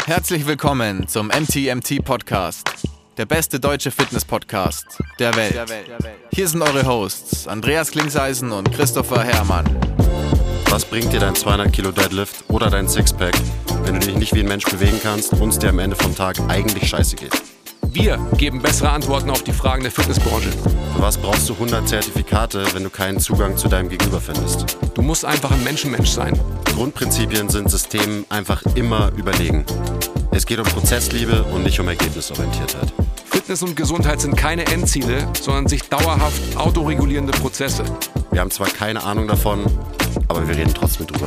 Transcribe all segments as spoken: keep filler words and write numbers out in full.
Herzlich willkommen zum M T M T Podcast, der beste deutsche Fitness-Podcast der Welt. Hier sind eure Hosts Andreas Klingseisen und Christopher Herrmann. Was bringt dir dein zweihundert Kilo Deadlift oder dein Sixpack, wenn du dich nicht wie ein Mensch bewegen kannst und es dir am Ende vom Tag eigentlich scheiße geht? Wir geben bessere Antworten auf die Fragen der Fitnessbranche. Für was brauchst du hundert Zertifikate, wenn du keinen Zugang zu deinem Gegenüber findest? Du musst einfach ein Menschenmensch sein. Grundprinzipien sind Systemen einfach immer überlegen. Es geht um Prozessliebe und nicht um Ergebnisorientiertheit. Fitness und Gesundheit sind keine Endziele, sondern sich dauerhaft autoregulierende Prozesse. Wir haben zwar keine Ahnung davon, aber wir reden trotzdem drüber.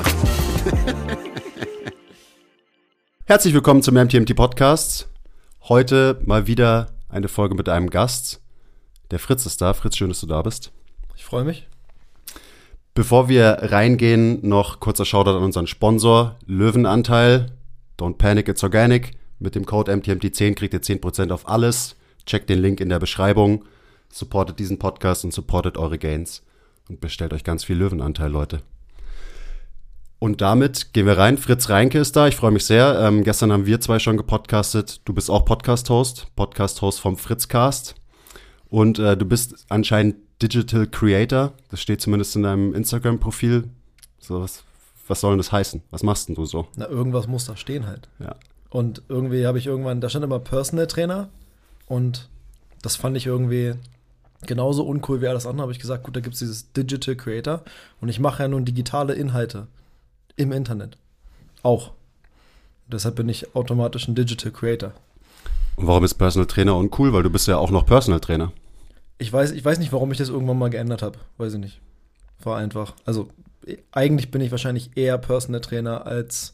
Herzlich willkommen zum M T M T Podcast. Heute mal wieder eine Folge mit einem Gast. Der Fritz ist da. Fritz, schön, dass du da bist. Ich freue mich. Bevor wir reingehen, noch kurzer Shoutout an unseren Sponsor, Löwenanteil. Don't panic, it's organic. Mit dem Code M T M T zehn kriegt ihr zehn Prozent auf alles. Checkt den Link in der Beschreibung. Supportet diesen Podcast und supportet eure Gains. Und bestellt euch ganz viel Löwenanteil, Leute. Und damit gehen wir rein. Fritz Reinke ist da. Ich freue mich sehr. Ähm, gestern haben wir zwei schon gepodcastet. Du bist auch Podcast-Host. Podcast-Host vom Fritzcast. Und äh, du bist anscheinend Digital Creator. Das steht zumindest in deinem Instagram-Profil. So, was, was soll denn das heißen? Was machst denn du so? Na, irgendwas muss da stehen halt. Ja. Und irgendwie habe ich irgendwann, da stand immer Personal Trainer. Und das fand ich irgendwie genauso uncool wie alles andere. Habe ich gesagt, gut, da gibt es dieses Digital Creator. Und ich mache ja nun digitale Inhalte. Im Internet. Auch. Deshalb bin ich automatisch ein Digital Creator. Und warum ist Personal Trainer uncool? Weil du bist ja auch noch Personal Trainer. Ich weiß, ich weiß nicht, warum ich das irgendwann mal geändert habe. Weiß ich nicht. War einfach. Also, eigentlich bin ich wahrscheinlich eher Personal Trainer als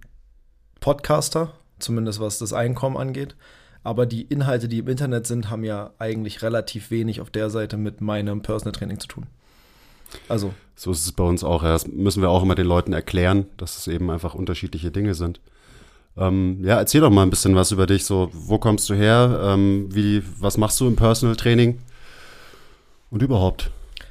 Podcaster. Zumindest was das Einkommen angeht. Aber die Inhalte, die im Internet sind, haben ja eigentlich relativ wenig auf der Seite mit meinem Personal Training zu tun. Also. So ist es bei uns auch. Ja. Das müssen wir auch immer den Leuten erklären, dass es eben einfach unterschiedliche Dinge sind. Ähm, ja, erzähl doch mal ein bisschen was über dich. So, wo kommst du her? Ähm, wie, was machst du im Personal Training? Und überhaupt?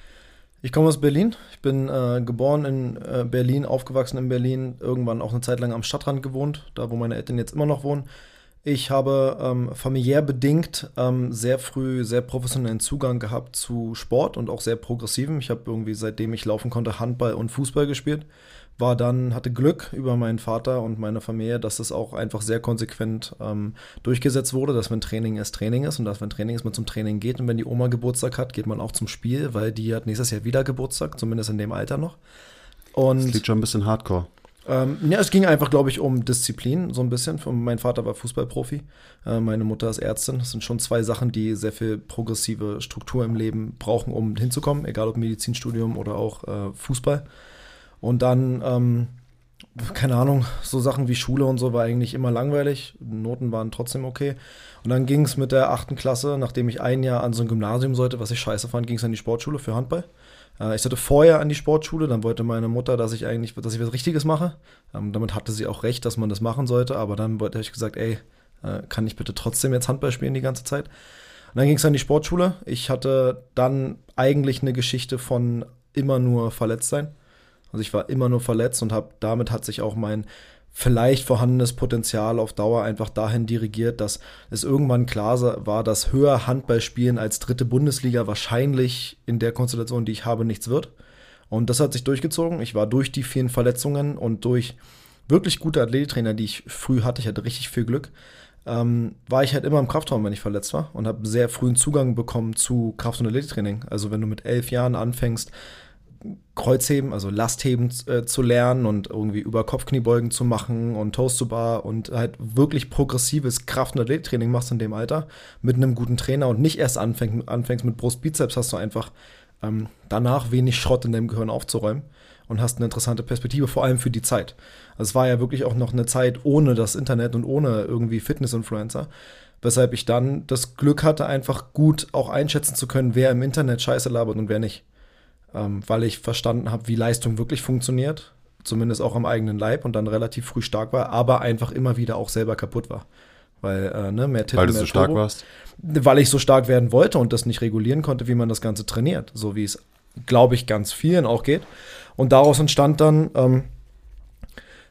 Ich komme aus Berlin. Ich bin äh, geboren in äh, Berlin, aufgewachsen in Berlin, irgendwann auch eine Zeit lang am Stadtrand gewohnt, da wo meine Eltern jetzt immer noch wohnen. Ich habe ähm, familiär bedingt ähm, sehr früh sehr professionellen Zugang gehabt zu Sport und auch sehr progressiven. Ich habe irgendwie, seitdem ich laufen konnte, Handball und Fußball gespielt. War dann, hatte Glück über meinen Vater und meine Familie, dass das auch einfach sehr konsequent ähm, durchgesetzt wurde, dass wenn Training ist, Training ist und dass wenn Training ist, man zum Training geht. Und wenn die Oma Geburtstag hat, geht man auch zum Spiel, weil die hat nächstes Jahr wieder Geburtstag, zumindest in dem Alter noch. Und das klingt schon ein bisschen hardcore. Ähm, ja, es ging einfach, glaube ich, um Disziplin, so ein bisschen. Mein Vater war Fußballprofi, äh, meine Mutter ist Ärztin. Das sind schon zwei Sachen, die sehr viel progressive Struktur im Leben brauchen, um hinzukommen, egal ob Medizinstudium oder auch äh, Fußball. Und dann, ähm, keine Ahnung, so Sachen wie Schule und so war eigentlich immer langweilig. Noten waren trotzdem okay. Und dann ging es mit der achten Klasse, nachdem ich ein Jahr an so ein Gymnasium sollte, was ich scheiße fand, ging es an die Sportschule für Handball. Ich sollte vorher an die Sportschule, dann wollte meine Mutter, dass ich eigentlich, dass ich was Richtiges mache. Ähm, damit hatte sie auch recht, dass man das machen sollte, aber dann habe ich gesagt, ey, äh, kann ich bitte trotzdem jetzt Handball spielen die ganze Zeit? Und dann ging es an die Sportschule. Ich hatte dann eigentlich eine Geschichte von immer nur verletzt sein. Also ich war immer nur verletzt und habe damit hat sich auch mein vielleicht vorhandenes Potenzial auf Dauer einfach dahin dirigiert, dass es irgendwann klar war, dass höher Handball spielen als dritte Bundesliga wahrscheinlich in der Konstellation, die ich habe, nichts wird. Und das hat sich durchgezogen. Ich war durch die vielen Verletzungen und durch wirklich gute Athletiktrainer, die ich früh hatte, ich hatte richtig viel Glück, ähm, war ich halt immer im Kraftraum, wenn ich verletzt war und habe sehr frühen Zugang bekommen zu Kraft- und Athletiktraining. Also wenn du mit elf Jahren anfängst, Kreuzheben, also Lastheben äh, zu lernen und irgendwie über Kopfkniebeugen zu machen und Toast to Bar und halt wirklich progressives Kraft- und Athletiktraining machst in dem Alter mit einem guten Trainer und nicht erst anfängst, anfängst mit Brust-Bizeps, hast du einfach ähm, danach wenig Schrott in deinem Gehirn aufzuräumen und hast eine interessante Perspektive, vor allem für die Zeit. Also es war ja wirklich auch noch eine Zeit ohne das Internet und ohne irgendwie Fitness-Influencer, weshalb ich dann das Glück hatte, einfach gut auch einschätzen zu können, wer im Internet Scheiße labert und wer nicht. Ähm, weil ich verstanden habe, wie Leistung wirklich funktioniert, zumindest auch am eigenen Leib und dann relativ früh stark war, aber einfach immer wieder auch selber kaputt war. Weil, äh, ne, mehr Titel, Weil du mehr so stark Turbo. warst? Weil ich so stark werden wollte und das nicht regulieren konnte, wie man das Ganze trainiert. So wie es, glaube ich, ganz vielen auch geht. Und daraus entstand dann ähm,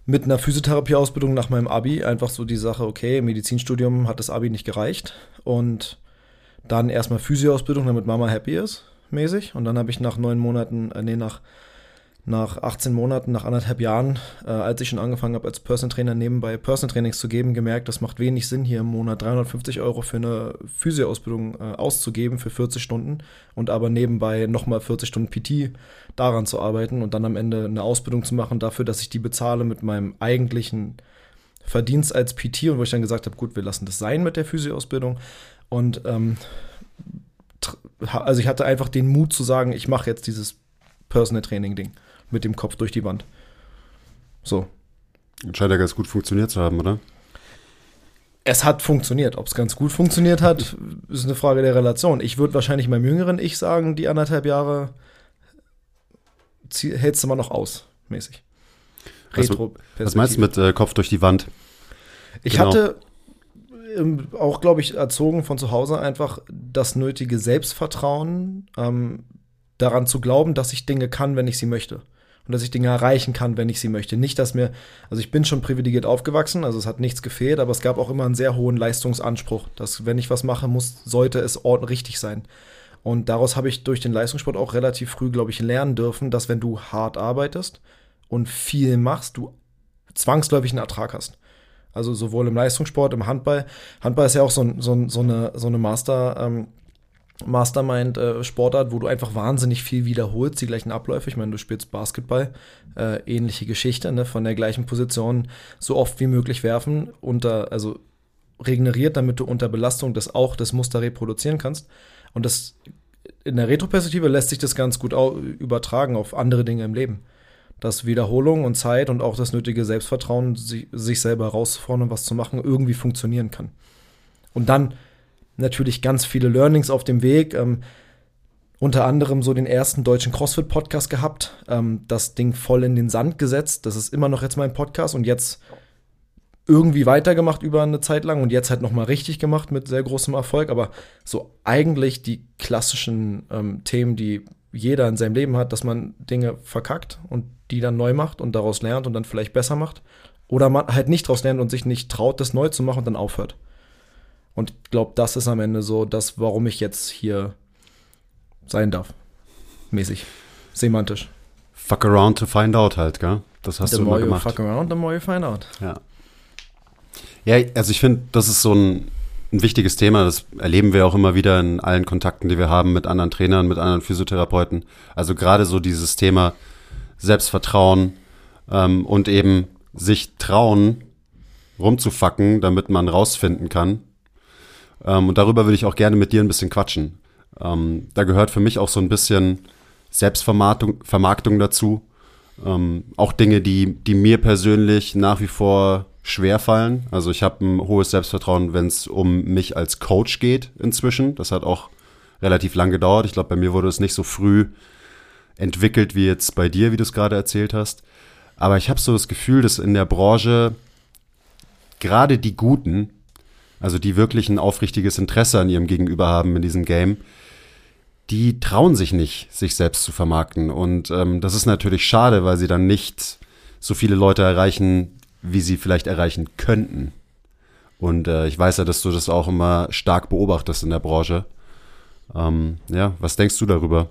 mit einer Physiotherapieausbildung nach meinem Abi einfach so die Sache, okay, im Medizinstudium hat das Abi nicht gereicht und dann erstmal Physioausbildung, damit Mama happy ist, mäßig. Und dann habe ich nach neun Monaten, äh, nee, nach, nach achtzehn Monaten, nach anderthalb Jahren, äh, als ich schon angefangen habe, als Personal Trainer nebenbei Personal Trainings zu geben, gemerkt, das macht wenig Sinn, hier im Monat dreihundertfünfzig Euro für eine Physioausbildung äh, auszugeben für vierzig Stunden und aber nebenbei nochmal vierzig Stunden P T daran zu arbeiten und dann am Ende eine Ausbildung zu machen dafür, dass ich die bezahle mit meinem eigentlichen Verdienst als P T und wo ich dann gesagt habe, gut, wir lassen das sein mit der Physioausbildung. Und ähm, also ich hatte einfach den Mut zu sagen, ich mache jetzt dieses Personal Training Ding mit dem Kopf durch die Wand. So. Scheint ja ganz gut funktioniert zu haben, oder? Es hat funktioniert. Ob es ganz gut funktioniert hat, ist eine Frage der Relation. Ich würde wahrscheinlich meinem jüngeren Ich sagen, die anderthalb Jahre hältst du mal noch aus, mäßig. Retro. Was, was meinst du mit äh, Kopf durch die Wand? Ich genau. hatte auch, glaube ich, erzogen von zu Hause einfach das nötige Selbstvertrauen, ähm, daran zu glauben, dass ich Dinge kann, wenn ich sie möchte. Und dass ich Dinge erreichen kann, wenn ich sie möchte. Nicht, dass mir, also ich bin schon privilegiert aufgewachsen, also es hat nichts gefehlt, aber es gab auch immer einen sehr hohen Leistungsanspruch, dass wenn ich was mache, muss, sollte es ordentlich richtig sein. Und daraus habe ich durch den Leistungssport auch relativ früh, glaube ich, lernen dürfen, dass wenn du hart arbeitest und viel machst, du zwangsläufig einen Ertrag hast. Also sowohl im Leistungssport, im Handball. Handball ist ja auch so, so, so eine, so eine Master, ähm, Mastermind-Sportart, wo du einfach wahnsinnig viel wiederholst, die gleichen Abläufe. Ich meine, du spielst Basketball, äh, ähnliche Geschichte, ne? Von der gleichen Position so oft wie möglich werfen, unter, also regeneriert, damit du unter Belastung das auch das Muster reproduzieren kannst. Und das in der Retroperspektive lässt sich das ganz gut au- übertragen auf andere Dinge im Leben. Dass Wiederholung und Zeit und auch das nötige Selbstvertrauen, sich, sich selber herauszufordern und was zu machen, irgendwie funktionieren kann. Und dann natürlich ganz viele Learnings auf dem Weg. Ähm, unter anderem so den ersten deutschen CrossFit-Podcast gehabt. Ähm, das Ding voll in den Sand gesetzt. Das ist immer noch jetzt mein Podcast und jetzt irgendwie weitergemacht über eine Zeit lang und jetzt halt nochmal richtig gemacht mit sehr großem Erfolg. Aber so eigentlich die klassischen ähm, Themen, die jeder in seinem Leben hat, dass man Dinge verkackt und die dann neu macht und daraus lernt und dann vielleicht besser macht. Oder man halt nicht daraus lernt und sich nicht traut, das neu zu machen und dann aufhört. Und ich glaube, das ist am Ende so das, warum ich jetzt hier sein darf. Mäßig. Semantisch. Fuck around to find out halt, gell? Das hast The du immer more you gemacht. fuck around, the more you find out. Ja. Ja, also ich finde, das ist so ein, ein wichtiges Thema. Das erleben wir auch immer wieder in allen Kontakten, die wir haben mit anderen Trainern, mit anderen Physiotherapeuten. Also gerade so dieses Thema Selbstvertrauen ähm, und eben sich trauen, rumzufacken, damit man rausfinden kann. Ähm, und darüber würde ich auch gerne mit dir ein bisschen quatschen. Ähm, da gehört für mich auch so ein bisschen Selbstvermarktung Vermarktung dazu. Ähm, auch Dinge, die, die mir persönlich nach wie vor schwer fallen. Also ich habe ein hohes Selbstvertrauen, wenn es um mich als Coach geht inzwischen. Das hat auch relativ lang gedauert. Ich glaube, bei mir wurde es nicht so früh entwickelt wie jetzt bei dir, wie du es gerade erzählt hast. Aber ich habe so das Gefühl, dass in der Branche gerade die Guten, also die wirklich ein aufrichtiges Interesse an ihrem Gegenüber haben in diesem Game, die trauen sich nicht, sich selbst zu vermarkten. Und ähm, das ist natürlich schade, weil sie dann nicht so viele Leute erreichen, wie sie vielleicht erreichen könnten. Und äh, ich weiß ja, dass du das auch immer stark beobachtest in der Branche. Ähm, ja, was denkst du darüber?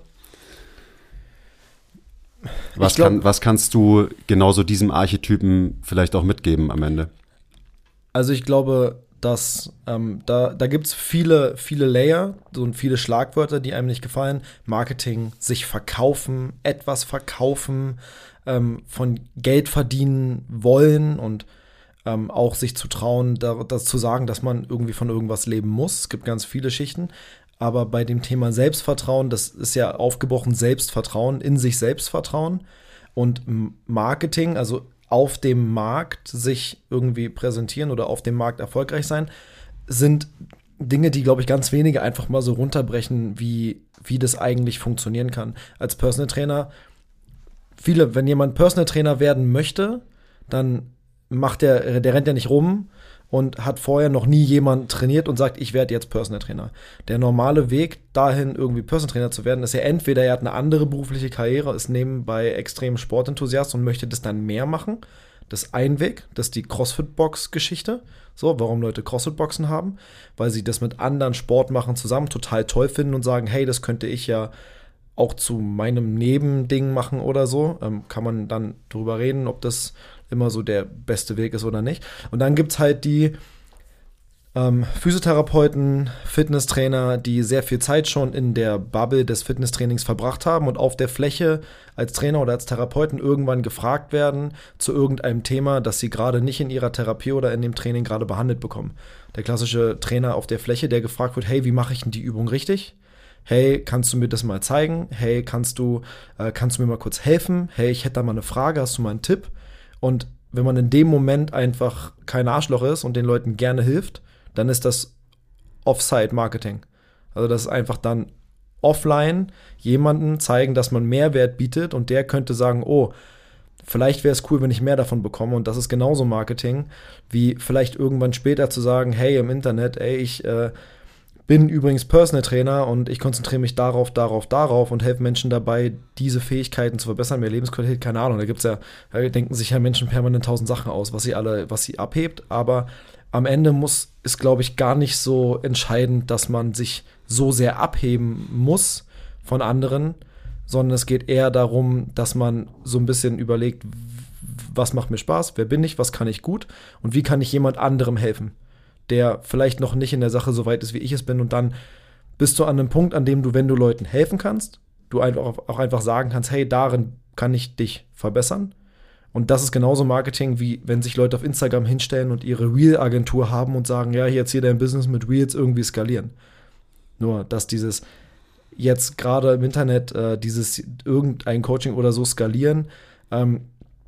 Was, glaub, kann, was kannst du genauso diesem Archetypen vielleicht auch mitgeben am Ende? Also ich glaube, dass ähm, da, da gibt es viele, viele Layer so und viele Schlagwörter, die einem nicht gefallen. Marketing, sich verkaufen, etwas verkaufen, ähm, von Geld verdienen wollen und ähm, auch sich zu trauen, da, das zu sagen, dass man irgendwie von irgendwas leben muss. Es gibt ganz viele Schichten. Aber bei dem Thema Selbstvertrauen, das ist ja aufgebrochen Selbstvertrauen, in sich Selbstvertrauen und Marketing, also auf dem Markt sich irgendwie präsentieren oder auf dem Markt erfolgreich sein, sind Dinge, die, glaube ich, ganz wenige einfach mal so runterbrechen, wie, wie das eigentlich funktionieren kann. Als Personal Trainer, viele, wenn jemand Personal Trainer werden möchte, dann macht der, der rennt ja nicht rum und hat vorher noch nie jemand trainiert und sagt, ich werde jetzt Personal Trainer. Der normale Weg dahin, irgendwie Personal Trainer zu werden, ist ja entweder er hat eine andere berufliche Karriere, ist nebenbei extrem Sportenthusiast und möchte das dann mehr machen. Das ist ein Weg, das ist die CrossFit-Box-Geschichte. So, warum Leute CrossFit-Boxen haben, weil sie das mit anderen Sportmachern zusammen total toll finden und sagen, hey, das könnte ich ja auch zu meinem Nebending machen oder so. Ähm, kann man dann drüber reden, ob das immer so der beste Weg ist oder nicht. Und dann gibt es halt die ähm, Physiotherapeuten, Fitnesstrainer, die sehr viel Zeit schon in der Bubble des Fitnesstrainings verbracht haben und auf der Fläche als Trainer oder als Therapeuten irgendwann gefragt werden zu irgendeinem Thema, das sie gerade nicht in ihrer Therapie oder in dem Training gerade behandelt bekommen. Der klassische Trainer auf der Fläche, der gefragt wird, hey, wie mache ich denn die Übung richtig? Hey, kannst du mir das mal zeigen? Hey, kannst du, äh, kannst du mir mal kurz helfen? Hey, ich hätte da mal eine Frage, hast du mal einen Tipp? Und wenn man in dem Moment einfach kein Arschloch ist und den Leuten gerne hilft, dann ist das Off-Site-Marketing. Also das ist einfach dann offline jemanden zeigen, dass man Mehrwert bietet und der könnte sagen, oh, vielleicht wäre es cool, wenn ich mehr davon bekomme und das ist genauso Marketing, wie vielleicht irgendwann später zu sagen, hey, im Internet, ey, ich äh, bin übrigens Personal Trainer und ich konzentriere mich darauf, darauf, darauf und helfe Menschen dabei, diese Fähigkeiten zu verbessern, mehr Lebensqualität, keine Ahnung, da gibt's ja, da denken sich ja Menschen permanent tausend Sachen aus, was sie alle, was sie abhebt, aber am Ende muss, ist, glaube ich, gar nicht so entscheidend, dass man sich so sehr abheben muss von anderen, sondern es geht eher darum, dass man so ein bisschen überlegt, was macht mir Spaß, wer bin ich, was kann ich gut und wie kann ich jemand anderem helfen, der vielleicht noch nicht in der Sache so weit ist, wie ich es bin und dann bist du an einem Punkt, an dem du, wenn du Leuten helfen kannst, du einfach auch einfach sagen kannst, hey, darin kann ich dich verbessern. Und das ist genauso Marketing, wie wenn sich Leute auf Instagram hinstellen und ihre Reel-Agentur haben und sagen, ja, jetzt hier dein Business mit Reels irgendwie skalieren. Nur, dass dieses jetzt gerade im Internet, äh, dieses irgendein Coaching oder so skalieren, ähm,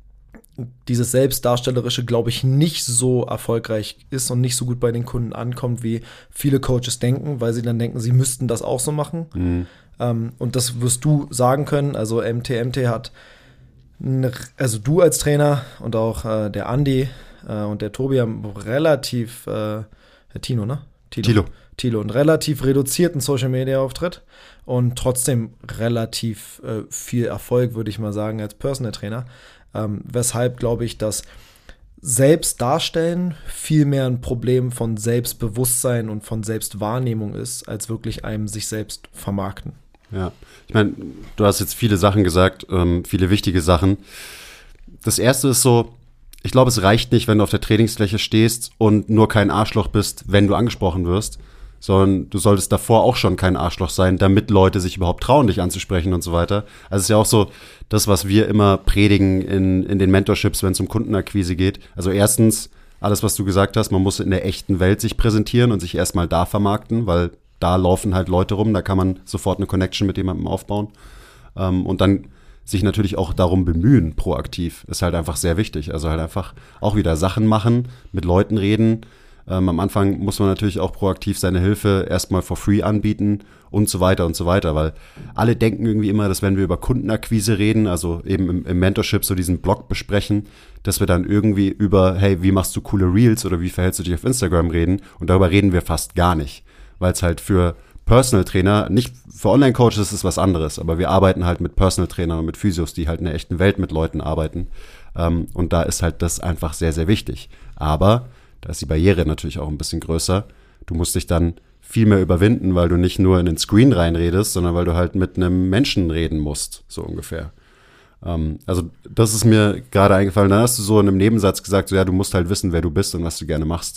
dieses Selbstdarstellerische, glaube ich, nicht so erfolgreich ist und nicht so gut bei den Kunden ankommt, wie viele Coaches denken, weil sie dann denken, sie müssten das auch so machen. Mhm. Ähm, und das wirst du sagen können. Also M T M T hat also du als Trainer und auch äh, der Andi äh, und der Tobi haben relativ, äh, Tino, ne? Tilo. Tilo. Tilo, einen relativ reduzierten Social-Media-Auftritt und trotzdem relativ äh, viel Erfolg, würde ich mal sagen, als Personal Trainer. Ähm, weshalb, glaube ich, dass Selbstdarstellen viel mehr ein Problem von Selbstbewusstsein und von Selbstwahrnehmung ist, als wirklich einem sich selbst vermarkten. Ja, ich meine, du hast jetzt viele Sachen gesagt, ähm, viele wichtige Sachen. Das erste ist so, ich glaube, es reicht nicht, wenn du auf der Trainingsfläche stehst und nur kein Arschloch bist, wenn du angesprochen wirst, sondern du solltest davor auch schon kein Arschloch sein, damit Leute sich überhaupt trauen, dich anzusprechen und so weiter. Also es ist ja auch so das, was wir immer predigen in, in den Mentorships, wenn es um Kundenakquise geht. Also erstens, alles, was du gesagt hast, man muss in der echten Welt sich präsentieren und sich erstmal da vermarkten, weil da laufen halt Leute rum, da kann man sofort eine Connection mit jemandem aufbauen. Ähm, und dann sich natürlich auch darum bemühen, proaktiv, ist halt einfach sehr wichtig. Also halt einfach auch wieder Sachen machen, mit Leuten reden. Ähm, am Anfang muss man natürlich auch proaktiv seine Hilfe erstmal for free anbieten und so weiter und so weiter, weil alle denken irgendwie immer, dass wenn wir über Kundenakquise reden, also eben im, im Mentorship so diesen Blog besprechen, dass wir dann irgendwie über, hey, wie machst du coole Reels oder wie verhältst du dich auf Instagram reden und darüber reden wir fast gar nicht. Weil es halt für Personal Trainer, nicht für Online-Coaches ist es was anderes, aber wir arbeiten halt mit Personal Trainern und mit Physios, die halt in der echten Welt mit Leuten arbeiten. Ähm, und da ist halt das einfach sehr, sehr wichtig. Aber da ist die Barriere natürlich auch ein bisschen größer. Du musst dich dann viel mehr überwinden, weil du nicht nur in den Screen reinredest, sondern weil du halt mit einem Menschen reden musst, so ungefähr. Ähm, also das ist mir gerade eingefallen. Dann hast du so in einem Nebensatz gesagt, so ja, du musst halt wissen, wer du bist und was du gerne machst.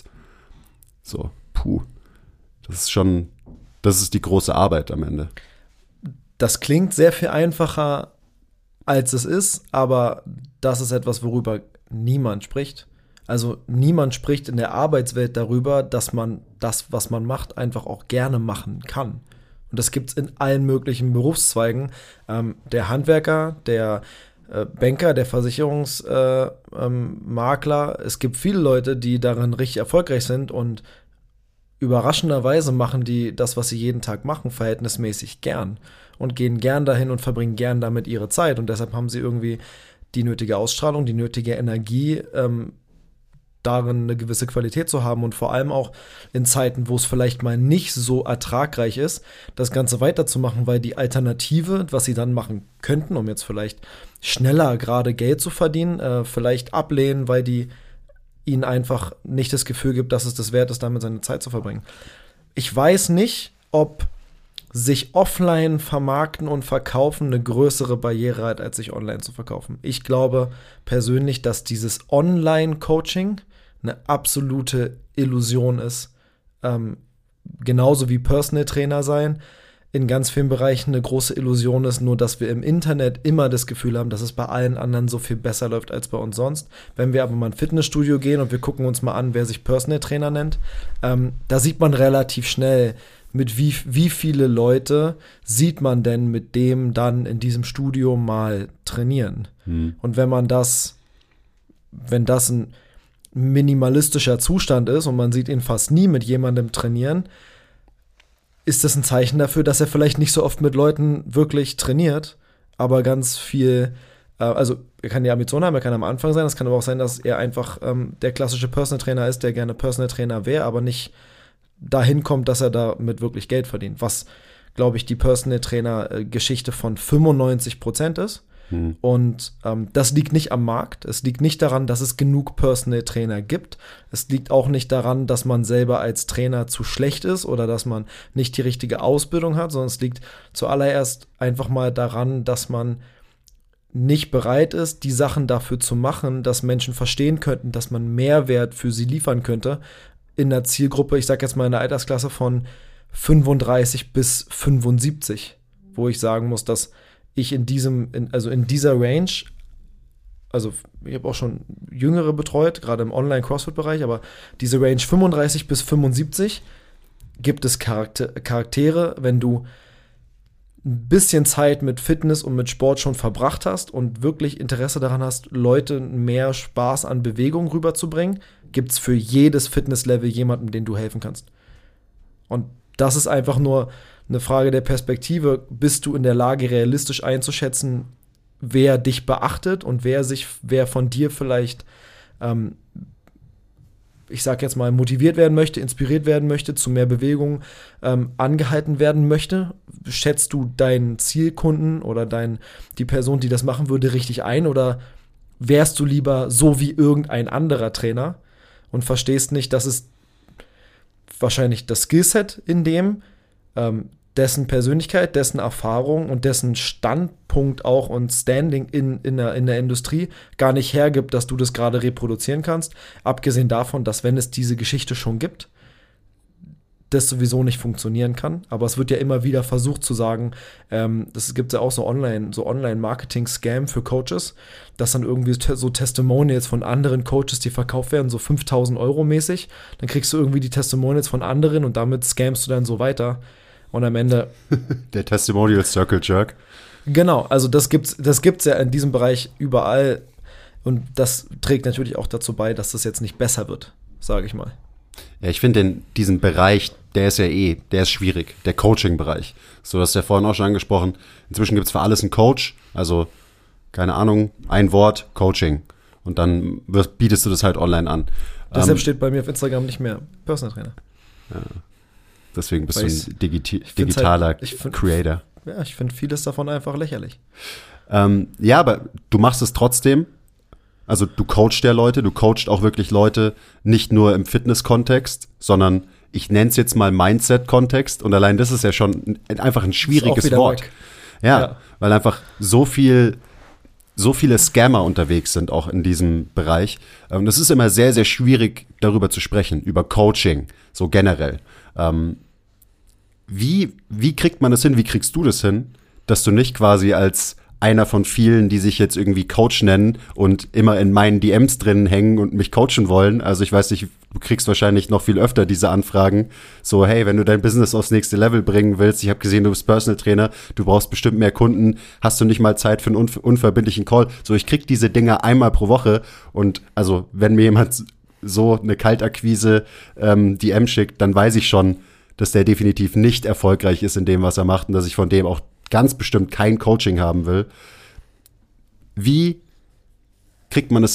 So, puh. Das ist schon, das ist die große Arbeit am Ende. Das klingt sehr viel einfacher, als es ist, aber das ist etwas, worüber niemand spricht. Also niemand spricht in der Arbeitswelt darüber, dass man das, was man macht, einfach auch gerne machen kann. Und das gibt es in allen möglichen Berufszweigen. Ähm, der Handwerker, der äh, Banker, der Versicherungsmakler, äh, ähm, es gibt viele Leute, die darin richtig erfolgreich sind und überraschenderweise machen die das, was sie jeden Tag machen, verhältnismäßig gern und gehen gern dahin und verbringen gern damit ihre Zeit und deshalb haben sie irgendwie die nötige Ausstrahlung, die nötige Energie, ähm, darin eine gewisse Qualität zu haben und vor allem auch in Zeiten, wo es vielleicht mal nicht so ertragreich ist, das Ganze weiterzumachen, weil die Alternative, was sie dann machen könnten, um jetzt vielleicht schneller gerade Geld zu verdienen, äh, vielleicht ablehnen, weil die ihnen einfach nicht das Gefühl gibt, dass es das wert ist, damit seine Zeit zu verbringen. Ich weiß nicht, ob sich offline vermarkten und verkaufen eine größere Barriere hat, als sich online zu verkaufen. Ich glaube persönlich, dass dieses Online-Coaching eine absolute Illusion ist. Ähm, genauso wie Personal Trainer sein in ganz vielen Bereichen eine große Illusion ist, nur dass wir im Internet immer das Gefühl haben, dass es bei allen anderen so viel besser läuft als bei uns sonst. Wenn wir aber mal in ein Fitnessstudio gehen und wir gucken uns mal an, wer sich Personal Trainer nennt, ähm, da sieht man relativ schnell, mit wie, wie viele Leute sieht man denn mit dem dann in diesem Studio mal trainieren. Hm. Und wenn man das, wenn das ein minimalistischer Zustand ist und man sieht ihn fast nie mit jemandem trainieren, ist das ein Zeichen dafür, dass er vielleicht nicht so oft mit Leuten wirklich trainiert, aber ganz viel, äh, also er kann die Ambition haben, er kann am Anfang sein, es kann aber auch sein, dass er einfach ähm, der klassische Personal Trainer ist, der gerne Personal Trainer wäre, aber nicht dahin kommt, dass er damit wirklich Geld verdient, was, glaube ich, die Personal Trainer-Geschichte von fünfundneunzig Prozent ist. Hm. Und ähm, das liegt nicht am Markt, es liegt nicht daran, dass es genug Personal Trainer gibt, es liegt auch nicht daran, dass man selber als Trainer zu schlecht ist oder dass man nicht die richtige Ausbildung hat, sondern es liegt zuallererst einfach mal daran, dass man nicht bereit ist, die Sachen dafür zu machen, dass Menschen verstehen könnten, dass man Mehrwert für sie liefern könnte, in der Zielgruppe, ich sage jetzt mal in der Altersklasse von fünfunddreißig bis fünfundsiebzig, wo ich sagen muss, dass ich in diesem, in, also in dieser Range, also ich habe auch schon Jüngere betreut, gerade im Online-Crossfit-Bereich, aber diese Range fünfunddreißig bis fünfundsiebzig gibt es Charakter- Charaktere, wenn du ein bisschen Zeit mit Fitness und mit Sport schon verbracht hast und wirklich Interesse daran hast, Leute mehr Spaß an Bewegung rüberzubringen, gibt es für jedes Fitnesslevel jemanden, den du helfen kannst. Und das ist einfach nur eine Frage der Perspektive. Bist du in der Lage, realistisch einzuschätzen, wer dich beachtet und wer sich, wer von dir vielleicht, ähm, ich sag jetzt mal, motiviert werden möchte, inspiriert werden möchte, zu mehr Bewegung ähm, angehalten werden möchte? Schätzt du deinen Zielkunden oder dein, die Person, die das machen würde, richtig ein? Oder wärst du lieber so wie irgendein anderer Trainer und verstehst nicht, dass es wahrscheinlich das Skillset in dem, ähm, dessen Persönlichkeit, dessen Erfahrung und dessen Standpunkt auch und Standing in, in, der, in der Industrie gar nicht hergibt, dass du das gerade reproduzieren kannst. Abgesehen davon, dass wenn es diese Geschichte schon gibt, das sowieso nicht funktionieren kann. Aber es wird ja immer wieder versucht zu sagen, ähm, das gibt ja auch so Online, so Online-Marketing-Scam für Coaches, dass dann irgendwie te- so Testimonials von anderen Coaches, die verkauft werden, so fünftausend Euro mäßig. Dann kriegst du irgendwie die Testimonials von anderen und damit scamst du dann so weiter. Und am Ende der Testimonial Circle Jerk. Genau, also das gibt's, das gibt's ja in diesem Bereich überall. Und das trägt natürlich auch dazu bei, dass das jetzt nicht besser wird, sage ich mal. Ja, ich finde diesen Bereich, der ist ja eh, der ist schwierig, der Coaching-Bereich. So, das hast du ja vorhin auch schon angesprochen. Inzwischen gibt es für alles einen Coach, also keine Ahnung, ein Wort, Coaching. Und dann wirst, bietest du das halt online an. Deshalb ähm, steht bei mir auf Instagram nicht mehr Personal Trainer. Ja, deswegen bist Weil du ein Digiti- digitaler halt, find, Creator. Ja, ich finde vieles davon einfach lächerlich. Ähm, ja, aber du machst es trotzdem. Also du coachst ja Leute, du coachst auch wirklich Leute, nicht nur im Fitness-Kontext, sondern ich nenne es jetzt mal Mindset-Kontext und allein das ist ja schon einfach ein schwieriges Wort. Ja, ja, weil einfach so viel, so viele Scammer unterwegs sind auch in diesem Bereich. Und es ist immer sehr, sehr schwierig, darüber zu sprechen, über Coaching, so generell. Ähm, wie, wie kriegt man das hin, wie kriegst du das hin, dass du nicht quasi als einer von vielen, die sich jetzt irgendwie Coach nennen und immer in meinen D Ms drin hängen und mich coachen wollen. Also ich weiß nicht, du kriegst wahrscheinlich noch viel öfter diese Anfragen. So, hey, wenn du dein Business aufs nächste Level bringen willst, ich habe gesehen, du bist Personal Trainer, du brauchst bestimmt mehr Kunden, hast du nicht mal Zeit für einen unver- unverbindlichen Call? So, ich krieg diese Dinger einmal pro Woche und also, wenn mir jemand so eine Kaltakquise ähm, D M schickt, dann weiß ich schon, dass der definitiv nicht erfolgreich ist in dem, was er macht und dass ich von dem auch ganz bestimmt kein Coaching haben will. Wie kriegt man es hin,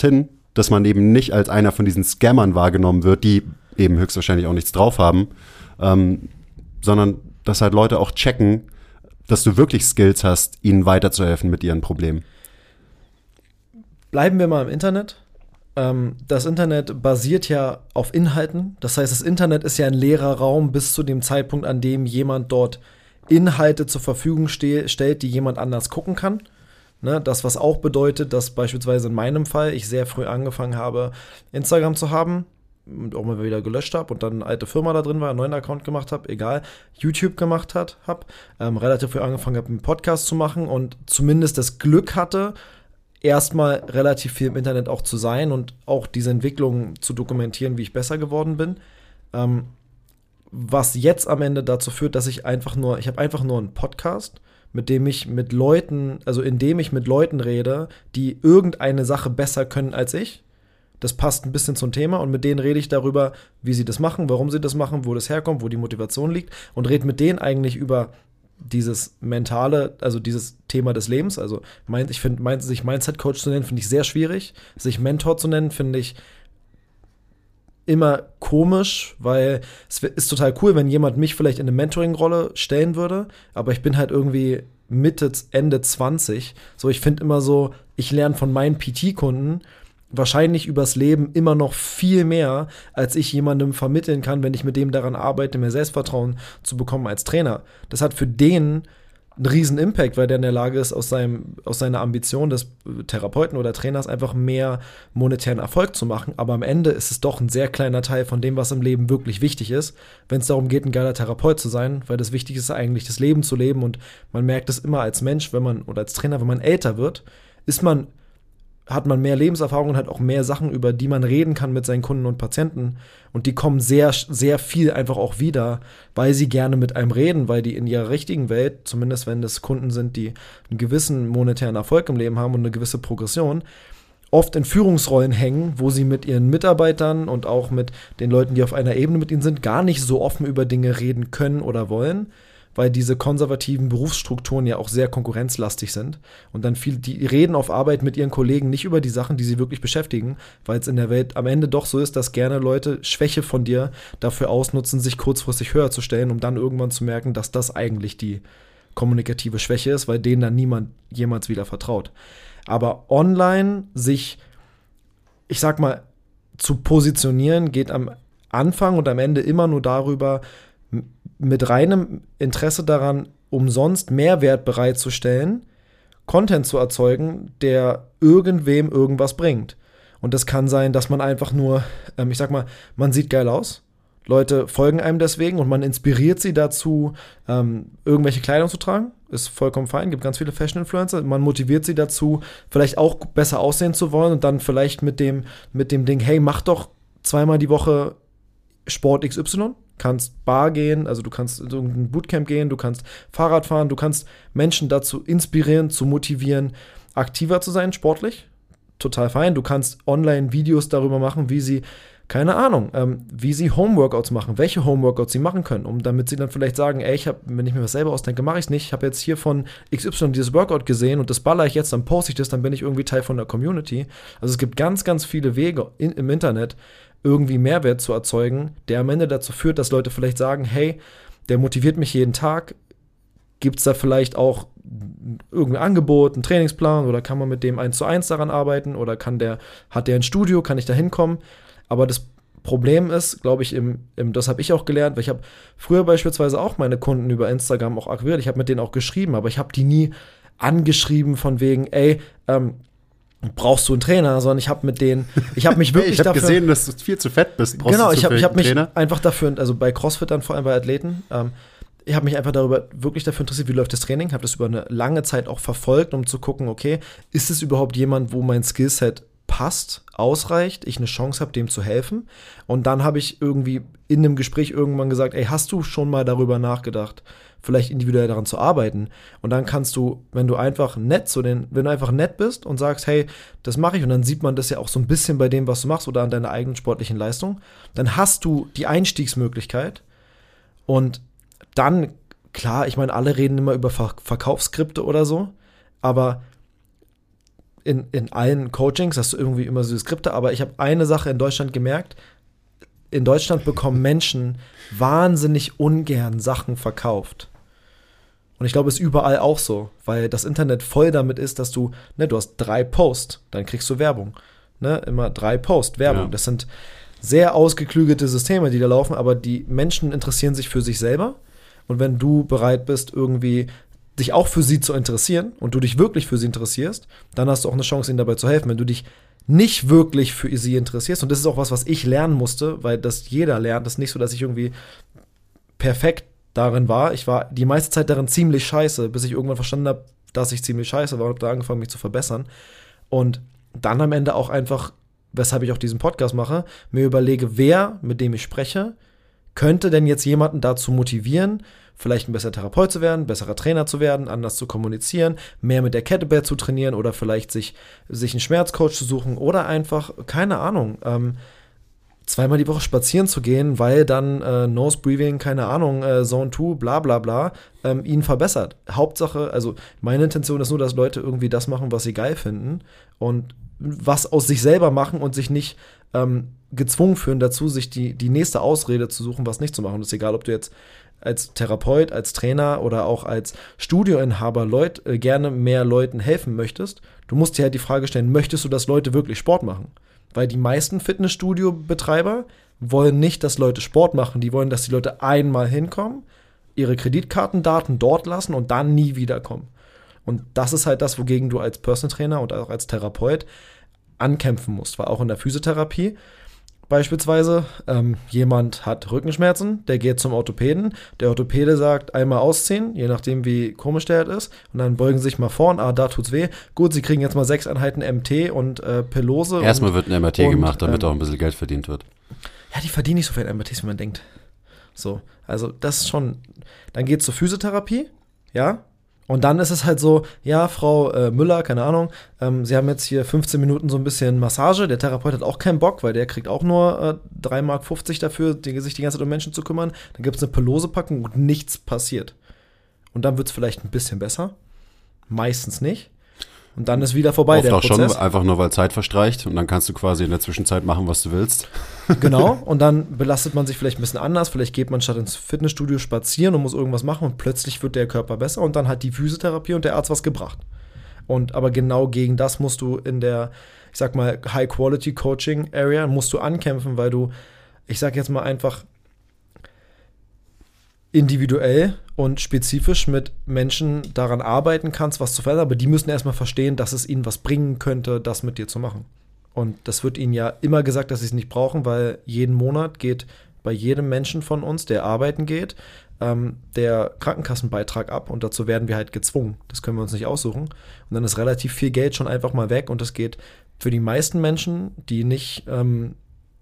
dass man eben nicht als einer von diesen Scammern wahrgenommen wird, die eben höchstwahrscheinlich auch nichts drauf haben, ähm, sondern dass halt Leute auch checken, dass du wirklich Skills hast, ihnen weiterzuhelfen mit ihren Problemen. Bleiben wir mal im Internet. Ähm, das Internet basiert ja auf Inhalten. Das heißt, das Internet ist ja ein leerer Raum bis zu dem Zeitpunkt, an dem jemand dort Inhalte zur Verfügung ste- stellt, die jemand anders gucken kann. Ne? Das, was auch bedeutet, dass beispielsweise in meinem Fall ich sehr früh angefangen habe, Instagram zu haben und auch mal wieder gelöscht habe und dann eine alte Firma da drin war, einen neuen Account gemacht habe, egal, YouTube gemacht hat, habe, ähm, relativ früh angefangen habe, einen Podcast zu machen und zumindest das Glück hatte, erstmal relativ viel im Internet auch zu sein und auch diese Entwicklung zu dokumentieren, wie ich besser geworden bin. Ähm, was jetzt am Ende dazu führt, dass ich einfach nur, ich habe einfach nur einen Podcast, mit dem ich mit Leuten, also in dem ich mit Leuten rede, die irgendeine Sache besser können als ich. Das passt ein bisschen zum Thema und mit denen rede ich darüber, wie sie das machen, warum sie das machen, wo das herkommt, wo die Motivation liegt und rede mit denen eigentlich über dieses mentale, also dieses Thema des Lebens. Also ich finde, mein, sich Mindset-Coach zu nennen, finde ich sehr schwierig. Sich Mentor zu nennen, finde ich immer komisch, weil es ist total cool, wenn jemand mich vielleicht in eine Mentoring-Rolle stellen würde, aber ich bin halt irgendwie Mitte, Ende zwanzig. So, ich finde immer so, ich lerne von meinen P T-Kunden wahrscheinlich übers Leben immer noch viel mehr, als ich jemandem vermitteln kann, wenn ich mit dem daran arbeite, mehr Selbstvertrauen zu bekommen als Trainer. Das hat für den einen riesen Impact, weil der in der Lage ist, aus, seinem, aus seiner Ambition des Therapeuten oder Trainers einfach mehr monetären Erfolg zu machen. Aber am Ende ist es doch ein sehr kleiner Teil von dem, was im Leben wirklich wichtig ist, wenn es darum geht, ein geiler Therapeut zu sein, weil das Wichtigste ist eigentlich, das Leben zu leben. Und man merkt es immer als Mensch, wenn man, oder als Trainer, wenn man älter wird, ist man hat man mehr Lebenserfahrung und hat auch mehr Sachen, über die man reden kann mit seinen Kunden und Patienten. Und die kommen sehr, sehr viel einfach auch wieder, weil sie gerne mit einem reden, weil die in ihrer richtigen Welt, zumindest wenn das Kunden sind, die einen gewissen monetären Erfolg im Leben haben und eine gewisse Progression, oft in Führungsrollen hängen, wo sie mit ihren Mitarbeitern und auch mit den Leuten, die auf einer Ebene mit ihnen sind, gar nicht so offen über Dinge reden können oder wollen, weil diese konservativen Berufsstrukturen ja auch sehr konkurrenzlastig sind und dann viel, die reden auf Arbeit mit ihren Kollegen nicht über die Sachen, die sie wirklich beschäftigen, weil es in der Welt am Ende doch so ist, dass gerne Leute Schwäche von dir dafür ausnutzen, sich kurzfristig höher zu stellen, um dann irgendwann zu merken, dass das eigentlich die kommunikative Schwäche ist, weil denen dann niemand jemals wieder vertraut. Aber online sich, ich sag mal, zu positionieren, geht am Anfang und am Ende immer nur darüber, mit reinem Interesse daran, umsonst Mehrwert bereitzustellen, Content zu erzeugen, der irgendwem irgendwas bringt. Und das kann sein, dass man einfach nur, ähm, ich sag mal, man sieht geil aus, Leute folgen einem deswegen und man inspiriert sie dazu, ähm, irgendwelche Kleidung zu tragen. Ist vollkommen fein, gibt ganz viele Fashion-Influencer. Man motiviert sie dazu, vielleicht auch besser aussehen zu wollen und dann vielleicht mit dem, mit dem Ding, hey, mach doch zweimal die Woche Sport X Y. Kannst Bar gehen, also du kannst in irgendein Bootcamp gehen, du kannst Fahrrad fahren, du kannst Menschen dazu inspirieren, zu motivieren, aktiver zu sein, sportlich. Total fein. Du kannst online Videos darüber machen, wie sie, keine Ahnung, ähm, wie sie Homeworkouts machen, welche Homeworkouts sie machen können, um damit sie dann vielleicht sagen, ey, ich hab, wenn ich mir was selber ausdenke, mache ich es nicht. Ich habe jetzt hier von X Y dieses Workout gesehen und das baller ich jetzt, dann poste ich das, dann bin ich irgendwie Teil von der Community. Also es gibt ganz, ganz viele Wege in, im Internet, irgendwie Mehrwert zu erzeugen, der am Ende dazu führt, dass Leute vielleicht sagen, hey, der motiviert mich jeden Tag, gibt es da vielleicht auch irgendein Angebot, einen Trainingsplan oder kann man mit dem eins zu eins daran arbeiten oder kann der, hat der ein Studio, kann ich da hinkommen? Aber das Problem ist, glaube ich, im, im, das habe ich auch gelernt, weil ich habe früher beispielsweise auch meine Kunden über Instagram auch akquiriert, ich habe mit denen auch geschrieben, aber ich habe die nie angeschrieben von wegen, ey, ähm, brauchst du einen Trainer, sondern ich habe mit denen, ich habe mich wirklich ich hab dafür... Ich habe gesehen, dass du viel zu fett bist. Brauchst genau, du ich habe hab mich Trainer? einfach dafür, also bei CrossFit dann vor allem bei Athleten, ähm, ich habe mich einfach darüber wirklich dafür interessiert, wie läuft das Training, habe das über eine lange Zeit auch verfolgt, um zu gucken, okay, ist es überhaupt jemand, wo mein Skillset passt, ausreicht, ich eine Chance habe, dem zu helfen. Und dann habe ich irgendwie in einem Gespräch irgendwann gesagt, ey, hast du schon mal darüber nachgedacht, vielleicht individuell daran zu arbeiten? Und dann kannst du, wenn du einfach nett zu den, wenn du einfach nett bist und sagst, hey, das mache ich, und dann sieht man das ja auch so ein bisschen bei dem, was du machst oder an deiner eigenen sportlichen Leistung, dann hast du die Einstiegsmöglichkeit. Und dann, klar, ich meine, alle reden immer über Ver- Verkaufsskripte oder so, aber in, in allen Coachings hast du irgendwie immer so Skripte, aber ich habe eine Sache in Deutschland gemerkt. In Deutschland bekommen Menschen wahnsinnig ungern Sachen verkauft. Und ich glaube, es ist überall auch so, weil das Internet voll damit ist, dass du, ne, du hast drei Posts, dann kriegst du Werbung. Ne, immer drei Posts, Werbung. Ja. Das sind sehr ausgeklügelte Systeme, die da laufen, aber die Menschen interessieren sich für sich selber. Und wenn du bereit bist, irgendwie dich auch für sie zu interessieren und du dich wirklich für sie interessierst, dann hast du auch eine Chance, ihnen dabei zu helfen. Wenn du dich nicht wirklich für sie interessierst, und das ist auch was, was ich lernen musste, weil das jeder lernt, das ist nicht so, dass ich irgendwie perfekt darin war. Ich war die meiste Zeit darin ziemlich scheiße, bis ich irgendwann verstanden habe, dass ich ziemlich scheiße war und habe da angefangen, mich zu verbessern. Und dann am Ende auch einfach, weshalb ich auch diesen Podcast mache, mir überlege, wer, mit dem ich spreche, könnte denn jetzt jemanden dazu motivieren, vielleicht ein besserer Therapeut zu werden, besserer Trainer zu werden, anders zu kommunizieren, mehr mit der Kettlebell zu trainieren oder vielleicht sich, sich einen Schmerzcoach zu suchen oder einfach, keine Ahnung, ähm, zweimal die Woche spazieren zu gehen, weil dann äh, Nose Breathing, keine Ahnung, äh, Zone zwei, bla bla bla, ähm, ihn verbessert. Hauptsache, also meine Intention ist nur, dass Leute irgendwie das machen, was sie geil finden und was aus sich selber machen und sich nicht ähm, gezwungen fühlen dazu, sich die, die nächste Ausrede zu suchen, was nicht zu machen. Das ist egal, ob du jetzt als Therapeut, als Trainer oder auch als Studioinhaber Leut, äh, gerne mehr Leuten helfen möchtest. Du musst dir halt die Frage stellen, möchtest du, dass Leute wirklich Sport machen? Weil die meisten Fitnessstudio-Betreiber wollen nicht, dass Leute Sport machen. Die wollen, dass die Leute einmal hinkommen, ihre Kreditkartendaten dort lassen und dann nie wiederkommen. Und das ist halt das, wogegen du als Personal Trainer und auch als Therapeut ankämpfen musst. Weil auch in der Physiotherapie beispielsweise, ähm, jemand hat Rückenschmerzen, der geht zum Orthopäden, der Orthopäde sagt, einmal ausziehen, je nachdem wie komisch der ist, und dann beugen sie sich mal vor, ah, da tut's weh. Gut, sie kriegen jetzt mal sechs Einheiten M T und äh, Pelose. Erstmal und, wird ein M R T und, gemacht, damit ähm, auch ein bisschen Geld verdient wird. Ja, die verdienen nicht so viel M R Ts, wie man denkt. So, also das ist schon, dann geht's zur Physiotherapie, ja. Und dann ist es halt so, ja, Frau äh, Müller, keine Ahnung, ähm, Sie haben jetzt hier fünfzehn Minuten so ein bisschen Massage. Der Therapeut hat auch keinen Bock, weil der kriegt auch nur äh, drei Mark fünfzig dafür, die, sich die ganze Zeit um Menschen zu kümmern. Dann gibt es eine Pelosepackung und nichts passiert. Und dann wird es vielleicht ein bisschen besser. Meistens nicht. Und dann ist wieder vorbei Oft der auch Prozess. Schon, einfach nur weil Zeit verstreicht und dann kannst du quasi in der Zwischenzeit machen, was du willst. Genau, und dann belastet man sich vielleicht ein bisschen anders, vielleicht geht man statt ins Fitnessstudio spazieren und muss irgendwas machen und plötzlich wird der Körper besser und dann hat die Physiotherapie und der Arzt was gebracht. Und aber genau gegen das musst du in der, ich sag mal, High-Quality-Coaching-Area musst du ankämpfen, weil du, ich sag jetzt mal einfach, individuell und spezifisch mit Menschen daran arbeiten kannst, was zu verändern, aber die müssen erstmal verstehen, dass es ihnen was bringen könnte, das mit dir zu machen. Und das wird ihnen ja immer gesagt, dass sie es nicht brauchen, weil jeden Monat geht bei jedem Menschen von uns, der arbeiten geht, ähm, der Krankenkassenbeitrag ab und dazu werden wir halt gezwungen. Das können wir uns nicht aussuchen. Und dann ist relativ viel Geld schon einfach mal weg und das geht für die meisten Menschen, die nicht ähm,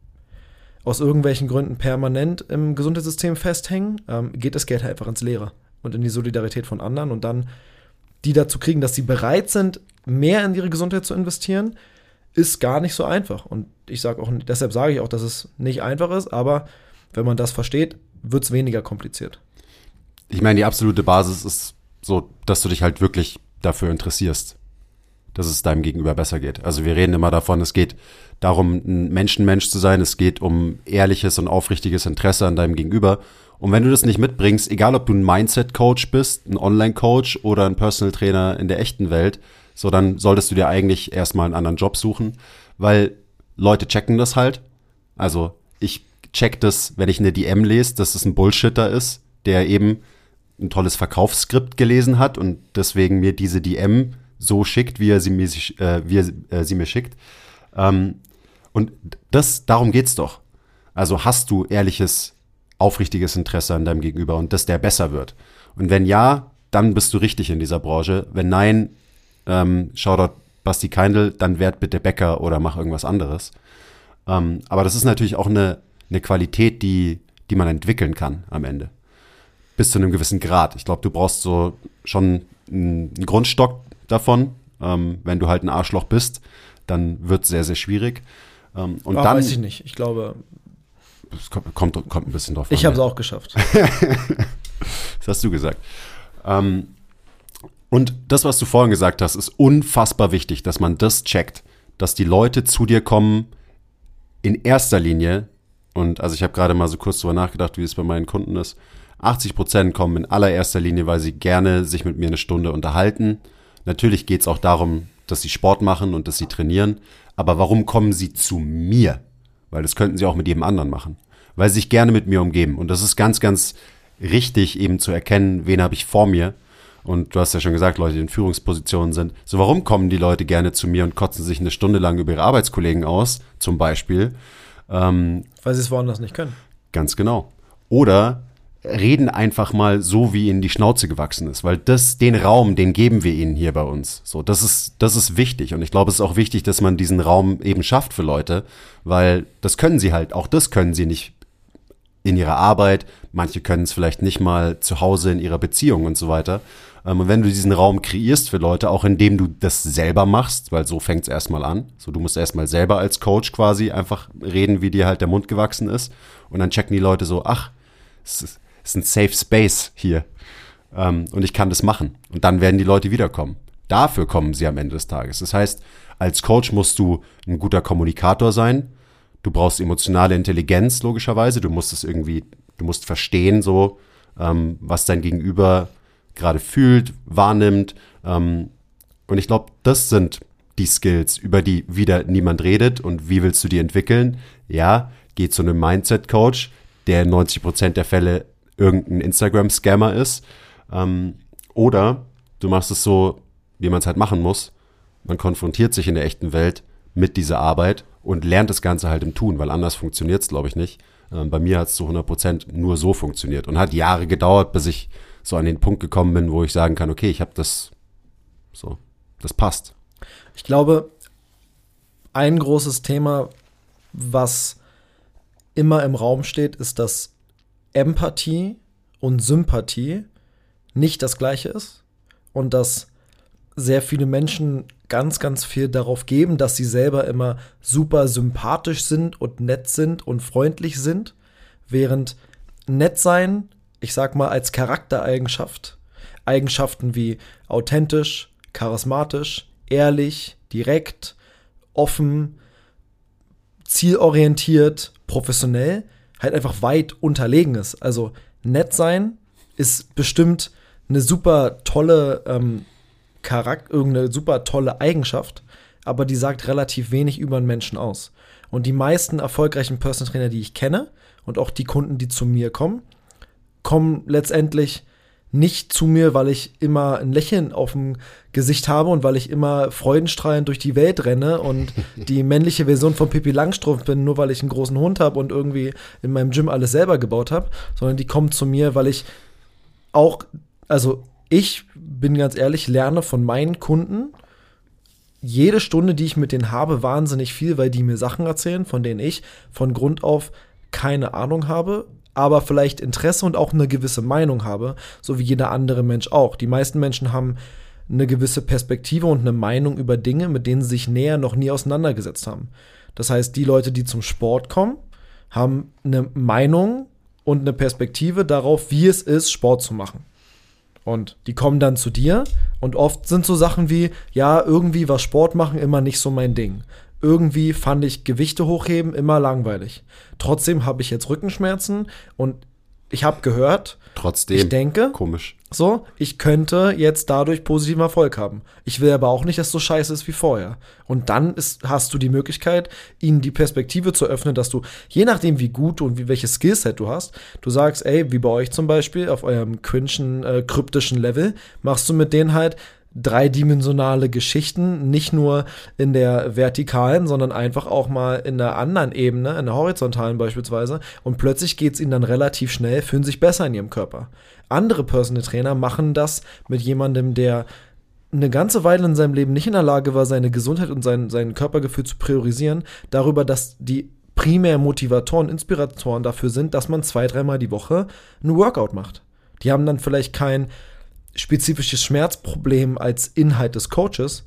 aus irgendwelchen Gründen permanent im Gesundheitssystem festhängen, ähm, geht das Geld halt einfach ins Leere und in die Solidarität von anderen und dann die dazu kriegen, dass sie bereit sind, mehr in ihre Gesundheit zu investieren, ist gar nicht so einfach. Und ich sage auch, deshalb sage ich auch, dass es nicht einfach ist, aber wenn man das versteht, wird es weniger kompliziert. Ich meine, die absolute Basis ist so, dass du dich halt wirklich dafür interessierst, dass es deinem Gegenüber besser geht. Also wir reden immer davon, es geht darum, ein Menschenmensch zu sein, es geht um ehrliches und aufrichtiges Interesse an deinem Gegenüber. Und wenn du das nicht mitbringst, egal ob du ein Mindset-Coach bist, ein Online-Coach oder ein Personal Trainer in der echten Welt, so dann solltest du dir eigentlich erstmal einen anderen Job suchen, weil Leute checken das halt. Also ich check das, wenn ich eine D M lese, dass es ein Bullshitter ist, der eben ein tolles Verkaufsskript gelesen hat und deswegen mir diese D M so schickt, wie er sie mir, äh, wie er, äh, sie mir schickt. Ähm, und das, darum geht's doch. Also hast du ehrliches, aufrichtiges Interesse an deinem Gegenüber und dass der besser wird. Und wenn ja, dann bist du richtig in dieser Branche. Wenn nein, ähm, Shoutout Basti Keindl, dann werd bitte Bäcker oder mach irgendwas anderes. Ähm, aber das ist natürlich auch eine, eine Qualität, die, die man entwickeln kann am Ende. Bis zu einem gewissen Grad. Ich glaube, du brauchst so schon einen Grundstock davon. Ähm, wenn du halt ein Arschloch bist, dann wird es sehr, sehr schwierig. Ähm, und Ach, dann, weiß ich nicht. Ich glaube, es kommt, kommt, kommt ein bisschen drauf an. ich habe es auch geschafft. Das hast du gesagt. Ähm, Und das, was du vorhin gesagt hast, ist unfassbar wichtig, dass man das checkt, dass die Leute zu dir kommen in erster Linie, und also ich habe gerade mal so kurz drüber nachgedacht, wie es bei meinen Kunden ist, achtzig Prozent kommen in allererster Linie, weil sie gerne sich mit mir eine Stunde unterhalten. Natürlich geht es auch darum, dass sie Sport machen und dass sie trainieren, aber warum kommen sie zu mir? Weil das könnten sie auch mit jedem anderen machen, weil sie sich gerne mit mir umgeben, und das ist ganz, ganz richtig eben zu erkennen, wen habe ich vor mir. Und du hast ja schon gesagt, Leute, die in Führungspositionen sind. So, warum kommen die Leute gerne zu mir und kotzen sich eine Stunde lang über ihre Arbeitskollegen aus, zum Beispiel? Ähm, Weil sie es woanders nicht können. Ganz genau. Oder reden einfach mal so, wie ihnen die Schnauze gewachsen ist. Weil das, den Raum, den geben wir ihnen hier bei uns. So, das ist, das ist wichtig. Und ich glaube, es ist auch wichtig, dass man diesen Raum eben schafft für Leute. Weil das können sie halt, auch das können sie nicht in ihrer Arbeit. Manche können es vielleicht nicht mal zu Hause in ihrer Beziehung und so weiter. Und wenn du diesen Raum kreierst für Leute, auch indem du das selber machst, weil so fängt es erstmal an. So, du musst erstmal selber als Coach quasi einfach reden, wie dir halt der Mund gewachsen ist. Und dann checken die Leute so, ach, es ist, es ist ein Safe Space hier. Ähm, und ich kann das machen. Und dann werden die Leute wiederkommen. Dafür kommen sie am Ende des Tages. Das heißt, als Coach musst du ein guter Kommunikator sein. Du brauchst emotionale Intelligenz, logischerweise. Du musst es irgendwie, du musst verstehen, so, ähm, was dein Gegenüber gerade fühlt, wahrnimmt. Ähm, und ich glaube, das sind die Skills, über die wieder niemand redet. Und wie willst du die entwickeln? Ja, geh zu einem Mindset-Coach, der in neunzig Prozent der Fälle irgendein Instagram-Scammer ist. Ähm, oder du machst es so, wie man es halt machen muss. Man konfrontiert sich in der echten Welt mit dieser Arbeit und lernt das Ganze halt im Tun, weil anders funktioniert es, glaube ich, nicht. Ähm, bei mir hat es zu hundert Prozent nur so funktioniert und hat Jahre gedauert, bis ich so an den Punkt gekommen bin, wo ich sagen kann, okay, ich habe das, so, das passt. Ich glaube, ein großes Thema, was immer im Raum steht, ist, dass Empathie und Sympathie nicht das Gleiche ist und dass sehr viele Menschen ganz, ganz viel darauf geben, dass sie selber immer super sympathisch sind und nett sind und freundlich sind, während nett sein, ich sag mal als Charaktereigenschaft, Eigenschaften wie authentisch, charismatisch, ehrlich, direkt, offen, zielorientiert, professionell, halt einfach weit unterlegen ist. Also nett sein ist bestimmt eine super tolle ähm, Charakter, irgendeine super tolle Eigenschaft, aber die sagt relativ wenig über einen Menschen aus. Und die meisten erfolgreichen Personal Trainer, die ich kenne und auch die Kunden, die zu mir kommen, kommen letztendlich nicht zu mir, weil ich immer ein Lächeln auf dem Gesicht habe und weil ich immer freudenstrahlend durch die Welt renne und die männliche Version von Pippi Langstrumpf bin, nur weil ich einen großen Hund habe und irgendwie in meinem Gym alles selber gebaut habe, sondern die kommen zu mir, weil ich auch, also ich bin ganz ehrlich, lerne von meinen Kunden jede Stunde, die ich mit denen habe, wahnsinnig viel, weil die mir Sachen erzählen, von denen ich von Grund auf keine Ahnung habe, aber vielleicht Interesse und auch eine gewisse Meinung habe, so wie jeder andere Mensch auch. Die meisten Menschen haben eine gewisse Perspektive und eine Meinung über Dinge, mit denen sie sich näher noch nie auseinandergesetzt haben. Das heißt, die Leute, die zum Sport kommen, haben eine Meinung und eine Perspektive darauf, wie es ist, Sport zu machen. Und die kommen dann zu dir und oft sind so Sachen wie, ja, irgendwie war Sport machen immer nicht so mein Ding. Irgendwie fand ich Gewichte hochheben immer langweilig. Trotzdem habe ich jetzt Rückenschmerzen und ich habe gehört, Trotzdem, ich denke, komisch. So, ich könnte jetzt dadurch positiven Erfolg haben. Ich will aber auch nicht, dass es so scheiße ist wie vorher. Und dann ist, hast du die Möglichkeit, ihnen die Perspektive zu öffnen, dass du, je nachdem wie gut und wie welches Skillset du hast, du sagst, ey, wie bei euch zum Beispiel, auf eurem cringen, äh, kryptischen Level, machst du mit denen halt dreidimensionale Geschichten, nicht nur in der vertikalen, sondern einfach auch mal in der anderen Ebene, in der horizontalen beispielsweise, und plötzlich geht es ihnen dann relativ schnell, fühlen sich besser in ihrem Körper. Andere Personal Trainer machen das mit jemandem, der eine ganze Weile in seinem Leben nicht in der Lage war, seine Gesundheit und sein, sein Körpergefühl zu priorisieren, darüber, dass die primär Motivatoren, Inspiratoren dafür sind, dass man zwei, dreimal die Woche ein Workout macht. Die haben dann vielleicht kein spezifisches Schmerzproblem als Inhalt des Coaches,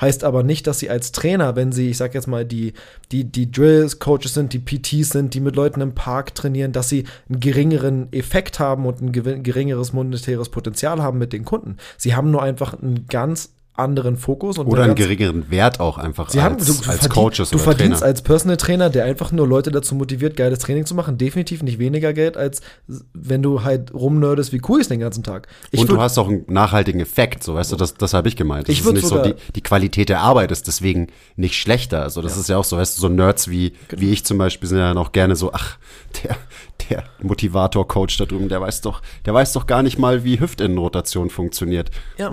Heißt aber nicht, dass sie als Trainer, wenn sie, ich sag jetzt mal, die, die, die Drill-Coaches sind, die P Ts sind, die mit Leuten im Park trainieren, dass sie einen geringeren Effekt haben und ein geringeres monetäres Potenzial haben mit den Kunden. Sie haben nur einfach einen ganz anderen Fokus. Und oder einen geringeren Wert auch einfach sie als, haben, du, du als verdien, Coaches du oder verdienst Trainer. als Personal Trainer, der einfach nur Leute dazu motiviert, geiles Training zu machen, definitiv nicht weniger Geld, als wenn du halt rumnerdest, wie cool ist den ganzen Tag. Ich und würd, du hast auch einen nachhaltigen Effekt, so weißt du, das, das habe ich gemeint. Das Ich ist würd nicht so, sogar- die, die Qualität der Arbeit ist deswegen nicht schlechter. Also das Ja. ist ja auch so, weißt du, so Nerds wie, Genau. wie ich zum Beispiel sind ja dann auch gerne so, ach, der, der Motivator-Coach da drüben, der weiß doch, der weiß doch gar nicht mal, wie Hüftinnenrotation funktioniert. Ja.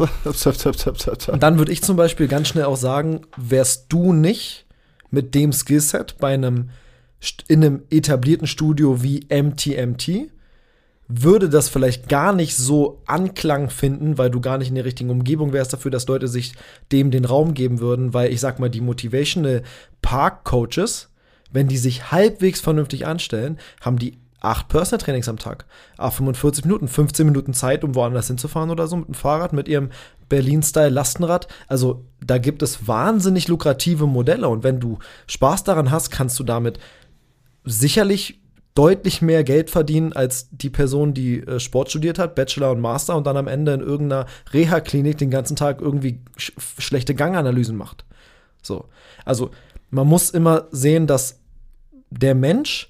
Und dann würde ich zum Beispiel ganz schnell auch sagen, wärst du nicht mit dem Skillset bei einem St- in einem etablierten Studio wie M T M T, würde das vielleicht gar nicht so Anklang finden, weil du gar nicht in der richtigen Umgebung wärst dafür, dass Leute sich dem den Raum geben würden, weil ich sag mal, die Motivational Park Coaches, wenn die sich halbwegs vernünftig anstellen, haben die acht Personal Trainings am Tag. Ah, fünfundvierzig Minuten, fünfzehn Minuten Zeit, um woanders hinzufahren oder so mit dem Fahrrad, mit ihrem Berlin-Style-Lastenrad. Also da gibt es wahnsinnig lukrative Modelle. Und wenn du Spaß daran hast, kannst du damit sicherlich deutlich mehr Geld verdienen als die Person, die äh, Sport studiert hat, Bachelor und Master und dann am Ende in irgendeiner Reha-Klinik den ganzen Tag irgendwie sch schlechte Ganganalysen macht. So. Also man muss immer sehen, dass der Mensch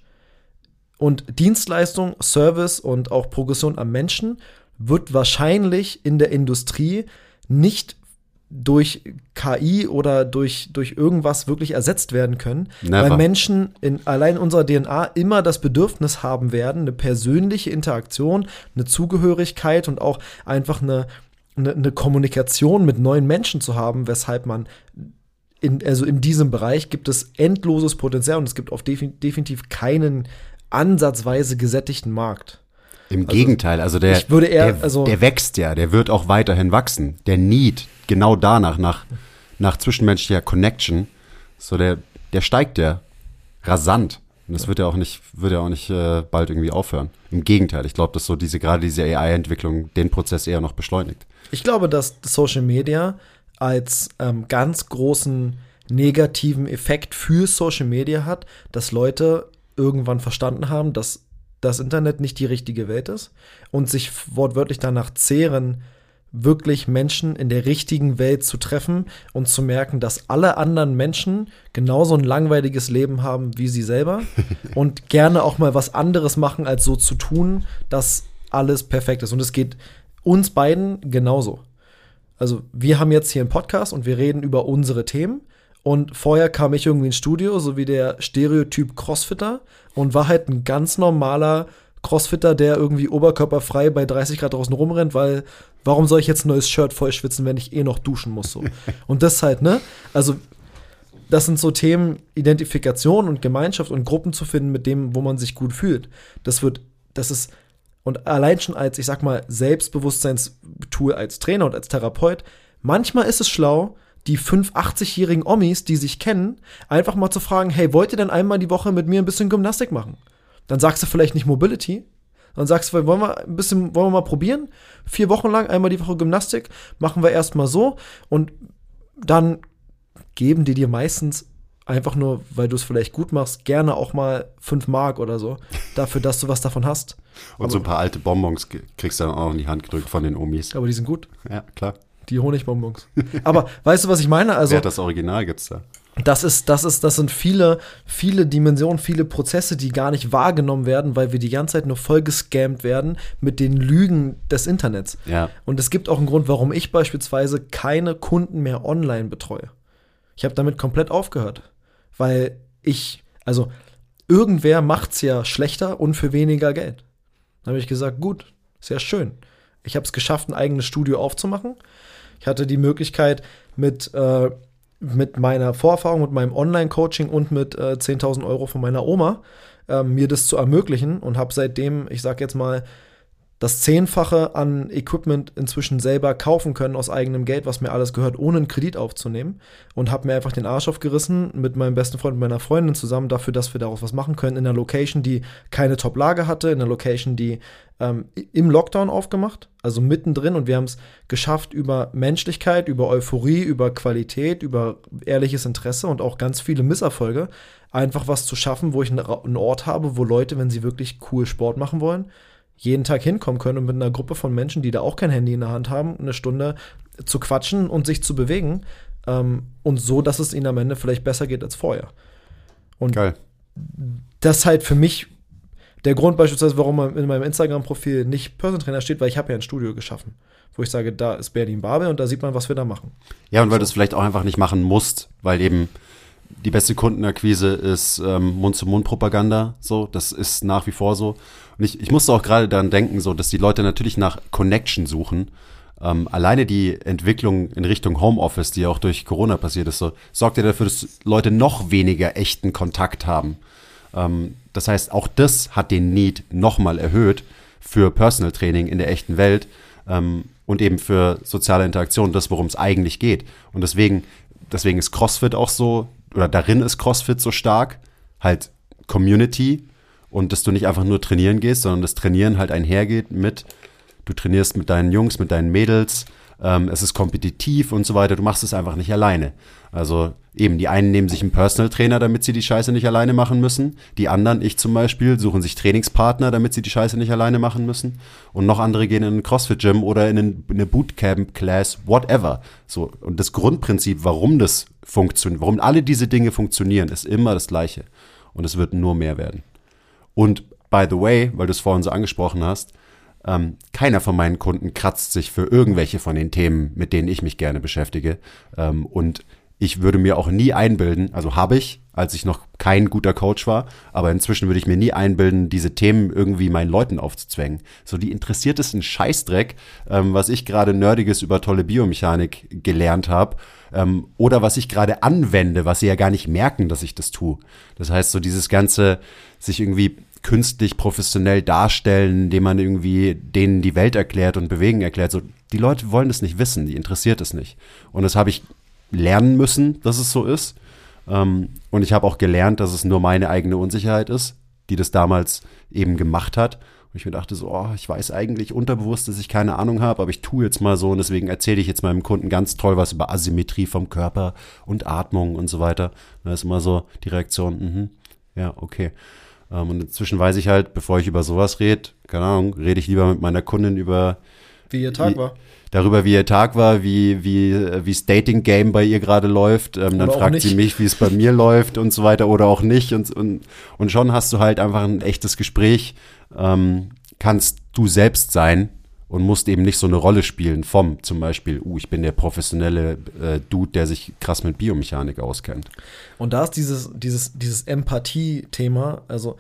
und Dienstleistung, Service und auch Progression am Menschen wird wahrscheinlich in der Industrie nicht durch K I oder durch, durch irgendwas wirklich ersetzt werden können, Never. weil Menschen in allein unserer D N A immer das Bedürfnis haben werden, eine persönliche Interaktion, eine Zugehörigkeit und auch einfach eine, eine, eine Kommunikation mit neuen Menschen zu haben, weshalb man in, also in diesem Bereich gibt es endloses Potenzial und es gibt auch defi definitiv keinen ansatzweise gesättigten Markt. Im Gegenteil, also der, ich würde eher- der, also- der wächst ja, der wird auch weiterhin wachsen. Der Need, genau danach, nach, nach zwischenmenschlicher Connection, so der, der steigt ja rasant. Und das wird ja auch nicht, wird ja auch nicht äh, bald irgendwie aufhören. Im Gegenteil, ich glaube, dass so diese, gerade diese A I-Entwicklung den Prozess eher noch beschleunigt. Ich glaube, dass Social Media als ähm, ganz großen negativen Effekt für Social Media hat, dass Leute irgendwann verstanden haben, dass das Internet nicht die richtige Welt ist und sich wortwörtlich danach zehren, wirklich Menschen in der richtigen Welt zu treffen und zu merken, dass alle anderen Menschen genauso ein langweiliges Leben haben wie sie selber und gerne auch mal was anderes machen, als so zu tun, dass alles perfekt ist. Und es geht uns beiden genauso. Also wir haben jetzt hier einen Podcast und wir reden über unsere Themen. Und vorher kam ich irgendwie ins Studio, so wie der Stereotyp Crossfitter und war halt ein ganz normaler Crossfitter, der irgendwie oberkörperfrei bei dreißig Grad draußen rumrennt, weil warum soll ich jetzt ein neues Shirt voll schwitzen, wenn ich eh noch duschen muss, so. Und das halt, ne? Also das sind so Themen, Identifikation und Gemeinschaft und Gruppen zu finden, mit dem, wo man sich gut fühlt. Das wird, das ist, und allein schon als, ich sag mal, Selbstbewusstseinstool als Trainer und als Therapeut, manchmal ist es schlau, die fünf achtzigjährigen Omis, die sich kennen, einfach mal zu fragen, hey, wollt ihr denn einmal die Woche mit mir ein bisschen Gymnastik machen? Dann sagst du vielleicht nicht Mobility, dann sagst du, wollen wir ein bisschen, wollen wir mal probieren? Vier Wochen lang, einmal die Woche Gymnastik, machen wir erstmal so und dann geben die dir meistens einfach nur, weil du es vielleicht gut machst, gerne auch mal fünf Mark oder so, dafür, dass du was davon hast. Und aber, so ein paar alte Bonbons kriegst du dann auch in die Hand gedrückt von den Omis. aber die sind gut, Ja, klar. die Honigbonbons. Aber weißt du, was ich meine? Also, Ja, das Original gibt's da. Das ist, das ist, das sind viele, viele Dimensionen, viele Prozesse, die gar nicht wahrgenommen werden, weil wir die ganze Zeit nur voll gescammt werden mit den Lügen des Internets. Ja. Und es gibt auch einen Grund, warum ich beispielsweise keine Kunden mehr online betreue. Ich habe damit komplett aufgehört, weil ich, also irgendwer macht's ja schlechter und für weniger Geld. Dann habe ich gesagt, gut, sehr schön. Ich habe es geschafft, ein eigenes Studio aufzumachen. Ich hatte die Möglichkeit, mit, äh, mit meiner Vorerfahrung, mit meinem Online-Coaching und mit äh, zehntausend Euro von meiner Oma äh, mir das zu ermöglichen und habe seitdem, ich sag jetzt mal, das Zehnfache an Equipment inzwischen selber kaufen können aus eigenem Geld, was mir alles gehört, ohne einen Kredit aufzunehmen. Und habe mir einfach den Arsch aufgerissen mit meinem besten Freund und meiner Freundin zusammen dafür, dass wir daraus was machen können. In einer Location, die keine Top-Lage hatte, in einer Location, die ähm, im Lockdown aufgemacht, also mittendrin. Und wir haben es geschafft, über Menschlichkeit, über Euphorie, über Qualität, über ehrliches Interesse und auch ganz viele Misserfolge einfach was zu schaffen, wo ich einen Ort habe, wo Leute, wenn sie wirklich cool Sport machen wollen, jeden Tag hinkommen können und mit einer Gruppe von Menschen, die da auch kein Handy in der Hand haben, eine Stunde zu quatschen und sich zu bewegen ähm, und so, dass es ihnen am Ende vielleicht besser geht als vorher. Und Geil. Das ist halt für mich der Grund beispielsweise, warum man in meinem Instagram-Profil nicht Personal Trainer steht, weil ich habe ja ein Studio geschaffen, wo ich sage, da ist Berlin Babel und da sieht man, was wir da machen. Ja, und weil so. du es vielleicht auch einfach nicht machen musst, weil eben die beste Kundenakquise ist ähm, Mund-zu-Mund-Propaganda, so, das ist nach wie vor so. Und ich, ich musste auch gerade daran denken, so, dass die Leute natürlich nach Connection suchen. Ähm, alleine die Entwicklung in Richtung Homeoffice, die auch durch Corona passiert ist, so, sorgt ja dafür, dass Leute noch weniger echten Kontakt haben. Ähm, das heißt, auch das hat den Need nochmal erhöht für Personal Training in der echten Welt ähm, und eben für soziale Interaktion, das, worum es eigentlich geht. Und deswegen, deswegen ist CrossFit auch so, oder darin ist CrossFit so stark, halt Community und dass du nicht einfach nur trainieren gehst, sondern das Trainieren halt einhergeht mit, du trainierst mit deinen Jungs, mit deinen Mädels, ähm, es ist kompetitiv und so weiter, du machst es einfach nicht alleine. Also eben, die einen nehmen sich einen Personal Trainer, damit sie die Scheiße nicht alleine machen müssen, die anderen, ich zum Beispiel, suchen sich Trainingspartner, damit sie die Scheiße nicht alleine machen müssen und noch andere gehen in ein CrossFit-Gym oder in eine Bootcamp-Class, whatever. So, und das Grundprinzip, warum das funktioniert, warum alle diese Dinge funktionieren, ist immer das Gleiche und es wird nur mehr werden. Und by the way, weil du es vorhin so angesprochen hast, ähm, keiner von meinen Kunden kratzt sich für irgendwelche von den Themen, mit denen ich mich gerne beschäftige. Ähm, und ich würde mir auch nie einbilden, also habe ich, als ich noch kein guter Coach war, aber inzwischen würde ich mir nie einbilden, diese Themen irgendwie meinen Leuten aufzuzwängen. So, die interessiert es ein Scheißdreck, ähm, was ich gerade Nerdiges über tolle Biomechanik gelernt habe, ähm, oder was ich gerade anwende, was sie ja gar nicht merken, dass ich das tue. Das heißt, so dieses ganze, sich irgendwie künstlich professionell darstellen, indem man irgendwie denen die Welt erklärt und Bewegen erklärt. So, die Leute wollen es nicht wissen, die interessiert es nicht. Und das habe ich lernen müssen, dass es so ist. Ähm, und ich habe auch gelernt, dass es nur meine eigene Unsicherheit ist, die das damals eben gemacht hat. Und ich mir dachte so, oh, ich weiß eigentlich unterbewusst, dass ich keine Ahnung habe, aber ich tue jetzt mal so und deswegen erzähle ich jetzt meinem Kunden ganz toll was über Asymmetrie vom Körper und Atmung und so weiter. Da ist immer so die Reaktion, mhm, ja, okay. Um, und inzwischen weiß ich halt, bevor ich über sowas rede, keine Ahnung, rede ich lieber mit meiner Kundin über Wie ihr Tag wie, war. Darüber, wie ihr Tag war, wie wie wie das Dating-Game bei ihr gerade läuft. Ähm, dann fragt sie mich, wie es bei mir läuft und so weiter oder auch nicht. Und, und, und schon hast du halt einfach ein echtes Gespräch. Ähm, kannst du selbst sein und musst eben nicht so eine Rolle spielen vom zum Beispiel, uh, ich bin der professionelle äh, Dude, der sich krass mit Biomechanik auskennt. Und da ist dieses, dieses, dieses Empathie-Thema, also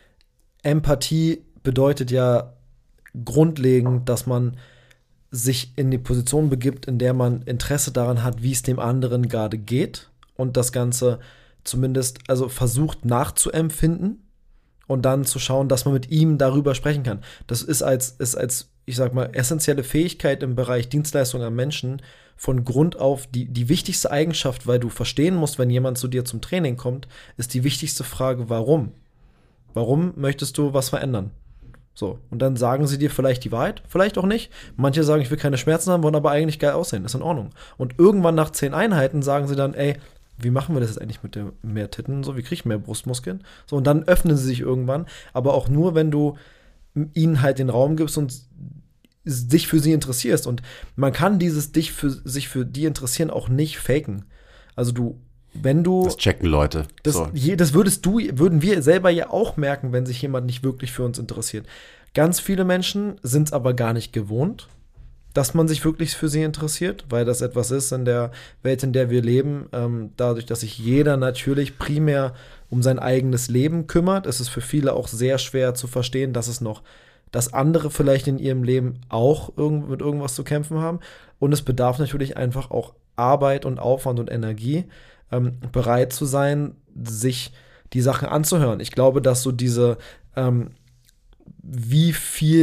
Empathie bedeutet ja grundlegend, dass man sich in die Position begibt, in der man Interesse daran hat, wie es dem anderen gerade geht und das Ganze zumindest also versucht nachzuempfinden und dann zu schauen, dass man mit ihm darüber sprechen kann. Das ist als, ist als ich sag mal, essentielle Fähigkeit im Bereich Dienstleistung am Menschen von Grund auf die, die wichtigste Eigenschaft, weil du verstehen musst, wenn jemand zu dir zum Training kommt, ist die wichtigste Frage, warum? Warum möchtest du was verändern? So, und dann sagen sie dir vielleicht die Wahrheit, vielleicht auch nicht. Manche sagen, ich will keine Schmerzen haben, wollen aber eigentlich geil aussehen, ist in Ordnung. Und irgendwann nach zehn Einheiten sagen sie dann, ey, wie machen wir das jetzt eigentlich mit der mehr Titten? So, wie kriege ich mehr Brustmuskeln? So, und dann öffnen sie sich irgendwann, aber auch nur, wenn du ihnen halt den Raum gibst und dich für sie interessierst. Und man kann dieses dich für sich für die interessieren auch nicht faken. Also du, wenn du das checken Leute. Das, so. je, das würdest du, würden wir selber ja auch merken, wenn sich jemand nicht wirklich für uns interessiert. Ganz viele Menschen sind es aber gar nicht gewohnt, dass man sich wirklich für sie interessiert, weil das etwas ist in der Welt, in der wir leben. Ähm, dadurch, dass sich jeder natürlich primär um sein eigenes Leben kümmert, ist es für viele auch sehr schwer zu verstehen, dass es noch, dass andere vielleicht in ihrem Leben auch irgend, mit irgendwas zu kämpfen haben. Und es bedarf natürlich einfach auch Arbeit und Aufwand und Energie, ähm, bereit zu sein, sich die Sachen anzuhören. Ich glaube, dass so diese, ähm, wie viel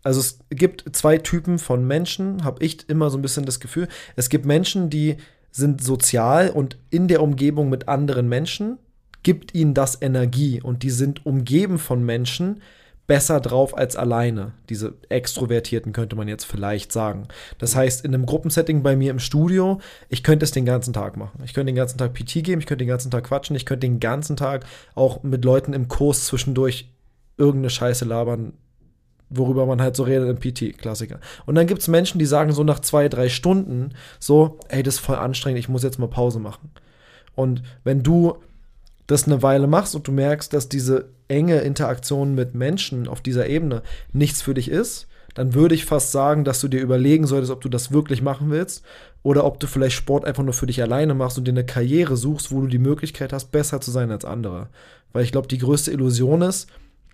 also es gibt zwei Typen von Menschen, habe ich immer so ein bisschen das Gefühl. Es gibt Menschen, die sind sozial und in der Umgebung mit anderen Menschen gibt ihnen das Energie und die sind umgeben von Menschen besser drauf als alleine. Diese Extrovertierten könnte man jetzt vielleicht sagen. Das heißt, in einem Gruppensetting bei mir im Studio, ich könnte es den ganzen Tag machen. Ich könnte den ganzen Tag P T geben, ich könnte den ganzen Tag quatschen, ich könnte den ganzen Tag auch mit Leuten im Kurs zwischendurch irgendeine Scheiße labern, worüber man halt so redet im P T, Klassiker. Und dann gibt es Menschen, die sagen so nach zwei, drei Stunden so, ey, das ist voll anstrengend, ich muss jetzt mal Pause machen. Und wenn du das eine Weile machst und du merkst, dass diese enge Interaktion mit Menschen auf dieser Ebene nichts für dich ist, dann würde ich fast sagen, dass du dir überlegen solltest, ob du das wirklich machen willst oder ob du vielleicht Sport einfach nur für dich alleine machst und dir eine Karriere suchst, wo du die Möglichkeit hast, besser zu sein als andere. Weil ich glaube, die größte Illusion ist,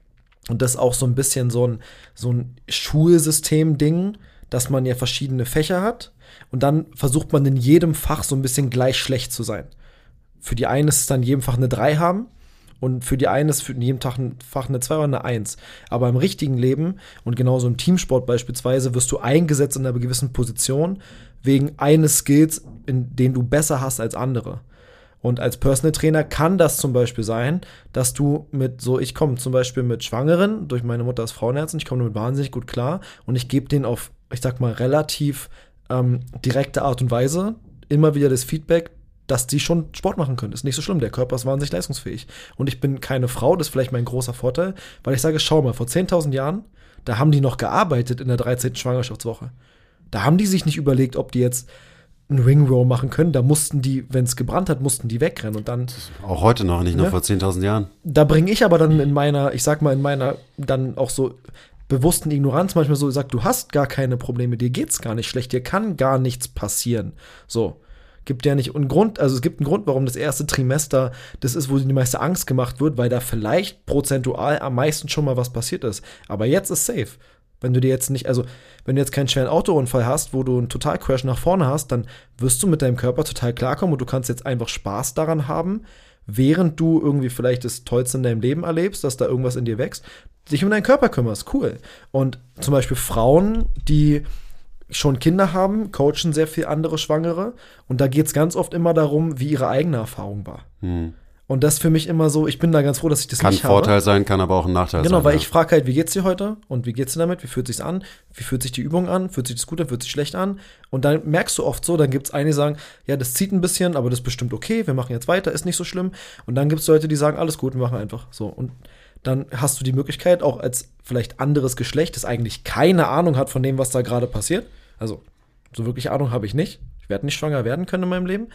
und das ist auch so ein bisschen so ein, so ein Schulsystem-Ding, dass man ja verschiedene Fächer hat und dann versucht man in jedem Fach so ein bisschen gleich schlecht zu sein. Für die einen ist es dann in jedem Fach eine drei haben und für die einen ist für in jedem Tag ein Fach eine zwei oder eine eins. Aber im richtigen Leben und genauso im Teamsport beispielsweise wirst du eingesetzt in einer gewissen Position wegen eines Skills, in den du besser hast als andere. Und als Personal Trainer kann das zum Beispiel sein, dass du mit so, ich komme zum Beispiel mit Schwangeren, durch meine Mutter ist Frauenärztin, ich komme damit wahnsinnig gut klar und ich gebe denen auf, ich sag mal, relativ ähm, direkte Art und Weise immer wieder das Feedback, dass die schon Sport machen können. Ist nicht so schlimm, der Körper ist wahnsinnig leistungsfähig. Und ich bin keine Frau, das ist vielleicht mein großer Vorteil, weil ich sage, schau mal, vor zehntausend Jahren, da haben die noch gearbeitet in der dreizehnten Schwangerschaftswoche. Da haben die sich nicht überlegt, ob die jetzt einen Ring Row machen können. Da mussten die, wenn es gebrannt hat, mussten die wegrennen. Und dann auch heute noch, nicht nur ja, vor zehntausend Jahren. Da bringe ich aber dann in meiner, ich sag mal, in meiner dann auch so bewussten Ignoranz manchmal so gesagt, du hast gar keine Probleme, dir geht's gar nicht schlecht, dir kann gar nichts passieren. So. Gibt ja nicht einen Grund, also es gibt einen Grund, warum das erste Trimester das ist, wo die meiste Angst gemacht wird, weil da vielleicht prozentual am meisten schon mal was passiert ist. Aber jetzt ist safe. Wenn du dir jetzt nicht, also wenn du jetzt keinen schweren Autounfall hast, wo du einen Totalcrash nach vorne hast, dann wirst du mit deinem Körper total klarkommen und du kannst jetzt einfach Spaß daran haben, während du irgendwie vielleicht das Tollste in deinem Leben erlebst, dass da irgendwas in dir wächst, dich um deinen Körper kümmerst. Cool. Und zum Beispiel Frauen, die schon Kinder haben, coachen sehr viel andere Schwangere und da geht es ganz oft immer darum, wie ihre eigene Erfahrung war. Hm. Und das für mich immer so, ich bin da ganz froh, dass ich das kann nicht habe. Kann Vorteil sein, kann aber auch ein Nachteil genau, sein. Genau, weil ja. ich frage halt, wie geht's dir heute und wie geht's dir damit, wie fühlt sich's an, wie fühlt sich die Übung an, fühlt sich das gut an, fühlt sich schlecht an und dann merkst du oft so, dann gibt's einige, die sagen, ja, das zieht ein bisschen, aber das ist bestimmt okay, wir machen jetzt weiter, ist nicht so schlimm und dann gibt's Leute, die sagen, alles gut, wir machen einfach so und dann hast du die Möglichkeit, auch als vielleicht anderes Geschlecht, das eigentlich keine Ahnung hat von dem, was da gerade passiert, also so wirklich Ahnung habe ich nicht. Ich werde nicht schwanger werden können in meinem Leben.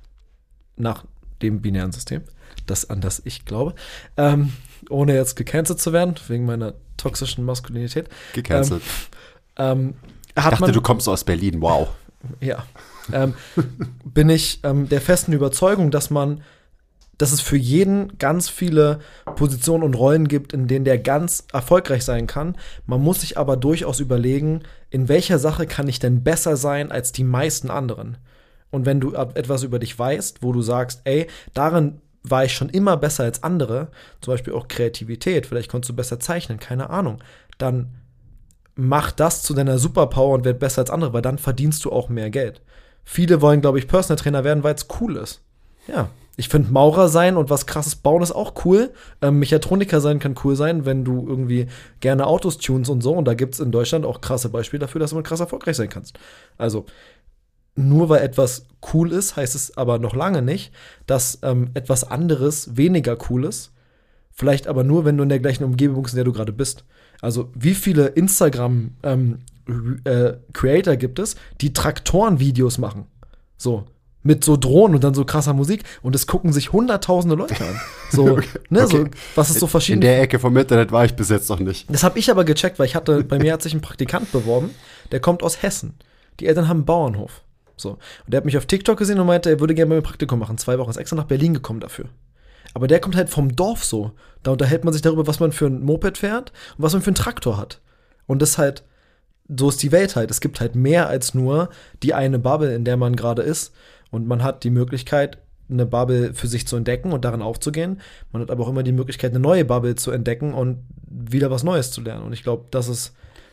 Nach dem binären System, das an das ich glaube. Ähm, ohne jetzt gecancelt zu werden, wegen meiner toxischen Maskulinität. Gecancelt. Ähm, ähm, ich dachte, man, du kommst aus Berlin, wow. Ja. Ähm, bin ich ähm, der festen Überzeugung, dass man dass es für jeden ganz viele Positionen und Rollen gibt, in denen der ganz erfolgreich sein kann. Man muss sich aber durchaus überlegen, in welcher Sache kann ich denn besser sein als die meisten anderen? Und wenn du etwas über dich weißt, wo du sagst, ey, darin war ich schon immer besser als andere, zum Beispiel auch Kreativität, vielleicht konntest du besser zeichnen, keine Ahnung, dann mach das zu deiner Superpower und werd besser als andere, weil dann verdienst du auch mehr Geld. Viele wollen, glaube ich, Personal Trainer werden, weil es cool ist. Ja, ich finde Maurer sein und was Krasses bauen ist auch cool. Ähm, Mechatroniker sein kann cool sein, wenn du irgendwie gerne Autos tunst und so. Und da gibt es in Deutschland auch krasse Beispiele dafür, dass du krass erfolgreich sein kannst. Also, nur weil etwas cool ist, heißt es aber noch lange nicht, dass ähm, etwas anderes weniger cool ist. Vielleicht aber nur, wenn du in der gleichen Umgebung bist, in der du gerade bist. Also, wie viele Instagram ähm, äh, Creator gibt es, die Traktoren-Videos machen? So. Mit so Drohnen und dann so krasser Musik und es gucken sich hunderttausende Leute an. So, okay. ne, okay. so, was ist so verschieden. In der Ecke vom Internet war ich bis jetzt noch nicht. Das habe ich aber gecheckt, weil ich hatte, bei mir hat sich ein Praktikant beworben, der kommt aus Hessen. Die Eltern haben einen Bauernhof. So. Und der hat mich auf TikTok gesehen und meinte, er würde gerne bei mir ein Praktikum machen. Zwei Wochen, ist extra nach Berlin gekommen dafür. Aber der kommt halt vom Dorf so. Da unterhält man sich darüber, was man für ein Moped fährt und was man für einen Traktor hat. Und das halt, so ist die Welt halt. Es gibt halt mehr als nur die eine Bubble, in der man gerade ist. Und man hat die Möglichkeit, eine Bubble für sich zu entdecken und darin aufzugehen. Man hat aber auch immer die Möglichkeit, eine neue Bubble zu entdecken und wieder was Neues zu lernen. Und ich glaube, das ist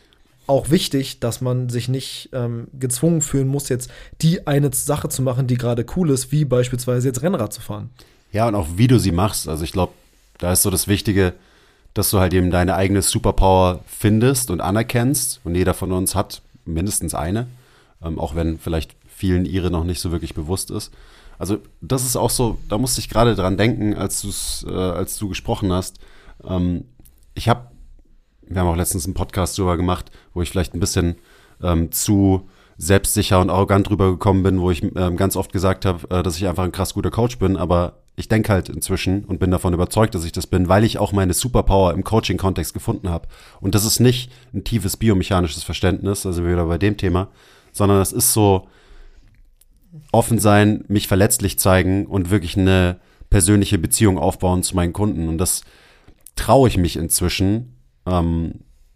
auch wichtig, dass man sich nicht ähm, gezwungen fühlen muss, jetzt die eine Sache zu machen, die gerade cool ist, wie beispielsweise jetzt Rennrad zu fahren. Ja, und auch wie du sie machst. Also ich glaube, da ist so das Wichtige, dass du halt eben deine eigene Superpower findest und anerkennst. Und jeder von uns hat mindestens eine, ähm, auch wenn vielleicht vielen ihre noch nicht so wirklich bewusst ist. Also das ist auch so, da musste ich gerade dran denken, als, du's, äh, als du gesprochen hast. Ähm, ich habe, wir haben auch letztens einen Podcast drüber gemacht, wo ich vielleicht ein bisschen ähm, zu selbstsicher und arrogant drüber gekommen bin, wo ich ähm, ganz oft gesagt habe, äh, dass ich einfach ein krass guter Coach bin, aber ich denke halt inzwischen und bin davon überzeugt, dass ich das bin, weil ich auch meine Superpower im Coaching-Kontext gefunden habe. Und das ist nicht ein tiefes biomechanisches Verständnis, also wieder bei dem Thema, sondern das ist so offen sein, mich verletzlich zeigen und wirklich eine persönliche Beziehung aufbauen zu meinen Kunden. Und das traue ich mich inzwischen. Ähm,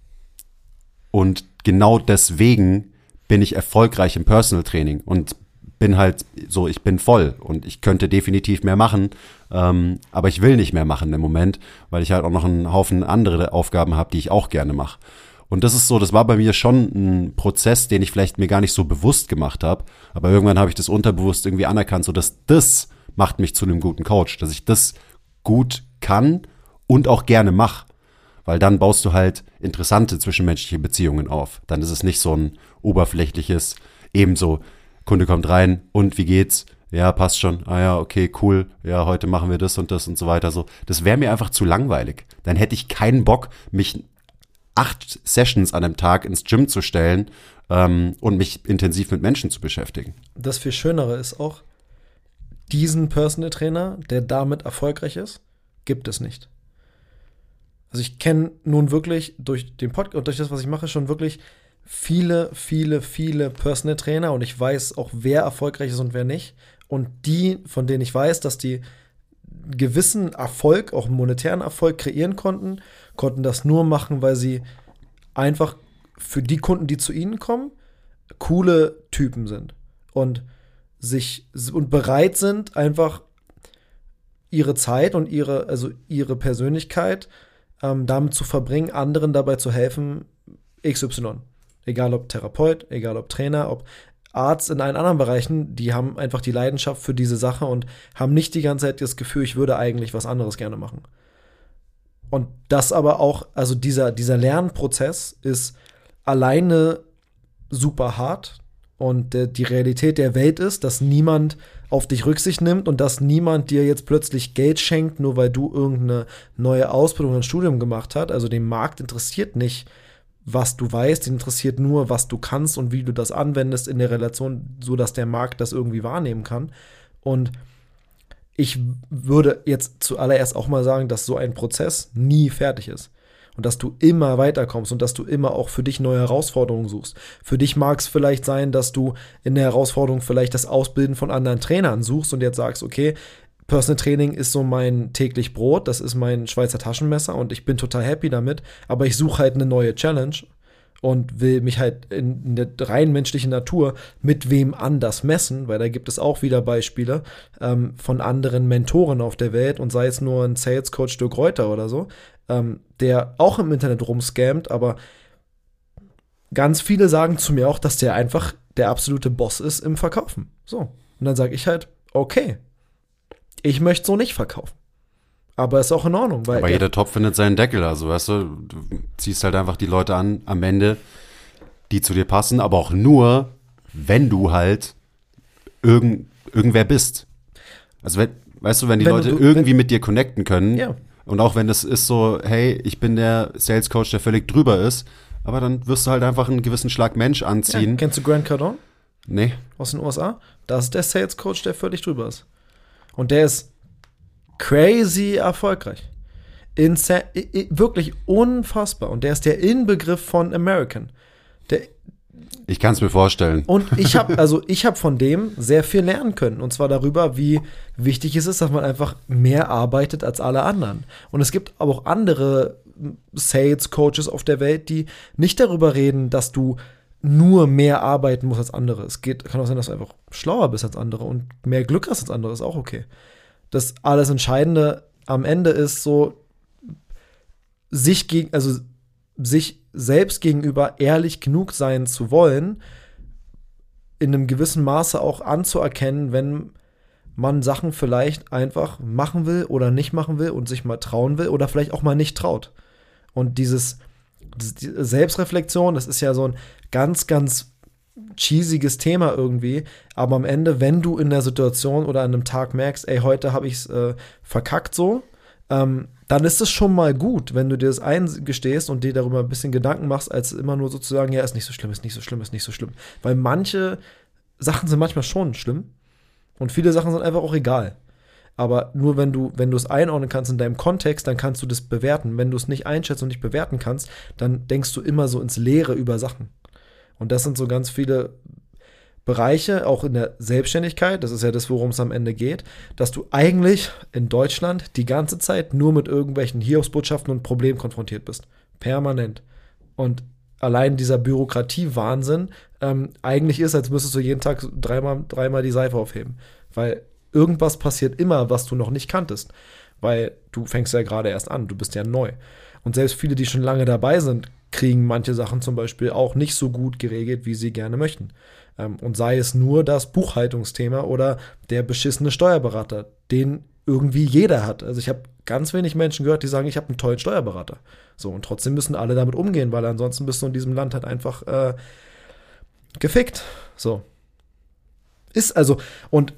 und genau deswegen bin ich erfolgreich im Personal Training und bin halt so, ich bin voll und ich könnte definitiv mehr machen, ähm, aber ich will nicht mehr machen im Moment, weil ich halt auch noch einen Haufen andere Aufgaben habe, die ich auch gerne mache. Und das ist so, das war bei mir schon ein Prozess, den ich vielleicht mir gar nicht so bewusst gemacht habe, aber irgendwann habe ich das unterbewusst irgendwie anerkannt, so dass das macht mich zu einem guten Coach, dass ich das gut kann und auch gerne mache, weil dann baust du halt interessante zwischenmenschliche Beziehungen auf. Dann ist es nicht so ein oberflächliches, ebenso Kunde kommt rein und wie geht's? Ja, passt schon. Ah ja, okay, cool. Ja, heute machen wir das und das und so weiter. So, das wäre mir einfach zu langweilig. Dann hätte ich keinen Bock, mich acht Sessions an einem Tag ins Gym zu stellen ähm, und mich intensiv mit Menschen zu beschäftigen. Das viel Schönere ist auch, diesen Personal Trainer, der damit erfolgreich ist, gibt es nicht. Also ich kenne nun wirklich durch den Podcast und durch das, was ich mache, schon wirklich viele, viele, viele Personal Trainer und ich weiß auch, wer erfolgreich ist und wer nicht. Und die, von denen ich weiß, dass die gewissen Erfolg, auch monetären Erfolg kreieren konnten, konnten das nur machen, weil sie einfach für die Kunden, die zu ihnen kommen, coole Typen sind und sich und bereit sind, einfach ihre Zeit und ihre, also ihre Persönlichkeit ähm, damit zu verbringen, anderen dabei zu helfen, X Y. Egal ob Therapeut, egal ob Trainer, ob Arzt in allen anderen Bereichen, die haben einfach die Leidenschaft für diese Sache und haben nicht die ganze Zeit das Gefühl, ich würde eigentlich was anderes gerne machen. Und das aber auch, also dieser, dieser Lernprozess ist alleine super hart und der, die Realität der Welt ist, dass niemand auf dich Rücksicht nimmt und dass niemand dir jetzt plötzlich Geld schenkt, nur weil du irgendeine neue Ausbildung oder ein Studium gemacht hast. Also den Markt interessiert nicht, was du weißt, den interessiert nur, was du kannst und wie du das anwendest in der Relation, so dass der Markt das irgendwie wahrnehmen kann. Und ich würde jetzt zuallererst auch mal sagen, dass so ein Prozess nie fertig ist. Und dass du immer weiterkommst und dass du immer auch für dich neue Herausforderungen suchst. Für dich mag es vielleicht sein, dass du in der Herausforderung vielleicht das Ausbilden von anderen Trainern suchst und jetzt sagst, okay, Personal Training ist so mein täglich Brot, das ist mein Schweizer Taschenmesser und ich bin total happy damit, aber ich suche halt eine neue Challenge und will mich halt in, in der rein menschlichen Natur mit wem anders messen, weil da gibt es auch wieder Beispiele ähm, von anderen Mentoren auf der Welt und sei es nur ein Sales Coach Dirk Reuter oder so, ähm, der auch im Internet rumscammt, aber ganz viele sagen zu mir auch, dass der einfach der absolute Boss ist im Verkaufen. So. Und dann sage ich halt, okay, ich möchte so nicht verkaufen. Aber ist auch in Ordnung. Weil Aber jeder Topf findet seinen Deckel. Also, weißt du, du ziehst halt einfach die Leute an, am Ende, die zu dir passen, aber auch nur, wenn du halt irgend, irgendwer bist. Also, wenn, weißt du, wenn die wenn Leute du, irgendwie wenn, mit dir connecten können, ja. Und auch wenn das ist so, hey, ich bin der Sales Coach, der völlig drüber ist, aber dann wirst du halt einfach einen gewissen Schlag Mensch anziehen. Ja, kennst du Grant Cardone? Nee. Aus den U S A? Das ist der Sales Coach, der völlig drüber ist. Und der ist crazy erfolgreich. Insa- wirklich unfassbar. Und der ist der Inbegriff von American. Der ich kann es mir vorstellen. Und ich habe also ich habe von dem sehr viel lernen können. Und zwar darüber, wie wichtig es ist, dass man einfach mehr arbeitet als alle anderen. Und es gibt aber auch andere Sales-Coaches auf der Welt, die nicht darüber reden, dass du nur mehr arbeiten musst als andere. Es geht, kann auch sein, dass du einfach schlauer bist als andere und mehr Glück hast als andere, ist auch okay. Das alles Entscheidende am Ende ist so, sich gegen, also sich selbst gegenüber ehrlich genug sein zu wollen, in einem gewissen Maße auch anzuerkennen, wenn man Sachen vielleicht einfach machen will oder nicht machen will und sich mal trauen will oder vielleicht auch mal nicht traut. Und dieses, diese Selbstreflexion, das ist ja so ein ganz, ganz cheesiges Thema irgendwie, aber am Ende, wenn du in der Situation oder an einem Tag merkst, ey, heute habe ich es äh, verkackt so, ähm, dann ist es schon mal gut, wenn du dir das eingestehst und dir darüber ein bisschen Gedanken machst, als immer nur sozusagen, ja, ist nicht so schlimm, ist nicht so schlimm, ist nicht so schlimm. Weil manche Sachen sind manchmal schon schlimm und viele Sachen sind einfach auch egal. Aber nur wenn du, wenn du es einordnen kannst in deinem Kontext, dann kannst du das bewerten. Wenn du es nicht einschätzen und nicht bewerten kannst, dann denkst du immer so ins Leere über Sachen. Und das sind so ganz viele Bereiche, auch in der Selbstständigkeit, das ist ja das, worum es am Ende geht, dass du eigentlich in Deutschland die ganze Zeit nur mit irgendwelchen Hiobsbotschaften und Problemen konfrontiert bist. Permanent. Und allein dieser Bürokratie-Wahnsinn ähm, eigentlich ist, als müsstest du jeden Tag dreimal, dreimal die Seife aufheben. Weil irgendwas passiert immer, was du noch nicht kanntest. Weil du fängst ja gerade erst an, du bist ja neu. Und selbst viele, die schon lange dabei sind, kriegen manche Sachen zum Beispiel auch nicht so gut geregelt, wie sie gerne möchten. Ähm, und sei es nur das Buchhaltungsthema oder der beschissene Steuerberater, den irgendwie jeder hat. Also ich habe ganz wenig Menschen gehört, die sagen, ich habe einen tollen Steuerberater. So, und trotzdem müssen alle damit umgehen, weil ansonsten bist du in diesem Land halt einfach äh, gefickt. So. Ist also, und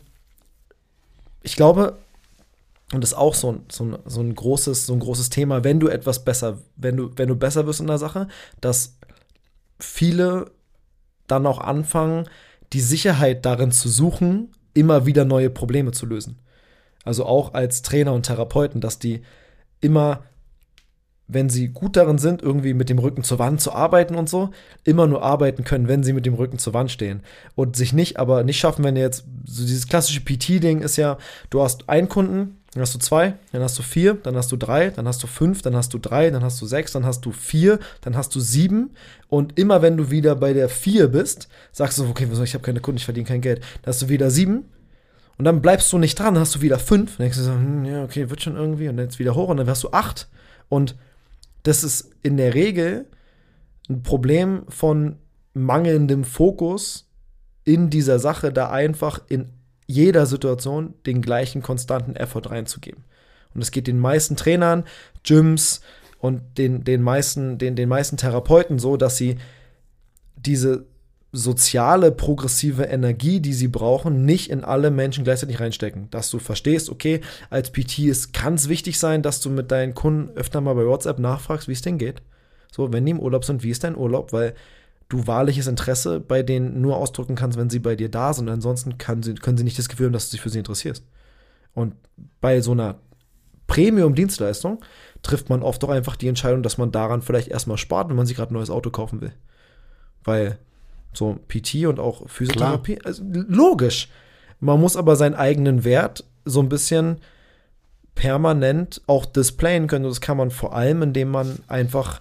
ich glaube, und das ist auch so ein, so ein, so ein großes, so ein großes Thema, wenn du etwas besser, wenn du, wenn du besser wirst in der Sache, dass viele dann auch anfangen, die Sicherheit darin zu suchen, immer wieder neue Probleme zu lösen. Also auch als Trainer und Therapeuten, dass die immer, wenn sie gut darin sind, irgendwie mit dem Rücken zur Wand zu arbeiten und so, immer nur arbeiten können, wenn sie mit dem Rücken zur Wand stehen. Und sich nicht, aber nicht schaffen, wenn jetzt, so dieses klassische P T-Ding ist ja, du hast einen Kunden, dann hast du zwei, dann hast du vier, dann hast du drei, dann hast du fünf, dann hast du drei, dann hast du sechs, dann hast du vier, dann hast du sieben. Und immer wenn du wieder bei der vier bist, sagst du, okay, ich habe keine Kunden, ich verdiene kein Geld. Dann hast du wieder sieben. Und dann bleibst du nicht dran, dann hast du wieder fünf. Dann denkst du so, hm, ja, okay, wird schon irgendwie. Und dann jetzt wieder hoch und dann hast du acht. Und das ist in der Regel ein Problem von mangelndem Fokus in dieser Sache, da einfach in jeder Situation den gleichen konstanten Effort reinzugeben. Und es geht den meisten Trainern, Gyms und den, den, meisten, den, den meisten Therapeuten so, dass sie diese soziale, progressive Energie, die sie brauchen, nicht in alle Menschen gleichzeitig reinstecken. Dass du verstehst, okay, als P T kann es wichtig sein, dass du mit deinen Kunden öfter mal bei WhatsApp nachfragst, wie es denen geht. So, wenn die im Urlaub sind, wie ist dein Urlaub? Weil du wahrliches Interesse bei denen nur ausdrücken kannst, wenn sie bei dir da sind. Ansonsten kann sie, können sie nicht das Gefühl haben, dass du dich für sie interessierst. Und bei so einer Premium-Dienstleistung trifft man oft doch einfach die Entscheidung, dass man daran vielleicht erstmal spart, wenn man sich gerade ein neues Auto kaufen will. Weil so P T und auch Physiotherapie, also logisch. Man muss aber seinen eigenen Wert so ein bisschen permanent auch displayen können. Und das kann man vor allem, indem man einfach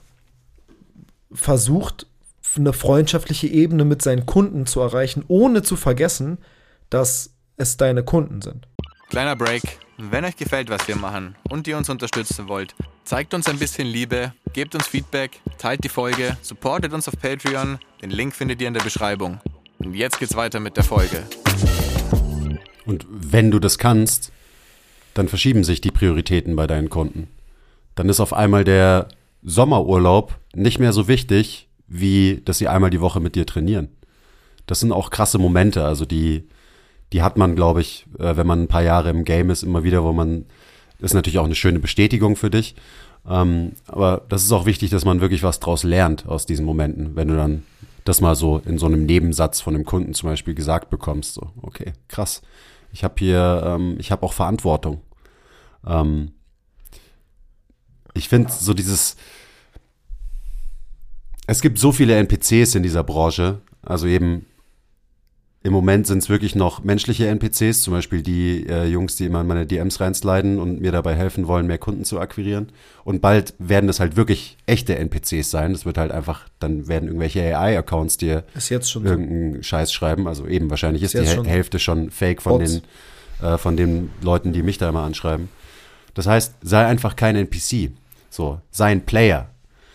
versucht, eine freundschaftliche Ebene mit seinen Kunden zu erreichen, ohne zu vergessen, dass es deine Kunden sind. Kleiner Break. Wenn euch gefällt, was wir machen und ihr uns unterstützen wollt, zeigt uns ein bisschen Liebe, gebt uns Feedback, teilt die Folge, supportet uns auf Patreon. Den Link findet ihr in der Beschreibung. Und jetzt geht's weiter mit der Folge. Und wenn du das kannst, dann verschieben sich die Prioritäten bei deinen Kunden. Dann ist auf einmal der Sommerurlaub nicht mehr so wichtig, wie dass sie einmal die Woche mit dir trainieren. Das sind auch krasse Momente, also die, die hat man, glaube ich, wenn man ein paar Jahre im Game ist, immer wieder, wo man, das ist natürlich auch eine schöne Bestätigung für dich, ähm, aber das ist auch wichtig, dass man wirklich was draus lernt aus diesen Momenten, wenn du dann das mal so in so einem Nebensatz von einem Kunden zum Beispiel gesagt bekommst, so, okay, krass, ich habe hier, ähm, ich habe auch Verantwortung. Ähm, ich finde so dieses, es gibt so viele N P Cs in dieser Branche, also eben im Moment sind es wirklich noch menschliche N P Cs, zum Beispiel die äh, Jungs, die immer in meine D Ms reinsliden und mir dabei helfen wollen, mehr Kunden zu akquirieren. Und bald werden das halt wirklich echte N P Cs sein. Das wird halt einfach, dann werden irgendwelche A I-Accounts dir ist jetzt schon irgendeinen so. Scheiß schreiben. Also eben, wahrscheinlich ist, ist die schon Hälfte schon fake von Bots. den, äh, von den Leuten, die mich da immer anschreiben. Das heißt, sei einfach kein N P C. So, sei ein Player.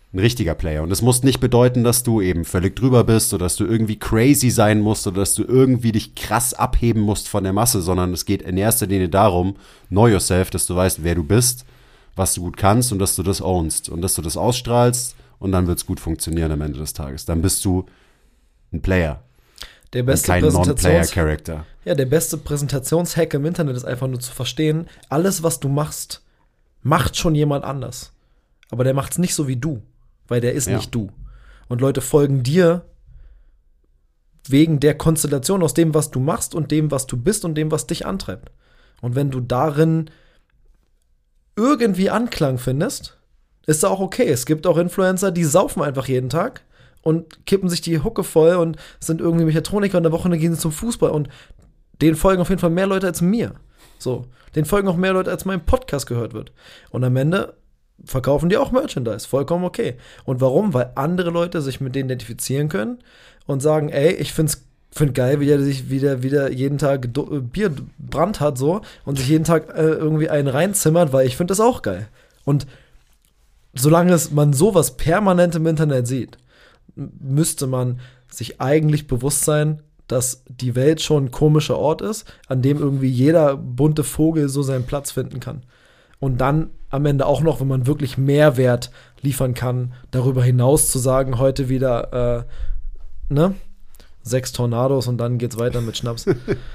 ein richtiger Player. Und es muss nicht bedeuten, dass du eben völlig drüber bist oder dass du irgendwie crazy sein musst oder dass du irgendwie dich krass abheben musst von der Masse, sondern es geht in erster Linie darum, know yourself, dass du weißt, wer du bist, was du gut kannst und dass du das ownst und dass du das ausstrahlst und dann wird es gut funktionieren am Ende des Tages. Dann bist du ein Player. Der beste kein Präsentations- Non-Player-Character. Ja, der beste Präsentationshack im Internet ist einfach nur zu verstehen, alles, was du machst, macht schon jemand anders. Aber der macht's nicht so wie du, weil der ist Ja. nicht du. Und Leute folgen dir wegen der Konstellation aus dem, was du machst und dem, was du bist und dem, was dich antreibt. Und wenn du darin irgendwie Anklang findest, ist auch okay. Es gibt auch Influencer, die saufen einfach jeden Tag und kippen sich die Hucke voll und sind irgendwie Mechatroniker und in der Woche gehen sie zum Fußball und denen folgen auf jeden Fall mehr Leute als mir. So, denen folgen auch mehr Leute, als mein Podcast gehört wird. Und am Ende verkaufen die auch Merchandise, vollkommen okay. Und warum? Weil andere Leute sich mit denen identifizieren können und sagen, ey, ich find's find geil, wie der sich wieder, wieder jeden Tag Do- Bierbrand hat so und sich jeden Tag äh, irgendwie einen reinzimmert, weil ich finde das auch geil. Und solange es man sowas permanent im Internet sieht, müsste man sich eigentlich bewusst sein, dass die Welt schon ein komischer Ort ist, an dem irgendwie jeder bunte Vogel so seinen Platz finden kann. Und dann am Ende auch noch, wenn man wirklich Mehrwert liefern kann, darüber hinaus zu sagen, heute wieder, äh, ne, sechs Tornados und dann geht's weiter mit Schnaps.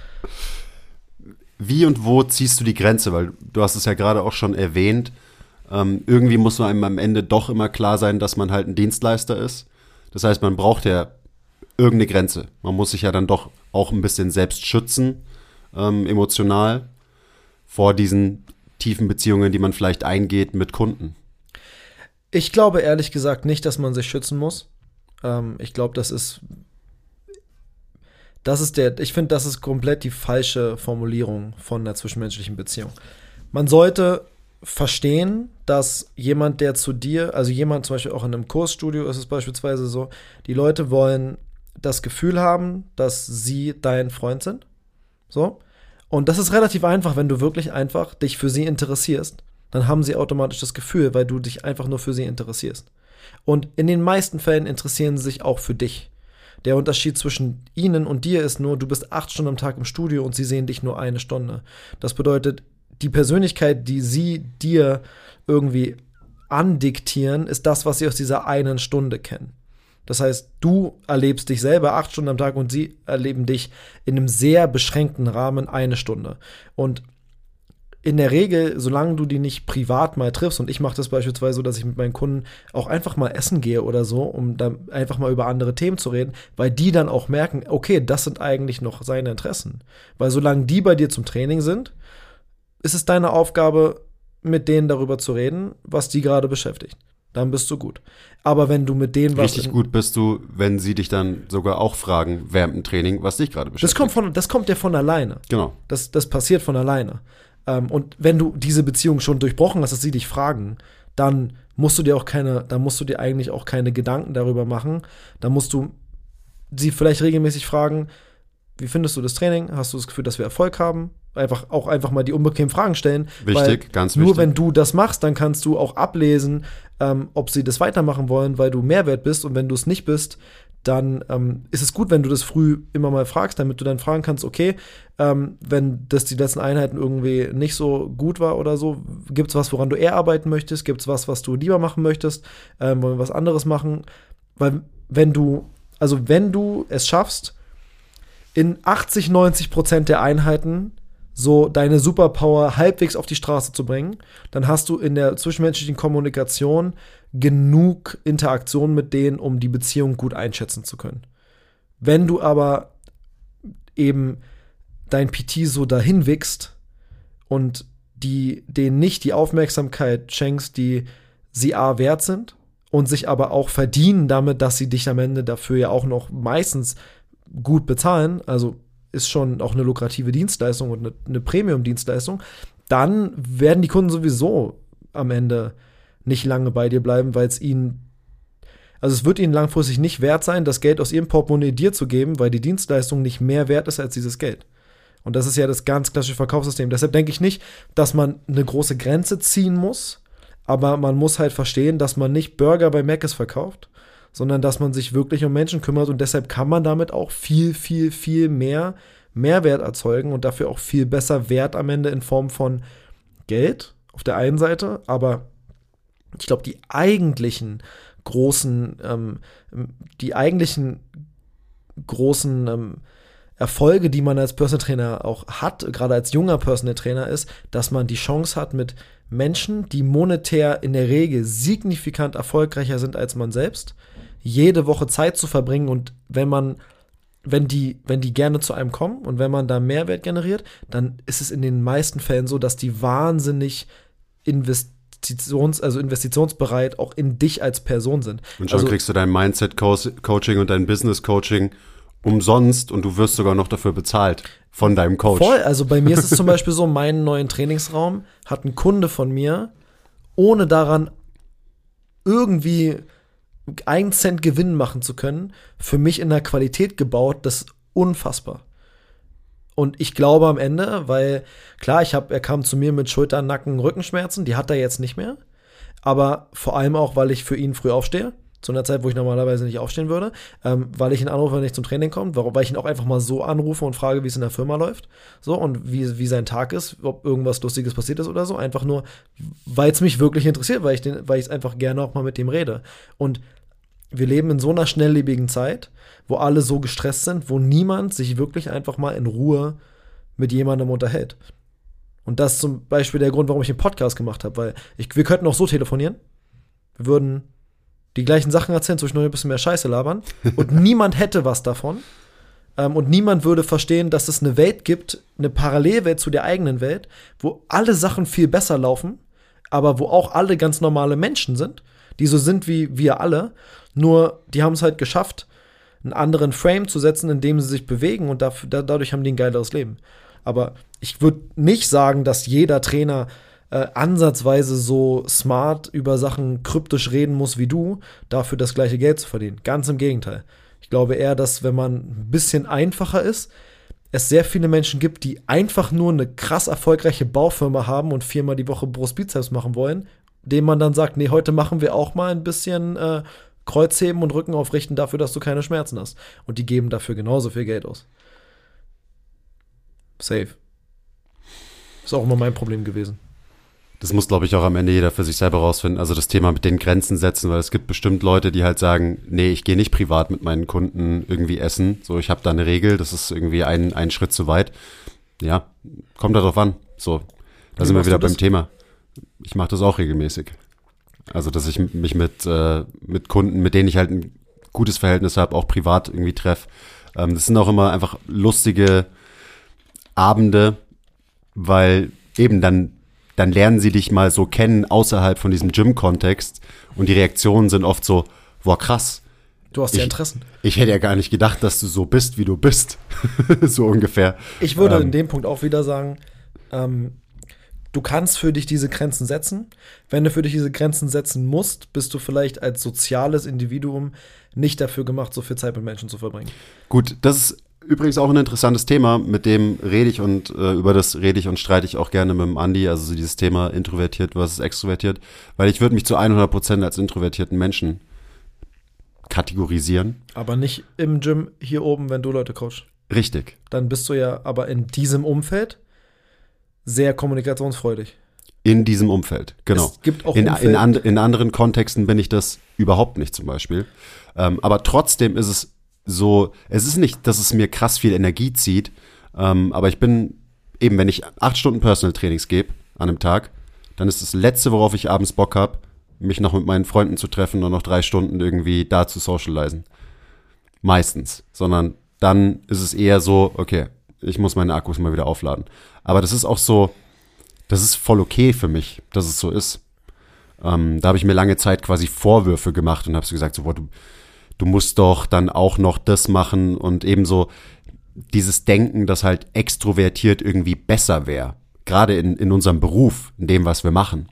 Wie und wo ziehst du die Grenze? Weil du hast es ja gerade auch schon erwähnt, ähm, irgendwie muss man einem am Ende doch immer klar sein, dass man halt ein Dienstleister ist. Das heißt, man braucht ja irgendeine Grenze. Man muss sich ja dann doch auch ein bisschen selbst schützen, ähm, emotional, vor diesen tiefen Beziehungen, die man vielleicht eingeht mit Kunden. Ich glaube ehrlich gesagt nicht, dass man sich schützen muss. Ähm, ich glaube, das ist das ist der, ich finde, das ist komplett die falsche Formulierung von einer zwischenmenschlichen Beziehung. Man sollte verstehen, dass jemand, der zu dir, also jemand zum Beispiel auch in einem Kursstudio ist es beispielsweise so, die Leute wollen das Gefühl haben, dass sie dein Freund sind. So. Und das ist relativ einfach, wenn du wirklich einfach dich für sie interessierst. Dann haben sie automatisch das Gefühl, weil du dich einfach nur für sie interessierst. Und in den meisten Fällen interessieren sie sich auch für dich. Der Unterschied zwischen ihnen und dir ist nur, du bist acht Stunden am Tag im Studio und sie sehen dich nur eine Stunde. Das bedeutet, die Persönlichkeit, die sie dir irgendwie andiktieren, ist das, was sie aus dieser einen Stunde kennen. Das heißt, du erlebst dich selber acht Stunden am Tag und sie erleben dich in einem sehr beschränkten Rahmen eine Stunde. Und in der Regel, solange du die nicht privat mal triffst, und ich mache das beispielsweise so, dass ich mit meinen Kunden auch einfach mal essen gehe oder so, um dann einfach mal über andere Themen zu reden, weil die dann auch merken, okay, das sind eigentlich noch seine Interessen. Weil solange die bei dir zum Training sind, ist es deine Aufgabe, mit denen darüber zu reden, was die gerade beschäftigt. Dann bist du gut. Aber wenn du mit denen was Richtig gut bist du, wenn sie dich dann sogar auch fragen während dem Training, was dich gerade beschäftigt. Das kommt, von, das kommt ja von alleine. Genau. Das, das passiert von alleine. Ähm, und wenn du diese Beziehung schon durchbrochen hast, dass sie dich fragen, dann musst du dir auch keine, dann musst du dir eigentlich auch keine Gedanken darüber machen. Dann musst du sie vielleicht regelmäßig fragen, wie findest du das Training? Hast du das Gefühl, dass wir Erfolg haben? Einfach auch einfach mal die unbequemen Fragen stellen. Wichtig, weil ganz nur wichtig. wenn du das machst, dann kannst du auch ablesen, ähm, ob sie das weitermachen wollen, weil du Mehrwert bist. Und wenn du es nicht bist, dann ähm, ist es gut, wenn du das früh immer mal fragst, damit du dann fragen kannst, okay, ähm, wenn das die letzten Einheiten irgendwie nicht so gut war oder so, gibt es was, woran du eher arbeiten möchtest? Gibt es was, was du lieber machen möchtest? Ähm, wollen wir was anderes machen? Weil wenn du, also wenn du es schaffst, in achtzig, neunzig Prozent der Einheiten so deine Superpower halbwegs auf die Straße zu bringen, dann hast du in der zwischenmenschlichen Kommunikation genug Interaktion mit denen, um die Beziehung gut einschätzen zu können. Wenn du aber eben dein P T so dahin wickst und die, denen nicht die Aufmerksamkeit schenkst, die sie A wert sind und sich aber auch verdienen damit, dass sie dich am Ende dafür ja auch noch meistens gut bezahlen, also ist schon auch eine lukrative Dienstleistung und eine, eine Premium-Dienstleistung, dann werden die Kunden sowieso am Ende nicht lange bei dir bleiben, weil es ihnen, also es wird ihnen langfristig nicht wert sein, das Geld aus ihrem Portemonnaie dir zu geben, weil die Dienstleistung nicht mehr wert ist als dieses Geld. Und das ist ja das ganz klassische Verkaufssystem. Deshalb denke ich nicht, dass man eine große Grenze ziehen muss, aber man muss halt verstehen, dass man nicht Burger bei Mc's verkauft, sondern dass man sich wirklich um Menschen kümmert und deshalb kann man damit auch viel, viel, viel mehr Mehrwert erzeugen und dafür auch viel besser Wert am Ende in Form von Geld auf der einen Seite, aber ich glaube, die eigentlichen großen, ähm, die eigentlichen großen ähm, Erfolge, die man als Personal Trainer auch hat, gerade als junger Personal Trainer, ist, dass man die Chance hat, mit Menschen, die monetär in der Regel signifikant erfolgreicher sind als man selbst, jede Woche Zeit zu verbringen und wenn man, wenn die, wenn die gerne zu einem kommen und wenn man da Mehrwert generiert, dann ist es in den meisten Fällen so, dass die wahnsinnig Investitions, also investitionsbereit auch in dich als Person sind. Und schon also, kriegst du dein Mindset-Coaching und dein Business-Coaching umsonst und du wirst sogar noch dafür bezahlt von deinem Coach. Voll, also bei mir ist es zum Beispiel so, meinen neuen Trainingsraum hat ein Kunde von mir, ohne daran irgendwie einen Cent Gewinn machen zu können, für mich in der Qualität gebaut, das ist unfassbar. Und ich glaube am Ende, weil klar, ich hab, er kam zu mir mit Schulter-, Nacken-, Rückenschmerzen, die hat er jetzt nicht mehr, aber vor allem auch, weil ich für ihn früh aufstehe, zu einer Zeit, wo ich normalerweise nicht aufstehen würde, ähm, weil ich ihn anrufe, wenn ich zum Training komme, weil ich ihn auch einfach mal so anrufe und frage, wie es in der Firma läuft, so, und wie, wie sein Tag ist, ob irgendwas Lustiges passiert ist oder so, einfach nur, weil es mich wirklich interessiert, weil ich den, weil ich es einfach gerne auch mal mit dem rede. Und wir leben in so einer schnelllebigen Zeit, wo alle so gestresst sind, wo niemand sich wirklich einfach mal in Ruhe mit jemandem unterhält. Und das ist zum Beispiel der Grund, warum ich den Podcast gemacht habe, weil ich, wir könnten auch so telefonieren, wir würden die gleichen Sachen erzählen, zwischendurch ein bisschen mehr Scheiße labern und niemand hätte was davon ähm, und niemand würde verstehen, dass es eine Welt gibt, eine Parallelwelt zu der eigenen Welt, wo alle Sachen viel besser laufen, aber wo auch alle ganz normale Menschen sind, die so sind wie wir alle, nur die haben es halt geschafft, einen anderen Frame zu setzen, in dem sie sich bewegen und dafür, da, dadurch haben die ein geileres Leben. Aber ich würde nicht sagen, dass jeder Trainer Äh, ansatzweise so smart über Sachen kryptisch reden muss wie du, dafür das gleiche Geld zu verdienen. Ganz im Gegenteil. Ich glaube eher, dass wenn man ein bisschen einfacher ist, es sehr viele Menschen gibt, die einfach nur eine krass erfolgreiche Baufirma haben und viermal die Woche Brust-Bizeps machen wollen, dem man dann sagt, nee, heute machen wir auch mal ein bisschen äh, Kreuzheben und Rücken aufrichten dafür, dass du keine Schmerzen hast. Und die geben dafür genauso viel Geld aus. Safe. Ist auch immer mein Problem gewesen. Das muss, glaube ich, auch am Ende jeder für sich selber rausfinden. Also das Thema mit den Grenzen setzen, weil es gibt bestimmt Leute, die halt sagen, nee, ich gehe nicht privat mit meinen Kunden irgendwie essen. So, ich habe da eine Regel, das ist irgendwie ein, ein Schritt zu weit. Ja, kommt darauf an. So, da sind wir wieder beim Thema. Ich mache das auch regelmäßig. Also, dass ich mich mit, äh, mit Kunden, mit denen ich halt ein gutes Verhältnis habe, auch privat irgendwie treffe. Ähm, das sind auch immer einfach lustige Abende, weil eben dann dann lernen sie dich mal so kennen außerhalb von diesem Gym-Kontext und die Reaktionen sind oft so, boah, krass. Du hast ja Interessen. Ich hätte ja gar nicht gedacht, dass du so bist, wie du bist. So ungefähr. Ich würde ähm, in dem Punkt auch wieder sagen, ähm, du kannst für dich diese Grenzen setzen. Wenn du für dich diese Grenzen setzen musst, bist du vielleicht als soziales Individuum nicht dafür gemacht, so viel Zeit mit Menschen zu verbringen. Gut, das ist übrigens auch ein interessantes Thema, mit dem rede ich und äh, über das rede ich und streite ich auch gerne mit dem Andi, also so dieses Thema introvertiert versus extrovertiert, weil ich würde mich zu hundert Prozent als introvertierten Menschen kategorisieren. Aber nicht im Gym hier oben, wenn du Leute coachst. Richtig. Dann bist du ja aber in diesem Umfeld sehr kommunikationsfreudig. In diesem Umfeld, genau. Es gibt auch in, Umfeld- in, and, in anderen Kontexten bin ich das überhaupt nicht zum Beispiel. Ähm, aber trotzdem ist es so, es ist nicht, dass es mir krass viel Energie zieht, ähm, aber ich bin eben, wenn ich acht Stunden Personal Trainings gebe an einem Tag, dann ist das Letzte, worauf ich abends Bock habe, mich noch mit meinen Freunden zu treffen und noch drei Stunden irgendwie da zu socialisen. Meistens. Sondern dann ist es eher so, okay, ich muss meine Akkus mal wieder aufladen. Aber das ist auch so, das ist voll okay für mich, dass es so ist. Ähm, da habe ich mir lange Zeit quasi Vorwürfe gemacht und habe so gesagt, so, boah, du Du musst doch dann auch noch das machen und ebenso dieses Denken, dass halt extrovertiert irgendwie besser wäre. Gerade in, in unserem Beruf, in dem, was wir machen.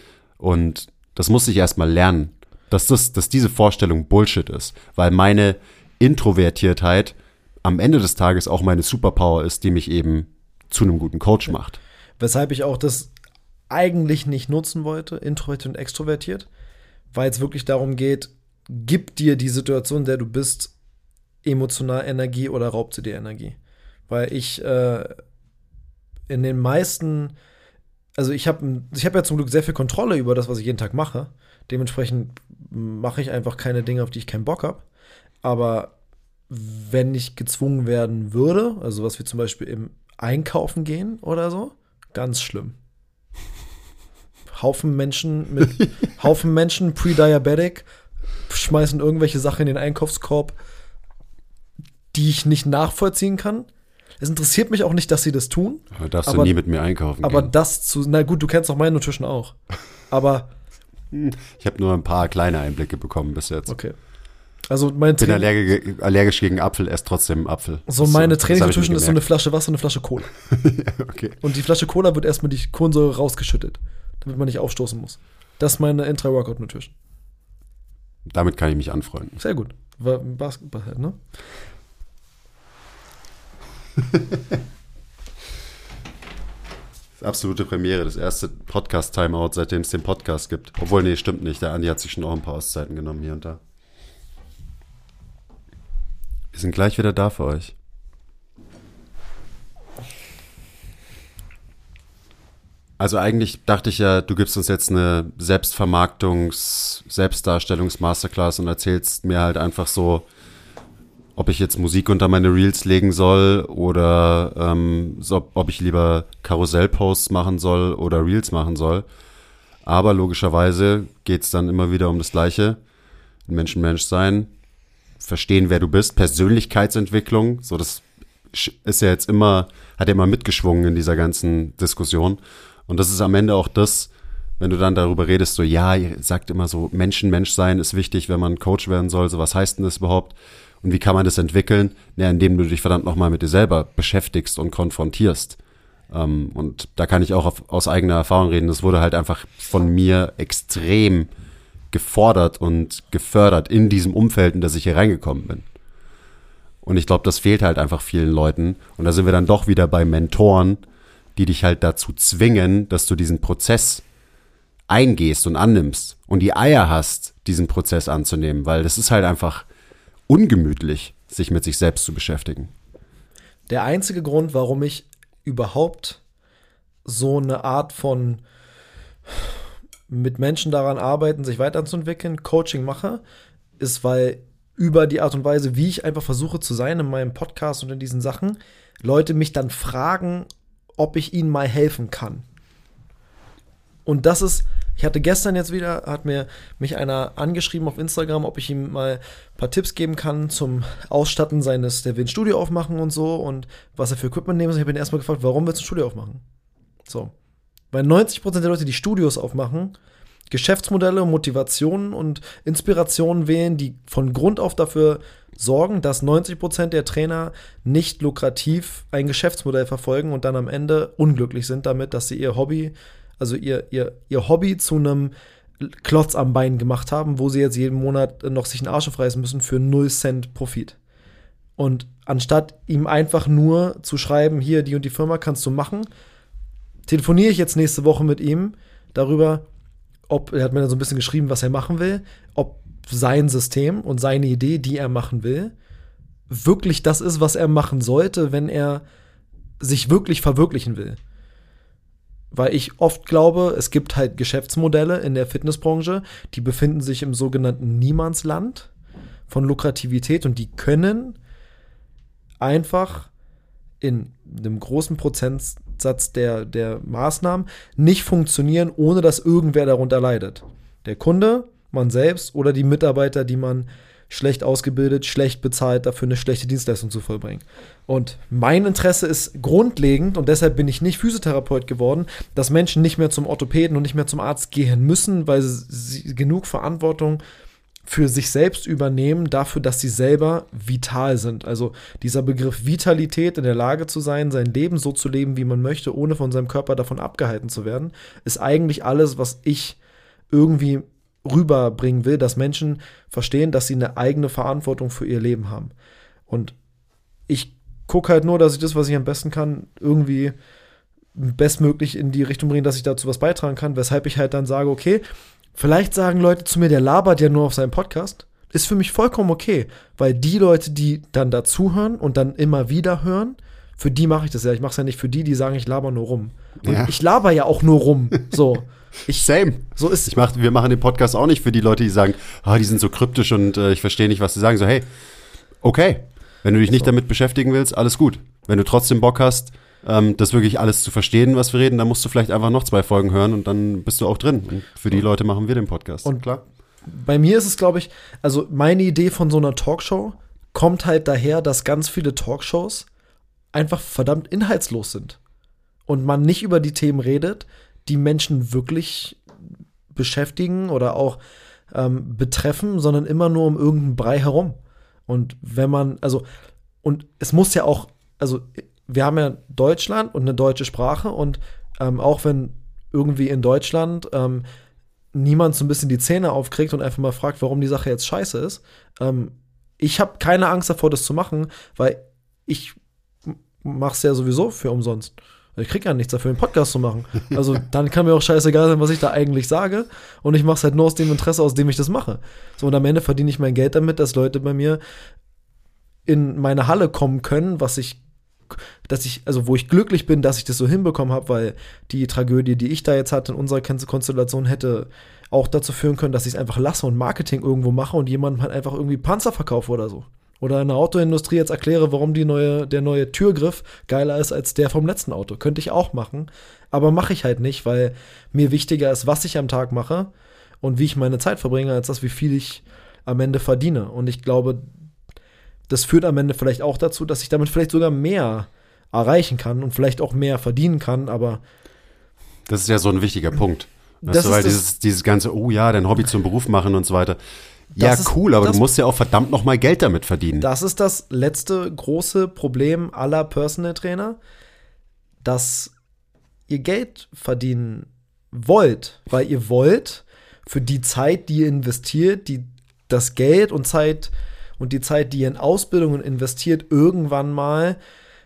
Und das musste ich erst mal lernen, dass, das, dass diese Vorstellung Bullshit ist. Weil meine Introvertiertheit am Ende des Tages auch meine Superpower ist, die mich eben zu einem guten Coach macht. Weshalb ich auch das eigentlich nicht nutzen wollte, introvertiert und extrovertiert, weil es wirklich darum geht, gibt dir die Situation, in der du bist, emotional Energie oder raubt sie dir Energie? Weil ich äh, in den meisten, also ich habe ich hab ja zum Glück sehr viel Kontrolle über das, was ich jeden Tag mache. Dementsprechend mache ich einfach keine Dinge, auf die ich keinen Bock habe. Aber wenn ich gezwungen werden würde, also was wir zum Beispiel im Einkaufen gehen oder so, ganz schlimm. Haufen Menschen mit Haufen Menschen, pre-diabetic, schmeißen irgendwelche Sachen in den Einkaufskorb, die ich nicht nachvollziehen kann. Es interessiert mich auch nicht, dass sie das tun. Aber darfst aber, du nie mit mir einkaufen aber gehen. Aber das zu, na gut, du kennst auch meine Nutrition auch. Aber ich habe nur ein paar kleine Einblicke bekommen bis jetzt. Okay. Also meine Ich bin allergisch, allergisch gegen Apfel, esse trotzdem einen Apfel. So das meine so, Trainingsnutrition ist so eine Flasche Wasser und eine Flasche Cola. Ja, okay. Und die Flasche Cola wird erstmal die Kohlensäure rausgeschüttet, damit man nicht aufstoßen muss. Das ist meine Intra-Workout-Nutrition. Damit kann ich mich anfreunden. Sehr gut. War Basketball halt, ne? Das absolute Premiere, das erste Podcast-Timeout, seitdem es den Podcast gibt. Obwohl, nee, stimmt nicht. Der Andi hat sich schon auch ein paar Auszeiten genommen hier und da. Wir sind gleich wieder da für euch. Also eigentlich dachte ich ja, du gibst uns jetzt eine Selbstvermarktungs-, Selbstdarstellungs-Masterclass und erzählst mir halt einfach so, ob ich jetzt Musik unter meine Reels legen soll oder ähm, so, ob ich lieber Karussellposts machen soll oder Reels machen soll. Aber logischerweise geht es dann immer wieder um das Gleiche. Menschen Mensch sein, verstehen, wer du bist, Persönlichkeitsentwicklung, so das ist ja jetzt immer, hat ja immer mitgeschwungen in dieser ganzen Diskussion. Und das ist am Ende auch das, wenn du dann darüber redest, so ja, ihr sagt immer so, Menschen Mensch sein ist wichtig, wenn man Coach werden soll, so was heißt denn das überhaupt? Und wie kann man das entwickeln? Ja, indem du dich verdammt nochmal mit dir selber beschäftigst und konfrontierst. Ähm, und da kann ich auch auf, aus eigener Erfahrung reden. Das wurde halt einfach von mir extrem gefordert und gefördert in diesem Umfeld, in das ich hier reingekommen bin. Und ich glaube, das fehlt halt einfach vielen Leuten. Und da sind wir dann doch wieder bei Mentoren, die dich halt dazu zwingen, dass du diesen Prozess eingehst und annimmst und die Eier hast, diesen Prozess anzunehmen, weil das ist halt einfach ungemütlich, sich mit sich selbst zu beschäftigen. Der einzige Grund, warum ich überhaupt so eine Art von mit Menschen daran arbeiten, sich weiterzuentwickeln, Coaching mache, ist, weil über die Art und Weise, wie ich einfach versuche zu sein in meinem Podcast und in diesen Sachen, Leute mich dann fragen, ob ich ihnen mal helfen kann. Und das ist, ich hatte gestern jetzt wieder, hat mir mich einer angeschrieben auf Instagram, ob ich ihm mal ein paar Tipps geben kann zum Ausstatten seines, der will ein Studio aufmachen und so und was er für Equipment nehmen soll. Ich habe ihn erstmal gefragt, warum willst du ein Studio aufmachen? So. Weil neunzig Prozent der Leute, die Studios aufmachen, Geschäftsmodelle, Motivationen und Inspirationen wählen, die von Grund auf dafür sorgen, dass neunzig Prozent der Trainer nicht lukrativ ein Geschäftsmodell verfolgen und dann am Ende unglücklich sind damit, dass sie ihr Hobby, also ihr, ihr, ihr Hobby zu einem Klotz am Bein gemacht haben, wo sie jetzt jeden Monat noch sich einen Arsch aufreißen müssen für null Cent Profit. Und anstatt ihm einfach nur zu schreiben, hier, die und die Firma kannst du machen, telefoniere ich jetzt nächste Woche mit ihm darüber, ob, er hat mir dann so ein bisschen geschrieben, was er machen will, ob sein System und seine Idee, die er machen will, wirklich das ist, was er machen sollte, wenn er sich wirklich verwirklichen will. Weil ich oft glaube, es gibt halt Geschäftsmodelle in der Fitnessbranche, die befinden sich im sogenannten Niemandsland von Lukrativität und die können einfach in einem großen Prozentsatz der, der Maßnahmen nicht funktionieren, ohne dass irgendwer darunter leidet. Der Kunde, man selbst oder die Mitarbeiter, die man schlecht ausgebildet, schlecht bezahlt, dafür eine schlechte Dienstleistung zu vollbringen. Und mein Interesse ist grundlegend, und deshalb bin ich nicht Physiotherapeut geworden, dass Menschen nicht mehr zum Orthopäden und nicht mehr zum Arzt gehen müssen, weil sie genug Verantwortung für sich selbst übernehmen, dafür, dass sie selber vital sind. Also dieser Begriff Vitalität, in der Lage zu sein, sein Leben so zu leben, wie man möchte, ohne von seinem Körper davon abgehalten zu werden, ist eigentlich alles, was ich irgendwie rüberbringen will, dass Menschen verstehen, dass sie eine eigene Verantwortung für ihr Leben haben. Und ich gucke halt nur, dass ich das, was ich am besten kann, irgendwie bestmöglich in die Richtung bringen, dass ich dazu was beitragen kann, weshalb ich halt dann sage, okay, vielleicht sagen Leute zu mir, der labert ja nur auf seinem Podcast. Ist für mich vollkommen okay, weil die Leute, die dann dazuhören und dann immer wieder hören, für die mache ich das ja. Ich mache es ja nicht für die, die sagen, ich laber nur rum. Und Ja. ich laber ja auch nur rum. So. Ich, Same. So ist Ich mach, wir machen den Podcast auch nicht für die Leute, die sagen, ah, die sind so kryptisch und äh, ich verstehe nicht, was sie sagen. So, hey, okay, wenn du dich nicht So. damit beschäftigen willst, alles gut. Wenn du trotzdem Bock hast, ähm, das wirklich alles zu verstehen, was wir reden, dann musst du vielleicht einfach noch zwei Folgen hören und dann bist du auch drin. Und für die Leute machen wir den Podcast. Und klar. Bei mir ist es, glaube ich, also meine Idee von so einer Talkshow kommt halt daher, dass ganz viele Talkshows einfach verdammt inhaltslos sind. Und man nicht über die Themen redet, die Menschen wirklich beschäftigen oder auch ähm, betreffen, sondern immer nur um irgendeinen Brei herum. Und wenn man, also, und es muss ja auch, also wir haben ja Deutschland und eine deutsche Sprache und ähm, auch wenn irgendwie in Deutschland ähm, niemand so ein bisschen die Zähne aufkriegt und einfach mal fragt, warum die Sache jetzt scheiße ist, ähm, ich habe keine Angst davor, das zu machen, weil ich mach's ja sowieso für umsonst. Ich krieg ja nichts dafür, einen Podcast zu machen. Also dann kann mir auch scheißegal sein, was ich da eigentlich sage. Und ich mache es halt nur aus dem Interesse, aus dem ich das mache. So, und am Ende verdiene ich mein Geld damit, dass Leute bei mir in meine Halle kommen können, was ich, dass ich, also wo ich glücklich bin, dass ich das so hinbekommen habe, weil die Tragödie, die ich da jetzt hatte in unserer Konstellation, hätte auch dazu führen können, dass ich es einfach lasse und Marketing irgendwo mache und jemandem halt einfach irgendwie Panzer verkaufe oder so. Oder in der Autoindustrie jetzt erkläre, warum die neue, der neue Türgriff geiler ist als der vom letzten Auto. Könnte ich auch machen, aber mache ich halt nicht, weil mir wichtiger ist, was ich am Tag mache und wie ich meine Zeit verbringe, als das, wie viel ich am Ende verdiene. Und ich glaube, das führt am Ende vielleicht auch dazu, dass ich damit vielleicht sogar mehr erreichen kann und vielleicht auch mehr verdienen kann, aber Das ist ja so ein wichtiger Punkt. Weißt Das du, weil ist das- dieses, dieses ganze, oh ja, dein Hobby zum Beruf machen und so weiter. Ja, Das ist- cool, aber das- du musst ja auch verdammt noch mal Geld damit verdienen. das ist das letzte große Problem aller Personal Trainer, dass ihr Geld verdienen wollt, weil ihr wollt für die Zeit, die ihr investiert, die, das Geld und Zeit und die Zeit, die ihr in Ausbildungen investiert, irgendwann mal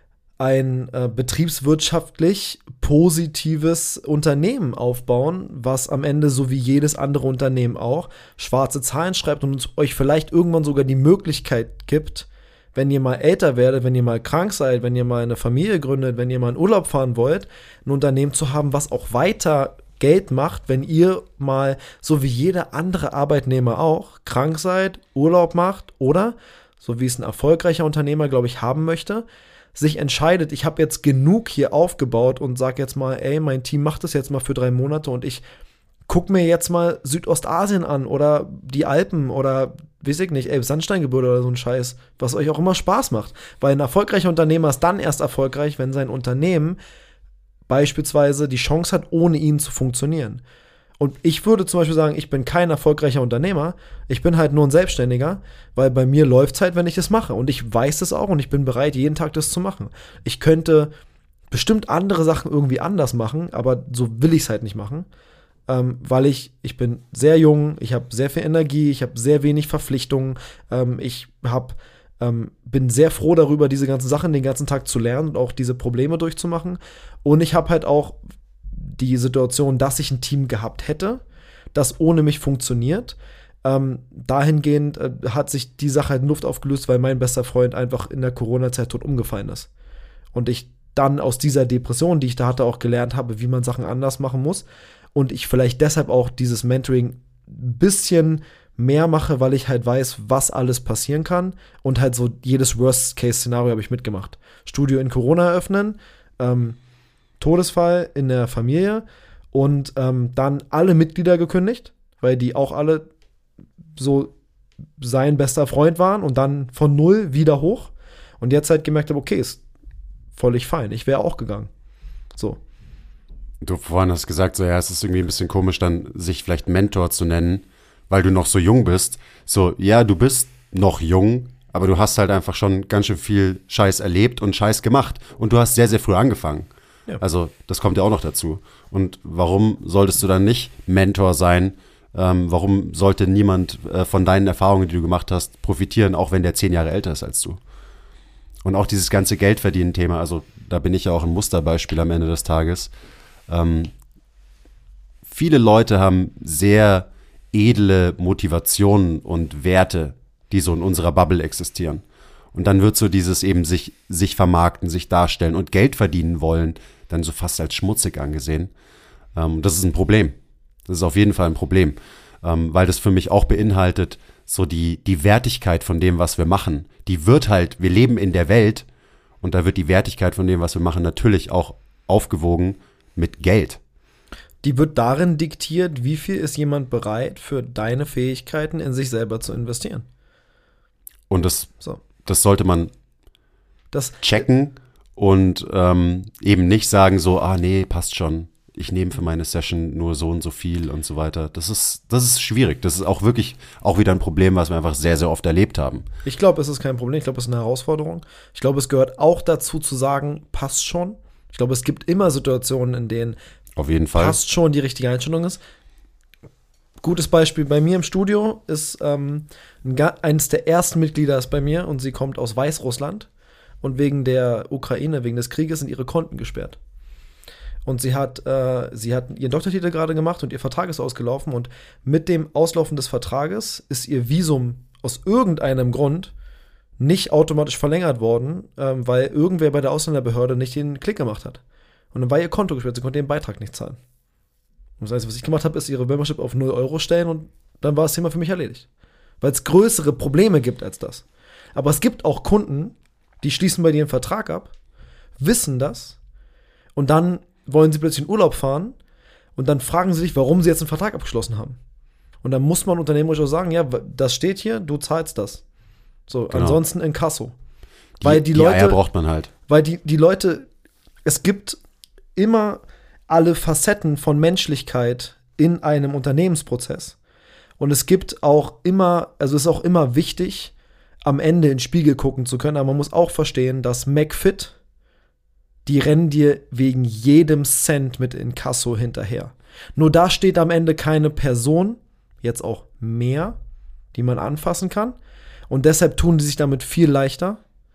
ein äh, betriebswirtschaftlich positives Unternehmen aufbauen, was am Ende so wie jedes andere Unternehmen auch schwarze Zahlen schreibt und uns, euch vielleicht irgendwann sogar die Möglichkeit gibt, wenn ihr mal älter werdet, wenn ihr mal krank seid, wenn ihr mal eine Familie gründet, wenn ihr mal in Urlaub fahren wollt, ein Unternehmen zu haben, was auch weiter Geld macht, wenn ihr mal, so wie jeder andere Arbeitnehmer auch, krank seid, Urlaub macht oder, so wie es ein erfolgreicher Unternehmer, glaube ich, haben möchte, sich entscheidet, ich habe jetzt genug hier aufgebaut und sage jetzt mal, ey, mein Team macht das jetzt mal für drei Monate und ich guck mir jetzt mal Südostasien an oder die Alpen oder, weiß ich nicht, ey, Sandsteingebirge oder so ein Scheiß, was euch auch immer Spaß macht. Weil ein erfolgreicher Unternehmer ist dann erst erfolgreich, wenn sein Unternehmen beispielsweise die Chance hat, ohne ihn zu funktionieren. Und ich würde zum Beispiel sagen, ich bin kein erfolgreicher Unternehmer, ich bin halt nur ein Selbstständiger, weil bei mir läuft es halt, wenn ich das mache. Und ich weiß es auch und ich bin bereit, jeden Tag das zu machen. Ich könnte bestimmt andere Sachen irgendwie anders machen, aber so will ich es halt nicht machen, ähm, weil ich, ich bin sehr jung, ich habe sehr viel Energie, ich habe sehr wenig Verpflichtungen, ähm, ich habe Ähm, bin sehr froh darüber, diese ganzen Sachen den ganzen Tag zu lernen und auch diese Probleme durchzumachen. Und ich habe halt auch die Situation, dass ich ein Team gehabt hätte, das ohne mich funktioniert. Ähm, dahingehend äh, hat sich die Sache halt in Luft aufgelöst, weil mein bester Freund einfach in der Corona-Zeit tot umgefallen ist. Und ich dann aus dieser Depression, die ich da hatte, auch gelernt habe, wie man Sachen anders machen muss. Und ich vielleicht deshalb auch dieses Mentoring ein bisschen mehr mache, weil ich halt weiß, was alles passieren kann und halt so jedes Worst-Case-Szenario habe ich mitgemacht. Studio in Corona eröffnen, ähm, Todesfall in der Familie und ähm, dann alle Mitglieder gekündigt, weil die auch alle so sein bester Freund waren und dann von null wieder hoch und jetzt halt gemerkt habe, okay, ist völlig fein, ich wäre auch gegangen. So. Du vorhin hast gesagt, so ja, es ist irgendwie ein bisschen komisch, dann sich vielleicht Mentor zu nennen, weil du noch so jung bist. So, ja, du bist noch jung, aber du hast halt einfach schon ganz schön viel Scheiß erlebt und Scheiß gemacht. Und du hast sehr, sehr früh angefangen. Ja. Also, das kommt ja auch noch dazu. Und warum solltest du dann nicht Mentor sein? Ähm, warum sollte niemand äh, von deinen Erfahrungen, die du gemacht hast, profitieren, auch wenn der zehn Jahre älter ist als du? Und auch dieses ganze Geldverdienen-Thema, also da bin ich ja auch ein Musterbeispiel am Ende des Tages. Ähm, viele Leute haben sehr edle Motivationen und Werte, die so in unserer Bubble existieren. Und dann wird so dieses eben sich, sich vermarkten, sich darstellen und Geld verdienen wollen, dann so fast als schmutzig angesehen. Ähm, das ist ein Problem. Das ist auf jeden Fall ein Problem, ähm, weil das für mich auch beinhaltet, so die, die Wertigkeit von dem, was wir machen. Die wird halt, wir leben in der Welt und da wird die Wertigkeit von dem, was wir machen, natürlich auch aufgewogen mit Geld. Die wird darin diktiert, wie viel ist jemand bereit, für deine Fähigkeiten in sich selber zu investieren. Und das, So. das sollte man Das, checken und ähm, eben nicht sagen so, ah nee, passt schon. Ich nehme für meine Session nur so und so viel und so weiter. Das ist, das ist schwierig. Das ist auch wirklich auch wieder ein Problem, was wir einfach sehr, sehr oft erlebt haben. Ich glaube, es ist kein Problem. Ich glaube, es ist eine Herausforderung. Ich glaube, es gehört auch dazu zu sagen, passt schon. Ich glaube, es gibt immer Situationen, in denen Auf jeden Fall. passt schon die richtige Einstellung ist. Gutes Beispiel bei mir im Studio ist ähm, eines der ersten Mitglieder ist bei mir und sie kommt aus Weißrussland und wegen der Ukraine, wegen des Krieges sind ihre Konten gesperrt. Und sie hat, äh, sie hat ihren Doktortitel gerade gemacht und ihr Vertrag ist ausgelaufen. Und mit dem Auslaufen des Vertrages ist ihr Visum aus irgendeinem Grund nicht automatisch verlängert worden, ähm, weil irgendwer bei der Ausländerbehörde nicht den Klick gemacht hat. Und dann war ihr Konto gesperrt, sie konnte den Beitrag nicht zahlen. Und das heißt, was ich gemacht habe, ist ihre Membership auf null Euro stellen und dann war das Thema für mich erledigt. Weil es größere Probleme gibt als das. Aber es gibt auch Kunden, die schließen bei dir einen Vertrag ab, wissen das und dann wollen sie plötzlich in Urlaub fahren und dann fragen sie sich, warum sie jetzt einen Vertrag abgeschlossen haben. Und dann muss man unternehmerisch auch sagen, ja, das steht hier, du zahlst das. So, Genau. Ansonsten Inkasso. Die, Weil die, die Leute, Eier braucht man halt. weil die, die Leute, es gibt immer alle Facetten von Menschlichkeit in einem Unternehmensprozess. Und es gibt auch immer, also es ist auch immer wichtig, am Ende in den Spiegel gucken zu können, aber man muss auch verstehen, dass McFit, die rennen dir wegen jedem Cent mit Inkasso hinterher. Nur da steht am Ende keine Person, jetzt auch mehr, die man anfassen kann. Und deshalb tun die sich damit viel leichter.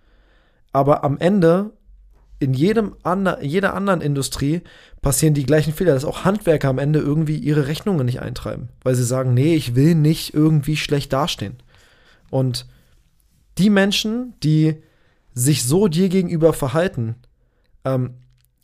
Aber am Ende, in jedem ander, jeder anderen Industrie, passieren die gleichen Fehler, dass auch Handwerker am Ende irgendwie ihre Rechnungen nicht eintreiben. Weil sie sagen, nee, ich will nicht irgendwie schlecht dastehen. Und die Menschen, die sich so dir gegenüber verhalten, ähm,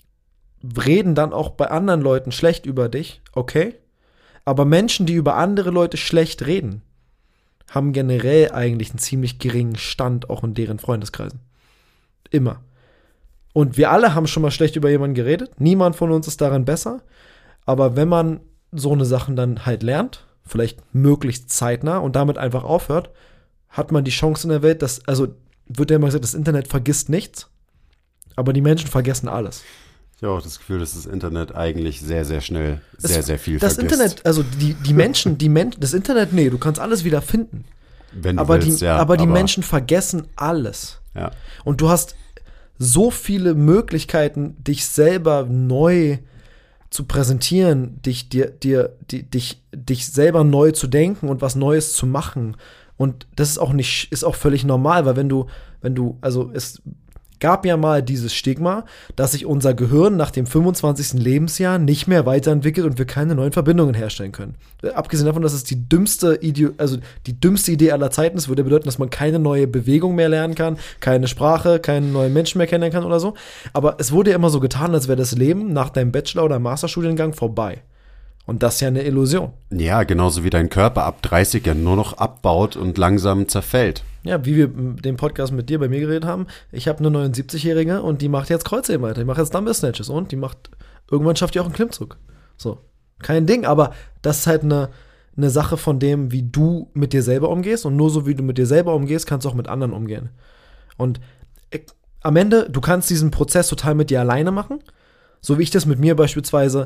reden dann auch bei anderen Leuten schlecht über dich, okay? Aber Menschen, die über andere Leute schlecht reden, haben generell eigentlich einen ziemlich geringen Stand auch in deren Freundeskreisen. Immer. Und wir alle haben schon mal schlecht über jemanden geredet. Niemand von uns ist daran besser. Aber wenn man so eine Sachen dann halt lernt, vielleicht möglichst zeitnah und damit einfach aufhört, hat man die Chance in der Welt, dass, also wird ja immer gesagt, das Internet vergisst nichts, aber die Menschen vergessen alles. Ich habe auch das Gefühl, dass das Internet eigentlich sehr, sehr schnell sehr, das, sehr viel das vergisst. Das Internet, also die, die Menschen, die Men- das Internet, nee, du kannst alles wieder finden. Wenn du aber willst, die, ja. aber die Menschen vergessen alles. Ja. Und du hast so viele Möglichkeiten, dich selber neu zu präsentieren, dich, dir, dir, die, dich, dich selber neu zu denken und was Neues zu machen. Und das ist auch nicht, ist auch völlig normal, weil wenn du, wenn du, also es gab ja mal dieses Stigma, dass sich unser Gehirn nach dem fünfundzwanzigsten Lebensjahr nicht mehr weiterentwickelt und wir keine neuen Verbindungen herstellen können. Abgesehen davon, dass es die dümmste Idee, also die dümmste Idee aller Zeiten ist, würde bedeuten, dass man keine neue Bewegung mehr lernen kann, keine Sprache, keinen neuen Menschen mehr kennenlernen kann oder so. Aber es wurde ja immer so getan, als wäre das Leben nach deinem Bachelor- oder Masterstudiengang vorbei. Und das ist ja eine Illusion. Ja, genauso wie dein Körper ab dreißig ja nur noch abbaut und langsam zerfällt. Ja, wie wir den Podcast mit dir bei mir geredet haben, ich habe eine neunundsiebzigjährige und die macht jetzt Kreuzheben weiter, die macht jetzt Dumbbell Snatches und die macht, irgendwann schafft die auch einen Klimmzug. So, kein Ding, aber das ist halt eine, eine Sache von dem, wie du mit dir selber umgehst und nur so, wie du mit dir selber umgehst, kannst du auch mit anderen umgehen. Und ich, am Ende, du kannst diesen Prozess total mit dir alleine machen, so wie ich das mit mir beispielsweise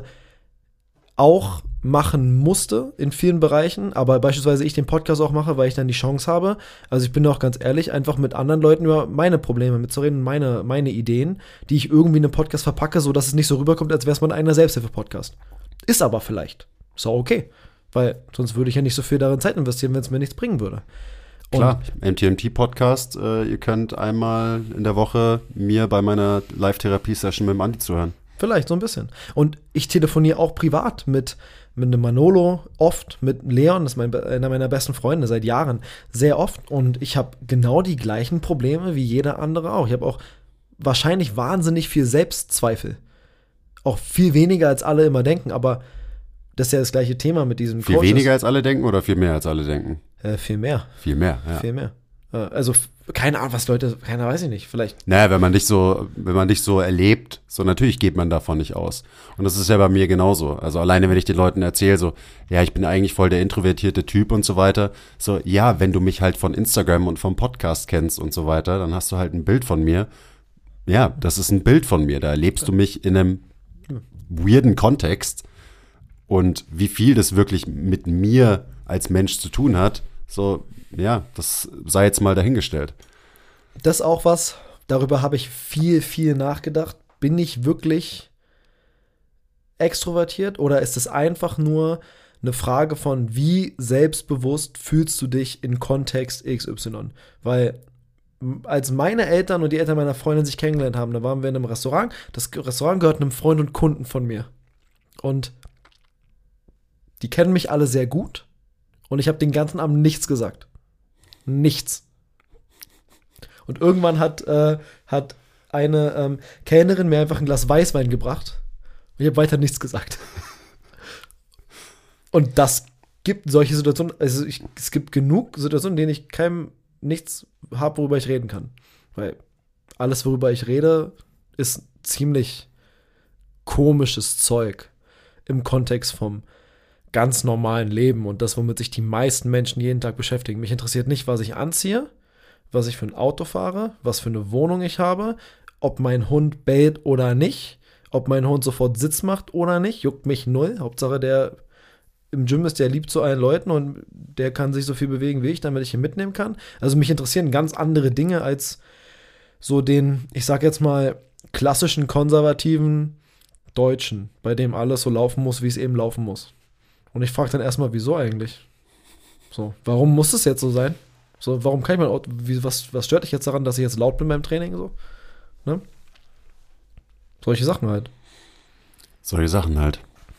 auch machen musste in vielen Bereichen, aber beispielsweise ich den Podcast auch mache, weil ich dann die Chance habe, also ich bin auch ganz ehrlich, einfach mit anderen Leuten über meine Probleme mitzureden, meine, meine Ideen, die ich irgendwie in einem Podcast verpacke, sodass es nicht so rüberkommt, als wäre es mal ein eigener Selbsthilfe-Podcast. Ist aber vielleicht. Ist auch okay, weil sonst würde ich ja nicht so viel darin Zeit investieren, wenn es mir nichts bringen würde. Klar, M T M T-Podcast, äh, ihr könnt einmal in der Woche mir bei meiner Live-Therapie-Session mit dem Andi zuhören. Vielleicht so ein bisschen. Und ich telefoniere auch privat mit, mit einem Manolo oft, mit Leon, das ist mein, einer meiner besten Freunde seit Jahren, sehr oft. Und ich habe genau die gleichen Probleme wie jeder andere auch. Ich habe auch wahrscheinlich wahnsinnig viel Selbstzweifel. Auch viel weniger als alle immer denken, aber das ist ja das gleiche Thema mit diesem Viel Coaches. Weniger als alle denken oder viel mehr als alle denken? Äh, viel mehr. Viel mehr, ja. Viel mehr. Äh, also, f- keine Ahnung, was Leute, keiner weiß ich nicht, vielleicht. Naja, wenn man dich so, wenn man dich so erlebt, so natürlich geht man davon nicht aus. Und das ist ja bei mir genauso. Also alleine, wenn ich den Leuten erzähle, so, ja, ich bin eigentlich voll der introvertierte Typ und so weiter. So, ja, wenn du mich halt von Instagram und vom Podcast kennst und so weiter, dann hast du halt ein Bild von mir. Ja, das ist ein Bild von mir. Da erlebst du mich in einem weirden Kontext. Und wie viel das wirklich mit mir als Mensch zu tun hat, so, ja, das sei jetzt mal dahingestellt. Das ist auch was, darüber habe ich viel, viel nachgedacht. Bin ich wirklich extrovertiert oder ist es einfach nur eine Frage von, wie selbstbewusst fühlst du dich in Kontext X Y? Weil als meine Eltern und die Eltern meiner Freundin sich kennengelernt haben, da waren wir in einem Restaurant. Das Restaurant gehört einem Freund und Kunden von mir. Und die kennen mich alle sehr gut. Und ich habe den ganzen Abend nichts gesagt. Nichts. Und irgendwann hat, äh, hat eine ähm, Kellnerin mir einfach ein Glas Weißwein gebracht. Und ich habe weiter nichts gesagt. Und das gibt solche Situationen, also ich, es gibt genug Situationen, in denen ich keinem nichts habe, worüber ich reden kann. Weil alles, worüber ich rede, ist ziemlich komisches Zeug im Kontext vom ganz normalen Leben und das, womit sich die meisten Menschen jeden Tag beschäftigen. Mich interessiert nicht, was ich anziehe, was ich für ein Auto fahre, was für eine Wohnung ich habe, ob mein Hund bellt oder nicht, ob mein Hund sofort Sitz macht oder nicht, juckt mich null. Hauptsache, der im Gym ist, der lieb zu allen Leuten und der kann sich so viel bewegen wie ich, damit ich ihn mitnehmen kann. Also mich interessieren ganz andere Dinge als so den, ich sag jetzt mal, klassischen konservativen Deutschen, bei dem alles so laufen muss, wie es eben laufen muss. Und ich frage dann erstmal, wieso eigentlich? So, warum muss es jetzt so sein? So, warum kann ich mal, wie, was, was stört dich jetzt daran, dass ich jetzt laut bin beim Training? So, ne? Solche Sachen halt. Solche Sachen halt.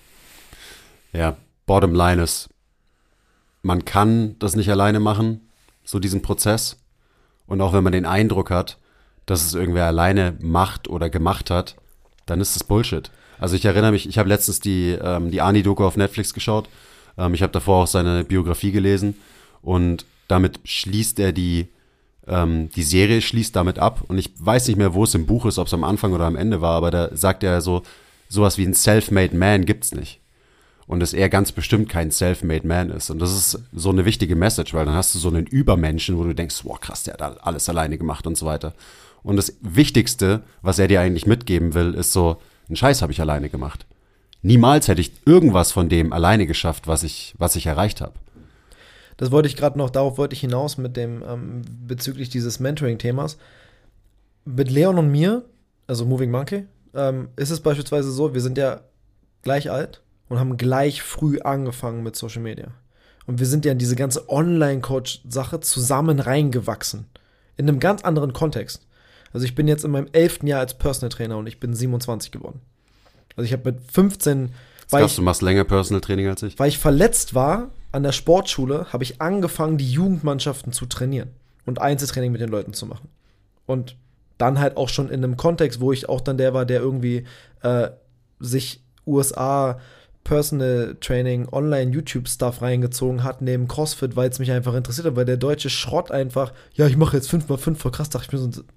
Ja, bottom line ist, man kann das nicht alleine machen, so diesen Prozess. Und auch wenn man den Eindruck hat, dass es irgendwer alleine macht oder gemacht hat, dann ist das Bullshit. Also ich erinnere mich, ich habe letztens die, ähm, die Arni-Doku auf Netflix geschaut. Ähm, ich habe davor auch seine Biografie gelesen. Und damit schließt er die, ähm, die Serie schließt damit ab. Und ich weiß nicht mehr, wo es im Buch ist, ob es am Anfang oder am Ende war. Aber da sagt er so, sowas wie ein Self-Made Man gibt's nicht. Und dass er ganz bestimmt kein Self-Made Man ist. Und das ist so eine wichtige Message, weil dann hast du so einen Übermenschen, wo du denkst, wow, krass, der hat alles alleine gemacht und so weiter. Und das Wichtigste, was er dir eigentlich mitgeben will, ist so, einen Scheiß habe ich alleine gemacht. Niemals hätte ich irgendwas von dem alleine geschafft, was ich, was ich erreicht habe. Das wollte ich gerade noch, darauf wollte ich hinaus mit dem, ähm, bezüglich dieses Mentoring-Themas. Mit Leon und mir, also Moving Monkey, ähm, ist es beispielsweise so, wir sind ja gleich alt und haben gleich früh angefangen mit Social Media. Und wir sind ja in diese ganze Online-Coach-Sache zusammen reingewachsen. In einem ganz anderen Kontext. Also ich bin jetzt in meinem elften Jahr als Personal Trainer und ich bin siebenundzwanzig geworden. Also ich habe mit fünfzehn, weil glaubst, ich, du machst länger Personal Training als ich? weil ich verletzt war an der Sportschule, habe ich angefangen, die Jugendmannschaften zu trainieren und Einzeltraining mit den Leuten zu machen. Und dann halt auch schon in einem Kontext, wo ich auch dann der war, der irgendwie äh, sich U S A Personal Training, Online YouTube-Stuff reingezogen hat, neben CrossFit, weil es mich einfach interessiert hat, weil der deutsche Schrott einfach, ja, ich mache jetzt fünf mal fünf, voll krass, dachte ich mir so,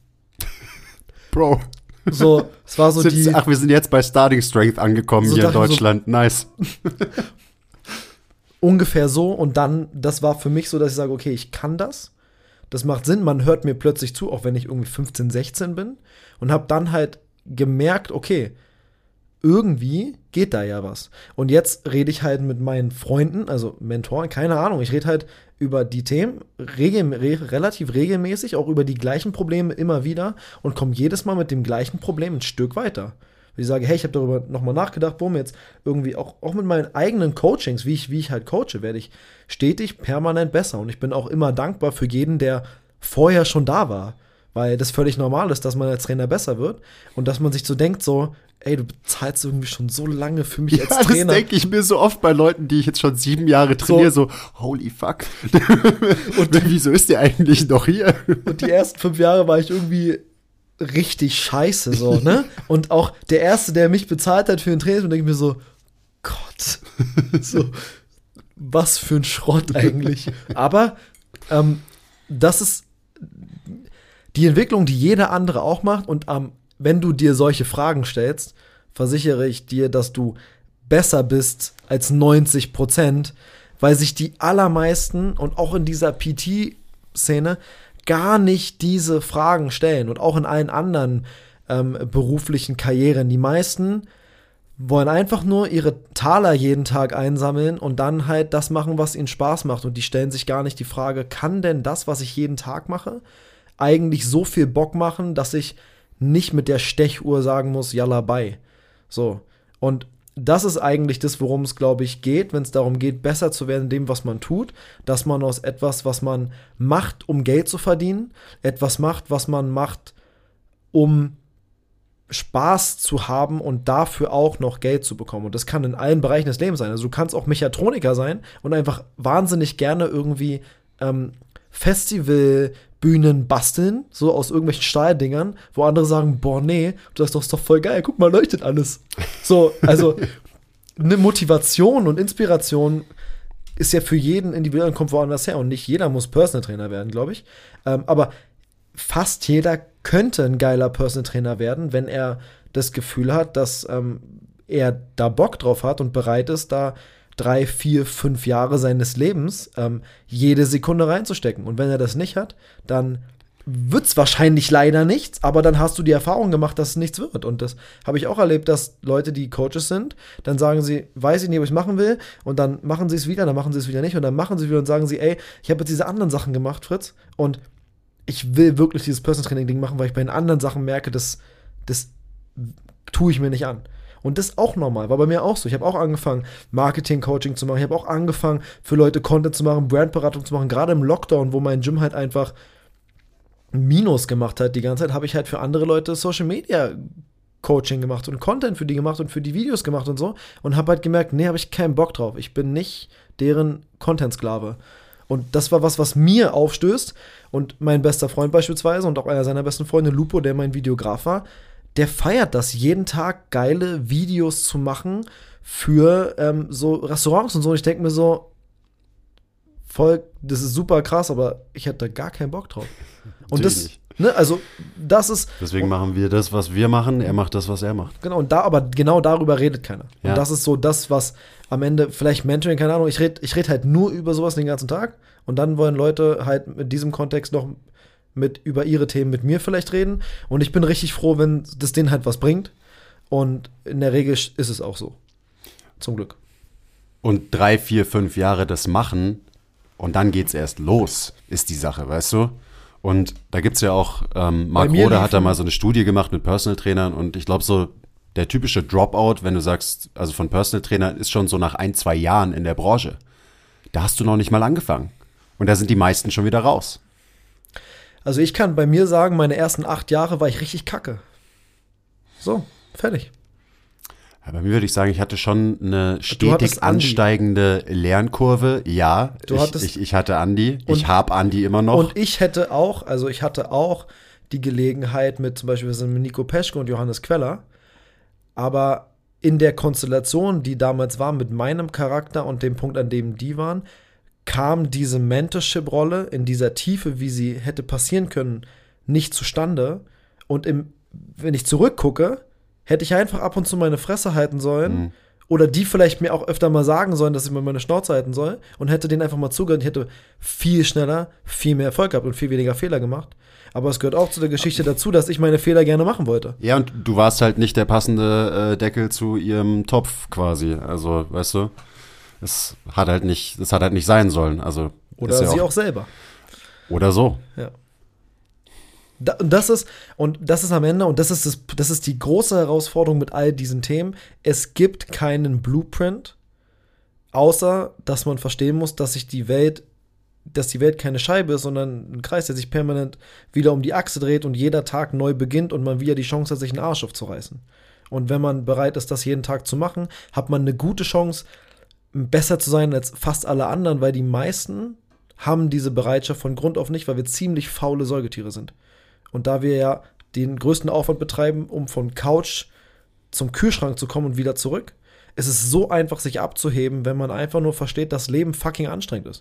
Bro. So, es war so sind, die. Ach, wir sind jetzt bei Starting Strength angekommen so hier in Deutschland. So, nice. Ungefähr so. Und dann, das war für mich so, dass ich sage, okay, ich kann das. Das macht Sinn. Man hört mir plötzlich zu, auch wenn ich irgendwie fünfzehn, sechzehn bin. Und habe dann halt gemerkt, okay, irgendwie geht da ja was. Und jetzt rede ich halt mit meinen Freunden, also Mentoren, keine Ahnung, ich rede halt über die Themen regel, re, relativ regelmäßig, auch über die gleichen Probleme immer wieder und komme jedes Mal mit dem gleichen Problem ein Stück weiter. ich sage, hey, ich habe darüber nochmal nachgedacht, boom, jetzt irgendwie auch, auch mit meinen eigenen Coachings, wie ich, wie ich halt coache, werde ich stetig permanent besser. Und ich bin auch immer dankbar für jeden, der vorher schon da war. Weil das völlig normal ist, dass man als Trainer besser wird. Und dass man sich so denkt, so, ey, du bezahlst irgendwie schon so lange für mich ja, als Trainer. Das denke ich mir so oft bei Leuten, die ich jetzt schon sieben Jahre trainiere, so, so holy fuck. Und wieso ist der eigentlich noch hier? Und die ersten fünf Jahre war ich irgendwie richtig scheiße, so, ne? Und auch der Erste, der mich bezahlt hat für ein Training, denke ich mir so, Gott, so, was für ein Schrott eigentlich. Aber ähm, das ist die Entwicklung, die jeder andere auch macht. Und ähm, wenn du dir solche Fragen stellst, versichere ich dir, dass du besser bist als neunzig Prozent, weil sich die allermeisten und auch in dieser P T-Szene gar nicht diese Fragen stellen und auch in allen anderen ähm, beruflichen Karrieren. Die meisten wollen einfach nur ihre Taler jeden Tag einsammeln und dann halt das machen, was ihnen Spaß macht. Und die stellen sich gar nicht die Frage, kann denn das, was ich jeden Tag mache, eigentlich so viel Bock machen, dass ich nicht mit der Stechuhr sagen muss, yalla, bye. So. Und das ist eigentlich das, worum es, glaube ich, geht, wenn es darum geht, besser zu werden in dem, was man tut, dass man aus etwas, was man macht, um Geld zu verdienen, etwas macht, was man macht, um Spaß zu haben und dafür auch noch Geld zu bekommen. Und das kann in allen Bereichen des Lebens sein. Also du kannst auch Mechatroniker sein und einfach wahnsinnig gerne irgendwie ähm, Festivalbühnen basteln, so aus irgendwelchen Stahldingern, wo andere sagen, boah, nee, du sagst doch, ist doch voll geil, guck mal, leuchtet alles. So, also eine Motivation und Inspiration ist ja für jeden individuell und kommt woanders her und nicht jeder muss Personal Trainer werden, glaube ich. Ähm, aber fast jeder könnte ein geiler Personal Trainer werden, wenn er das Gefühl hat, dass ähm, er da Bock drauf hat und bereit ist, da drei, vier, fünf Jahre seines Lebens ähm, jede Sekunde reinzustecken. Und wenn er das nicht hat, dann wird es wahrscheinlich leider nichts, aber dann hast du die Erfahrung gemacht, dass es nichts wird. Und das habe ich auch erlebt, dass Leute, die Coaches sind, dann sagen sie, weiß ich nicht, was ich machen will, und dann machen sie es wieder, dann machen sie es wieder nicht, und dann machen sie es wieder und sagen sie, ey, ich habe jetzt diese anderen Sachen gemacht, Fritz, und ich will wirklich dieses Personal Training Ding machen, weil ich bei den anderen Sachen merke, das, das tue ich mir nicht an. Und das ist auch normal, war bei mir auch so. Ich habe auch angefangen, Marketing-Coaching zu machen. Ich habe auch angefangen, für Leute Content zu machen, Brandberatung zu machen. Gerade im Lockdown, wo mein Gym halt einfach Minus gemacht hat die ganze Zeit, habe ich halt für andere Leute Social-Media-Coaching gemacht und Content für die gemacht und für die Videos gemacht und so. Und habe halt gemerkt, nee, habe ich keinen Bock drauf. Ich bin nicht deren Content-Sklave. Und das war was, was mir aufstößt. Und mein bester Freund beispielsweise und auch einer seiner besten Freunde, Lupo, der mein Videograf war, der feiert das, jeden Tag geile Videos zu machen für ähm, so Restaurants und so. Und ich denke mir so, voll, das ist super krass, aber ich hätte da gar keinen Bock drauf. Und das, ne, also das ist. Deswegen und, machen wir das, was wir machen, er macht das, was er macht. Genau, und da, aber genau darüber redet keiner. Ja. Und das ist so das, was am Ende, vielleicht Mentoring, keine Ahnung, ich rede ich red halt nur über sowas den ganzen Tag und dann wollen Leute halt mit diesem Kontext noch mit über ihre Themen mit mir vielleicht reden. Und ich bin richtig froh, wenn das denen halt was bringt. Und in der Regel ist es auch so. Zum Glück. Und drei, vier, fünf Jahre das machen und dann geht's erst los, ist die Sache, weißt du? Und da gibt's ja auch, ähm, Marc Rode hat da mal so eine Studie gemacht mit Personal Trainern und ich glaube so, der typische Dropout, wenn du sagst, also von Personal Trainer, ist schon so nach ein, zwei Jahren in der Branche. Da hast du noch nicht mal angefangen. Und da sind die meisten schon wieder raus. Also ich kann bei mir sagen, meine ersten acht Jahre war ich richtig kacke. So, fertig. Ja, bei mir würde ich sagen, ich hatte schon eine stetig ansteigende Lernkurve. Ja, du ich, hattest, ich, ich hatte Andi. Ich habe Andi immer noch. Und ich hätte auch, also ich hatte auch die Gelegenheit mit zum Beispiel mit Nico Peschke und Johannes Queller. Aber in der Konstellation, die damals war, mit meinem Charakter und dem Punkt, an dem die waren, kam diese Mentorship-Rolle in dieser Tiefe, wie sie hätte passieren können, nicht zustande. Und im, wenn ich zurückgucke, hätte ich einfach ab und zu meine Fresse halten sollen mhm. oder die vielleicht mir auch öfter mal sagen sollen, dass ich mir meine Schnauze halten soll und hätte denen einfach mal zugehört. Ich hätte viel schneller, viel mehr Erfolg gehabt und viel weniger Fehler gemacht. Aber es gehört auch zu der Geschichte dazu, dass ich meine Fehler gerne machen wollte. Ja, und du warst halt nicht der passende äh, Deckel zu ihrem Topf quasi. Also, weißt du, es hat halt nicht, das hat halt nicht sein sollen. Also, oder ja sie auch, auch selber. Oder so. Ja. Da, und das ist, und das ist am Ende, und das ist, das, das ist die große Herausforderung mit all diesen Themen. Es gibt keinen Blueprint, außer dass man verstehen muss, dass sich die Welt, dass die Welt keine Scheibe ist, sondern ein Kreis, der sich permanent wieder um die Achse dreht und jeder Tag neu beginnt und man wieder die Chance hat, sich einen Arsch aufzureißen. Und wenn man bereit ist, das jeden Tag zu machen, hat man eine gute Chance, besser zu sein als fast alle anderen, weil die meisten haben diese Bereitschaft von Grund auf nicht, weil wir ziemlich faule Säugetiere sind. Und da wir ja den größten Aufwand betreiben, um von Couch zum Kühlschrank zu kommen und wieder zurück, ist es so einfach, sich abzuheben, wenn man einfach nur versteht, dass Leben fucking anstrengend ist.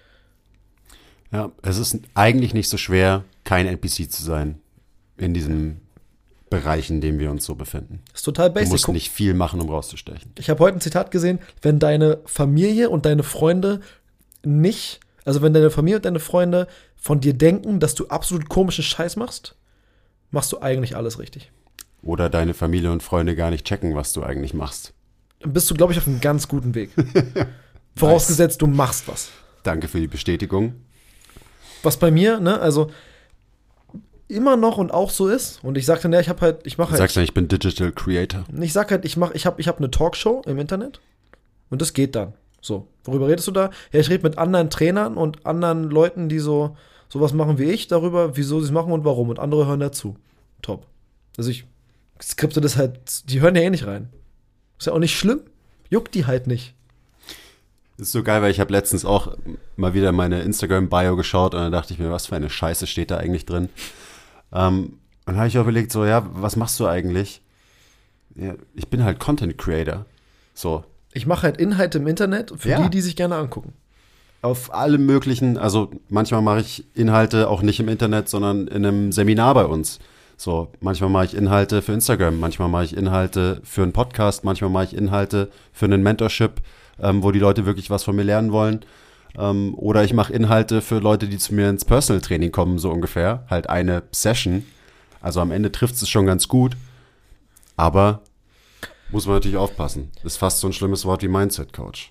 Ja, es ist eigentlich nicht so schwer, kein N P C zu sein in diesem Bereich, in dem wir uns so befinden. Das ist total basic. Du musst nicht viel machen, um rauszustechen. Ich habe heute ein Zitat gesehen, wenn deine Familie und deine Freunde nicht, also wenn deine Familie und deine Freunde von dir denken, dass du absolut komischen Scheiß machst, machst du eigentlich alles richtig. Oder deine Familie und Freunde gar nicht checken, was du eigentlich machst. Dann bist du, glaube ich, auf einem ganz guten Weg. Vorausgesetzt, du machst was. Danke für die Bestätigung. Was bei mir, ne, also immer noch und auch so ist, und ich sagte, ne, ich habe halt, ich mache halt. Du sagst ja, ich bin Digital Creator. Ich sag halt, ich mache, ich habe ich hab eine Talkshow im Internet und das geht dann. So, worüber redest du da? Ja, ich rede mit anderen Trainern und anderen Leuten, die so sowas machen wie ich, darüber, wieso sie es machen und warum. Und andere hören dazu. Top. Also ich skripte das halt, die hören ja eh nicht rein. Ist ja auch nicht schlimm. Juckt die halt nicht. Das ist so geil, weil ich habe letztens auch mal wieder meine Instagram-Bio geschaut und dann dachte ich mir, was für eine Scheiße steht da eigentlich drin. Ähm, und dann habe ich auch überlegt, so, ja, was machst du eigentlich? Ja, ich bin halt Content Creator. So. Ich mache halt Inhalte im Internet für Ja. die, die sich gerne angucken. Auf alle möglichen, also manchmal mache ich Inhalte auch nicht im Internet, sondern in einem Seminar bei uns. So, manchmal mache ich Inhalte für Instagram, manchmal mache ich Inhalte für einen Podcast, manchmal mache ich Inhalte für einen Mentorship, ähm, wo die Leute wirklich was von mir lernen wollen. Ähm, oder ich mache Inhalte für Leute, die zu mir ins Personal Training kommen, so ungefähr. Halt eine Session. Also am Ende trifft es schon ganz gut. Aber muss man natürlich aufpassen. Ist fast so ein schlimmes Wort wie Mindset Coach.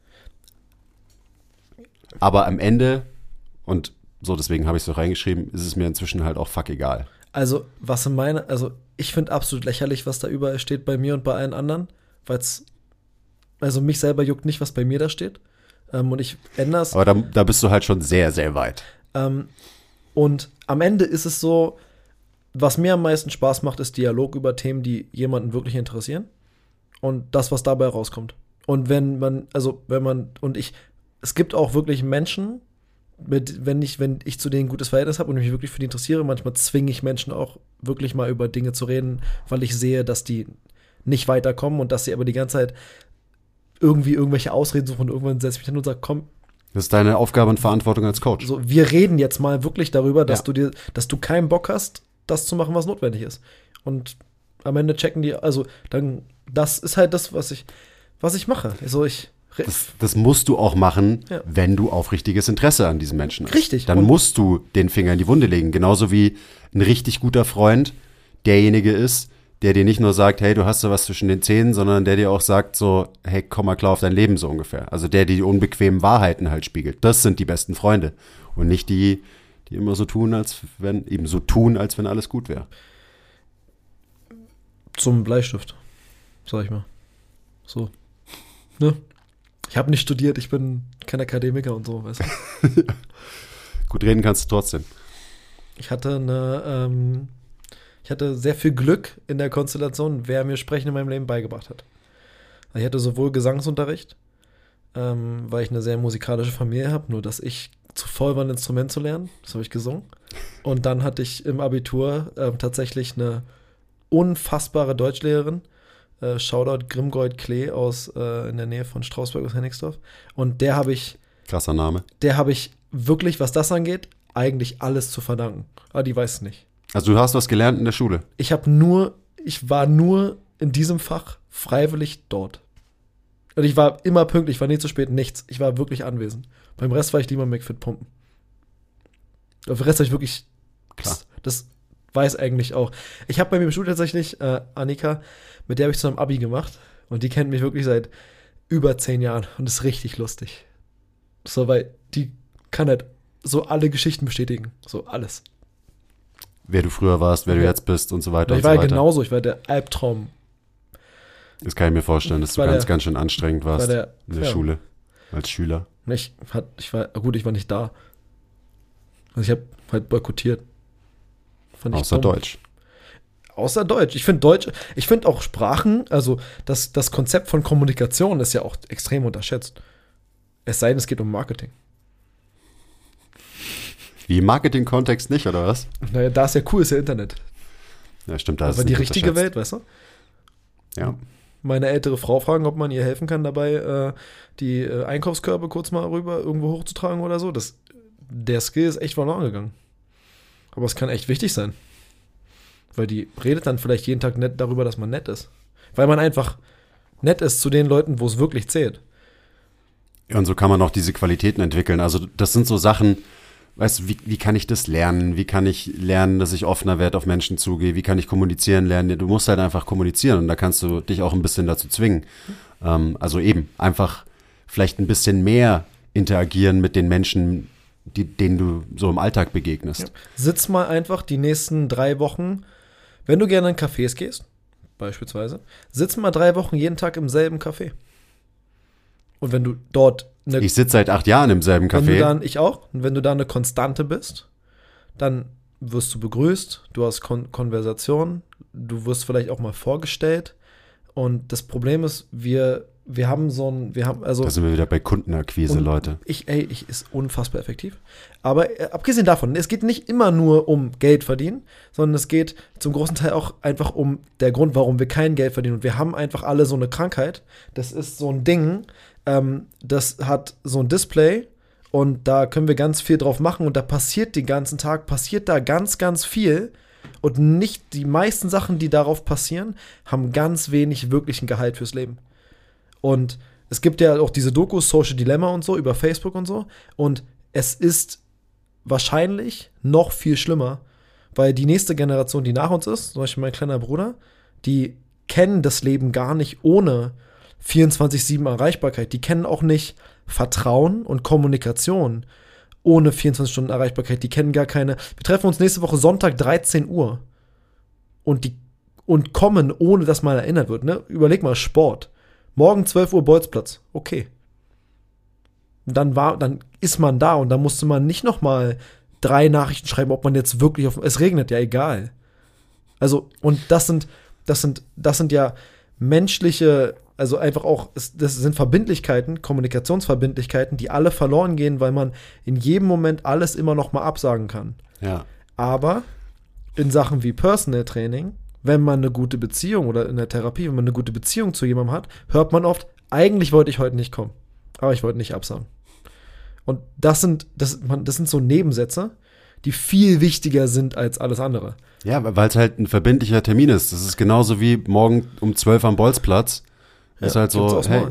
Aber am Ende, und so deswegen habe ich es auch reingeschrieben, ist es mir inzwischen halt auch fuck egal. Also, was in meine, also ich finde absolut lächerlich, was da überall steht bei mir und bei allen anderen, weil es, also mich selber juckt nicht, was bei mir da steht. Ähm, und ich ändere es. Aber da, da bist du halt schon sehr, sehr weit. Ähm, und am Ende ist es so, was mir am meisten Spaß macht, ist Dialog über Themen, die jemanden wirklich interessieren. Und das, was dabei rauskommt. Und wenn man, also wenn man, und ich, es gibt auch wirklich Menschen, mit, wenn ich, wenn ich zu denen ein gutes Verhältnis habe und mich wirklich für die interessiere, manchmal zwinge ich Menschen auch wirklich mal über Dinge zu reden, weil ich sehe, dass die nicht weiterkommen und dass sie aber die ganze Zeit irgendwie irgendwelche Ausreden suchen und irgendwann setze ich mich hin und sage, komm. Das ist deine Aufgabe und Verantwortung als Coach. So, wir reden jetzt mal wirklich darüber, dass Ja. du dir, dass du keinen Bock hast, das zu machen, was notwendig ist. Und am Ende checken die, also dann, das ist halt das, was ich, was ich mache. Also ich Das, das musst du auch machen, Ja. wenn du aufrichtiges Interesse an diesen Menschen hast. Richtig. Dann Und- musst du den Finger in die Wunde legen. Genauso wie ein richtig guter Freund derjenige ist, der dir nicht nur sagt, hey, du hast da was zwischen den Zähnen, sondern der dir auch sagt so, hey, komm mal klar auf dein Leben so ungefähr. Also der dir die unbequemen Wahrheiten halt spiegelt. Das sind die besten Freunde. Und nicht die, die immer so tun, als wenn, eben so tun, als wenn alles gut wäre. zum Bleistift, sag ich mal. So. Ne? Ich habe nicht studiert, ich bin kein Akademiker und so, weißt du. Gut reden kannst du trotzdem. Ich hatte eine, ähm, ich hatte sehr viel Glück in der Konstellation, wer mir Sprechen in meinem Leben beigebracht hat. Ich hatte sowohl Gesangsunterricht, ähm, weil ich eine sehr musikalische Familie habe, nur dass ich zu voll war, ein Instrument zu lernen. Das habe ich gesungen. Und dann hatte ich im Abitur ähm, tatsächlich eine unfassbare Deutschlehrerin, äh, Shoutout Grimgold Klee aus äh, in der Nähe von Strausberg aus Hennigsdorf. Und der habe ich, Krasser Name. der habe ich wirklich, was das angeht, eigentlich alles zu verdanken. Aber die weiß es nicht. Also du hast was gelernt in der Schule. Ich habe nur, ich war nur in diesem Fach freiwillig dort. Und ich war immer pünktlich, ich war nie zu spät, nichts. Ich war wirklich anwesend. Beim Rest war ich lieber McFit pumpen. Auf den Rest habe ich wirklich, Klar. das, das weiß eigentlich auch. Ich habe bei mir im Studio tatsächlich äh, Annika, mit der habe ich zusammen Abi gemacht. Und die kennt mich wirklich seit über zehn Jahren. Und ist richtig lustig. So, weil die kann halt so alle Geschichten bestätigen. So alles. wer du früher warst, wer Okay. du jetzt bist und so weiter Ich und war so ja weiter. genauso, ich war der Albtraum. Das kann ich mir vorstellen, dass Ich du war ganz, der- ganz schön anstrengend warst war der- in der ja. Schule als Schüler. Ich, hat, ich war, gut, ich war nicht da. Also ich habe halt boykottiert. Fand ich Außer dumm. Deutsch. Außer Deutsch. Ich finde Deutsch, ich finde auch Sprachen, also das, das Konzept von Kommunikation ist ja auch extrem unterschätzt. Es sei denn, es geht um Marketing. Wie im Marketing-Kontext nicht, oder was? Naja, da ist ja cool, ist ja Internet. Ja, stimmt. Da ist Aber es die nicht richtige unterschätzt. Welt, weißt du? Ja. Meine ältere Frau fragen, ob man ihr helfen kann dabei, äh, die äh, Einkaufskörbe kurz mal rüber irgendwo hochzutragen oder so. Das, der Skill ist echt verloren gegangen. Aber es kann echt wichtig sein. Weil die redet dann vielleicht jeden Tag nett darüber, dass man nett ist. Weil man einfach nett ist zu den Leuten, wo es wirklich zählt. Ja, und so kann man auch diese Qualitäten entwickeln. Also das sind so Sachen, weißt du, wie, wie kann ich das lernen? Wie kann ich lernen, dass ich offener werde, auf Menschen zugehe? Wie kann ich kommunizieren lernen? Du musst halt einfach kommunizieren und da kannst du dich auch ein bisschen dazu zwingen. Ähm, also eben, einfach vielleicht ein bisschen mehr interagieren mit den Menschen, die, denen du so im Alltag begegnest. Sitz mal einfach die nächsten drei Wochen, wenn du gerne in Cafés gehst, beispielsweise, sitz mal drei Wochen jeden Tag im selben Café. Und wenn du dort eine Ich sitze seit acht Jahren im selben Wenn du Café. dann, ich auch, und wenn du da eine Konstante bist, dann wirst du begrüßt, du hast Kon Konversation, du wirst vielleicht auch mal vorgestellt. Und das Problem ist, wir, wir haben so ein, wir haben, also Da sind wir wieder bei Kundenakquise, und Leute. Ich, ey, ich ist unfassbar effektiv. Aber äh, abgesehen davon, es geht nicht immer nur um Geld verdienen, sondern es geht zum großen Teil auch einfach um der Grund, warum wir kein Geld verdienen. Und wir haben einfach alle so eine Krankheit. Das ist so ein Ding, ähm, das hat so ein Display und da können wir ganz viel drauf machen und da passiert den ganzen Tag, passiert da ganz, ganz viel. Und nicht die meisten Sachen, die darauf passieren, haben ganz wenig wirklichen Gehalt fürs Leben. Und es gibt ja auch diese Dokus, Social Dilemma und so, über Facebook und so. Und es ist wahrscheinlich noch viel schlimmer, weil die nächste Generation, die nach uns ist, zum Beispiel mein kleiner Bruder, die kennen das Leben gar nicht ohne vierundzwanzig sieben Erreichbarkeit. Die kennen auch nicht Vertrauen und Kommunikation ohne vierundzwanzig Stunden Erreichbarkeit. Die kennen gar keine. Wir treffen uns nächste Woche Sonntag dreizehn Uhr und die und kommen, ohne dass man erinnert wird. Ne? Überleg mal, Sport. Morgen zwölf Uhr Bolzplatz. Okay. Und dann war, dann ist man da und dann musste man nicht noch mal drei Nachrichten schreiben, ob man jetzt wirklich auf. Es regnet, ja egal. Also, und das sind, das sind, das sind ja menschliche, also einfach auch, das sind Verbindlichkeiten, Kommunikationsverbindlichkeiten, die alle verloren gehen, weil man in jedem Moment alles immer noch mal absagen kann. Ja. Aber in Sachen wie Personal Training, wenn man eine gute Beziehung oder in der Therapie, wenn man eine gute Beziehung zu jemandem hat, hört man oft, eigentlich wollte ich heute nicht kommen, aber ich wollte nicht absagen. Und das sind, das, man, das sind so Nebensätze, die viel wichtiger sind als alles andere. Ja, weil es halt ein verbindlicher Termin ist. Das ist genauso wie morgen um zwölf am Bolzplatz. Ist halt gibt's so, aufs hey. Maul.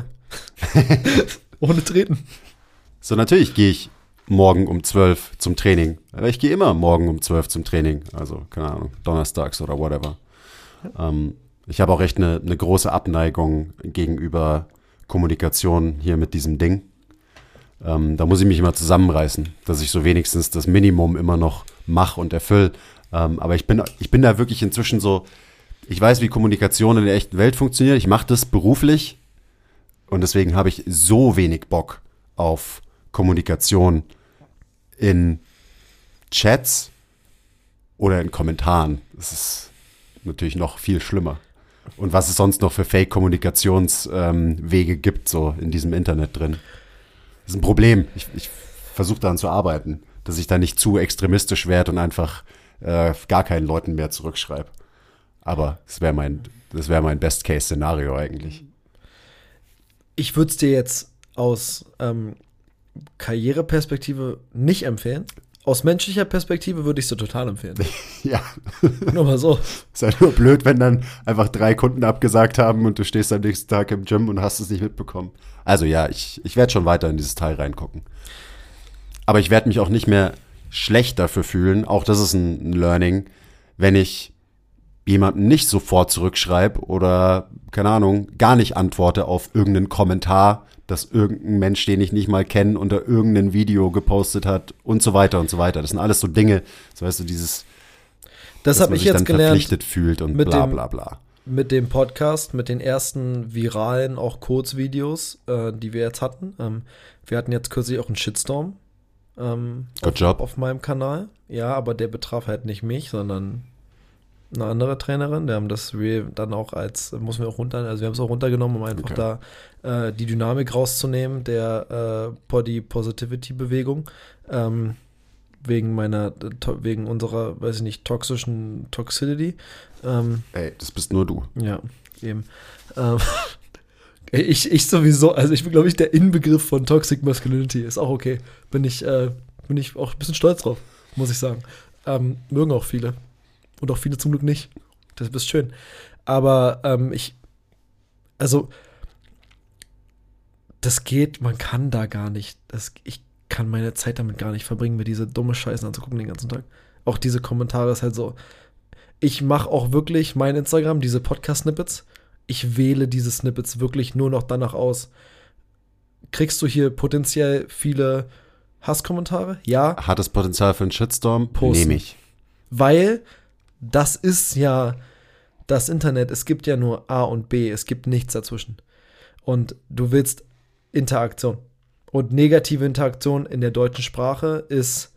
Ohne Treten. So, natürlich gehe ich morgen um zwölf zum Training. Aber ich gehe immer morgen um zwölf zum Training. Also, keine Ahnung, donnerstags oder whatever. Ähm, ich habe auch echt eine, eine große Abneigung gegenüber Kommunikation hier mit diesem Ding. Ähm, da muss ich mich immer zusammenreißen, dass ich so wenigstens das Minimum immer noch mache und erfülle. Ähm, aber ich bin, ich bin da wirklich inzwischen so, ich weiß, wie Kommunikation in der echten Welt funktioniert. Ich mache das beruflich und deswegen habe ich so wenig Bock auf Kommunikation in Chats oder in Kommentaren. Das ist natürlich noch viel schlimmer. Und was es sonst noch für Fake-Kommunikationswege ähm, gibt, so in diesem Internet drin. Das ist ein Problem. Ich, ich versuche daran zu arbeiten, dass ich da nicht zu extremistisch werde und einfach äh, gar keinen Leuten mehr zurückschreibe. Aber das wäre mein, das wäre mein Best-Case-Szenario eigentlich. Ich würde es dir jetzt aus ähm, Karriereperspektive nicht empfehlen. Aus menschlicher Perspektive würde ich es dir total empfehlen. Ja. Nur mal so. Ist halt nur blöd, wenn dann einfach drei Kunden abgesagt haben und du stehst am nächsten Tag im Gym und hast es nicht mitbekommen. Also ja, ich, ich werde schon weiter in dieses Teil reingucken. Aber ich werde mich auch nicht mehr schlecht dafür fühlen, auch das ist ein, ein Learning, wenn ich jemandem nicht sofort zurückschreibe oder, keine Ahnung, gar nicht antworte auf irgendeinen Kommentar, dass irgendein Mensch, den ich nicht mal kenne, unter irgendein Video gepostet hat und so weiter und so weiter. Das sind alles so Dinge, so weißt du, dieses Das dass habe man ich sich jetzt dann gelernt verpflichtet fühlt und mit bla dem- bla bla. mit dem Podcast, mit den ersten viralen, auch Kurzvideos, äh, die wir jetzt hatten. Ähm, wir hatten jetzt kürzlich auch einen Shitstorm ähm, Good auf, job. auf meinem Kanal. Ja, aber der betraf halt nicht mich, sondern eine andere Trainerin. Wir haben das Reel dann auch als, mussten wir auch runter, also wir haben es auch runtergenommen, um einfach Okay. da äh, die Dynamik rauszunehmen, der äh, Body Positivity Bewegung. Ähm, wegen meiner, to- wegen unserer, weiß ich nicht, toxischen Toxicity. Ähm, Ey, das bist nur du. ja, eben. Ähm, ich, ich sowieso, also ich bin, glaube ich, der Inbegriff von Toxic Masculinity. Ist auch okay. Bin ich, äh, bin ich auch ein bisschen stolz drauf, muss ich sagen. Ähm, mögen auch viele. Und auch viele zum Glück nicht. Das ist schön. Aber ähm, ich, also, das geht, man kann da gar nicht. Das, ich kann meine Zeit damit gar nicht verbringen, mir diese dumme Scheiße anzugucken den ganzen Tag. Auch diese Kommentare ist halt so. Ich mache auch wirklich mein Instagram, diese Podcast-Snippets. Ich wähle diese Snippets wirklich nur noch danach aus. Kriegst du hier potenziell viele Hasskommentare? Ja, Hat das Potenzial für einen Shitstorm? Posten. Nehme ich. weil das ist ja das Internet. Es gibt ja nur A und B. Es gibt nichts dazwischen. Und du willst Interaktion. Und negative Interaktion in der deutschen Sprache ist,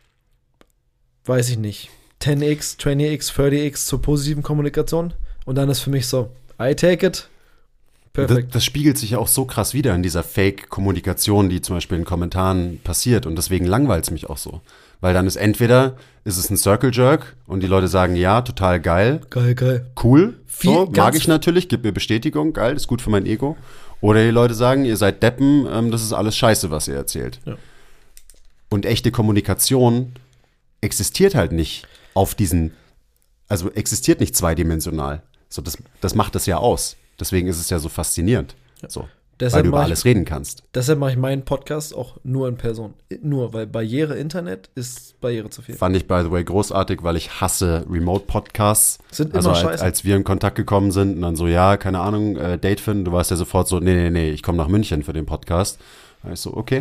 weiß ich nicht, zehn x, zwanzig x, dreißig x zur positiven Kommunikation. Und dann ist für mich so, I take it. Das, Perfekt. das spiegelt sich ja auch so krass wieder in dieser Fake-Kommunikation, die zum Beispiel in Kommentaren passiert. Und deswegen langweilt es mich auch so. Weil dann ist entweder, ist es ein Circle Jerk und die Leute sagen, ja, total geil, Geil, geil. cool, Viel- so, mag ganz- ich natürlich, gib mir Bestätigung, geil, ist gut für mein Ego. Oder die Leute sagen, ihr seid Deppen, ähm, das ist alles scheiße, was ihr erzählt. Ja. Und echte Kommunikation existiert halt nicht auf diesen, also existiert nicht zweidimensional. So, das, das macht es ja aus. Deswegen ist es ja so faszinierend. So, weil Deshalb du über mach ich- alles reden kannst. Deshalb mache ich meinen Podcast auch nur in Person. Nur, weil Barriere Internet ist Barriere zu viel. Fand ich, by the way, großartig, weil ich hasse Remote-Podcasts. Sind Also immer als, scheiße. als wir in Kontakt gekommen sind und dann so, ja, keine Ahnung, äh, Date finden, du warst ja sofort so, nee, nee, nee, ich komme nach München für den Podcast. Da ich so, okay,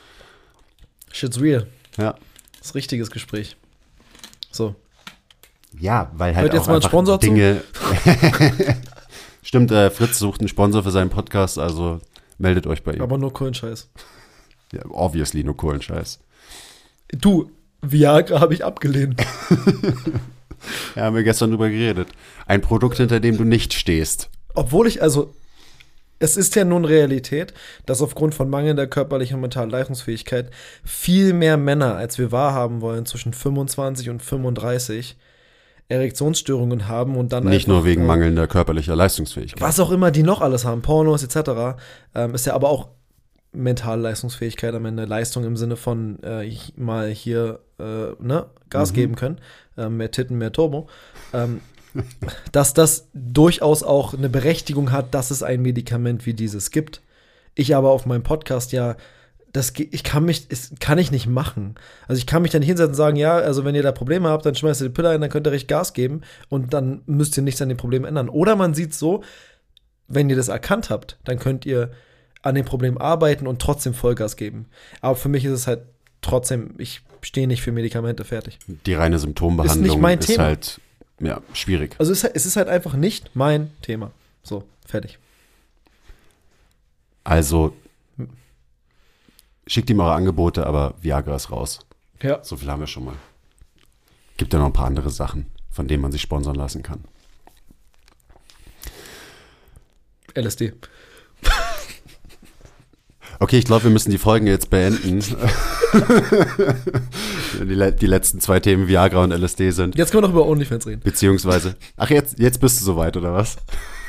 Shit's real. ja. Das ist ein richtiges Gespräch. So. Ja, weil halt Hört jetzt auch mal ein einfach Sponsor zu? Dinge. Stimmt, äh, Fritz sucht einen Sponsor für seinen Podcast, also meldet euch bei ihm. Aber nur coolen Scheiß. Ja, obviously, nur coolen Scheiß. Du, Viagra habe ich abgelehnt. Ja, haben wir gestern drüber geredet. Ein Produkt, hinter dem du nicht stehst. Obwohl ich, also, es ist ja nun Realität, dass aufgrund von mangelnder körperlicher und mentaler Leistungsfähigkeit viel mehr Männer, als wir wahrhaben wollen, zwischen fünfundzwanzig und fünfunddreißig Erektionsstörungen haben und dann Nicht einfach, nur wegen äh, mangelnder körperlicher Leistungsfähigkeit. was auch immer die noch alles haben, Pornos et cetera, ähm, ist ja aber auch mentale Leistungsfähigkeit am Ende, Leistung im Sinne von äh, ich mal hier äh, ne, Gas Mhm. geben können, äh, mehr Titten, mehr Turbo, ähm, dass das durchaus auch eine Berechtigung hat, dass es ein Medikament wie dieses gibt. Ich aber auf meinem Podcast ja, das, ge- ich kann mich, das kann ich nicht machen. Also ich kann mich dann nicht hinsetzen und sagen, ja, also wenn ihr da Probleme habt, dann schmeißt ihr die Pille ein, dann könnt ihr richtig Gas geben und dann müsst ihr nichts an den Problemen ändern. Oder man sieht so, wenn ihr das erkannt habt, dann könnt ihr an dem Problem arbeiten und trotzdem Vollgas geben. Aber für mich ist es halt trotzdem, ich stehe nicht für Medikamente, fertig. Die reine Symptombehandlung Ist nicht mein ist Thema. halt ja, schwierig. Also es, es ist halt einfach nicht mein Thema. So, fertig. Also schickt ihm eure Angebote, aber Viagra ist raus. Ja. So viel haben wir schon mal. Gibt ja noch ein paar andere Sachen, von denen man sich sponsern lassen kann. L S D. Okay, ich glaube, wir müssen die Folgen jetzt beenden. die, le- die letzten zwei Themen Viagra und L S D sind. Jetzt können wir noch über OnlyFans reden. Beziehungsweise, ach, jetzt, jetzt bist du soweit, oder was?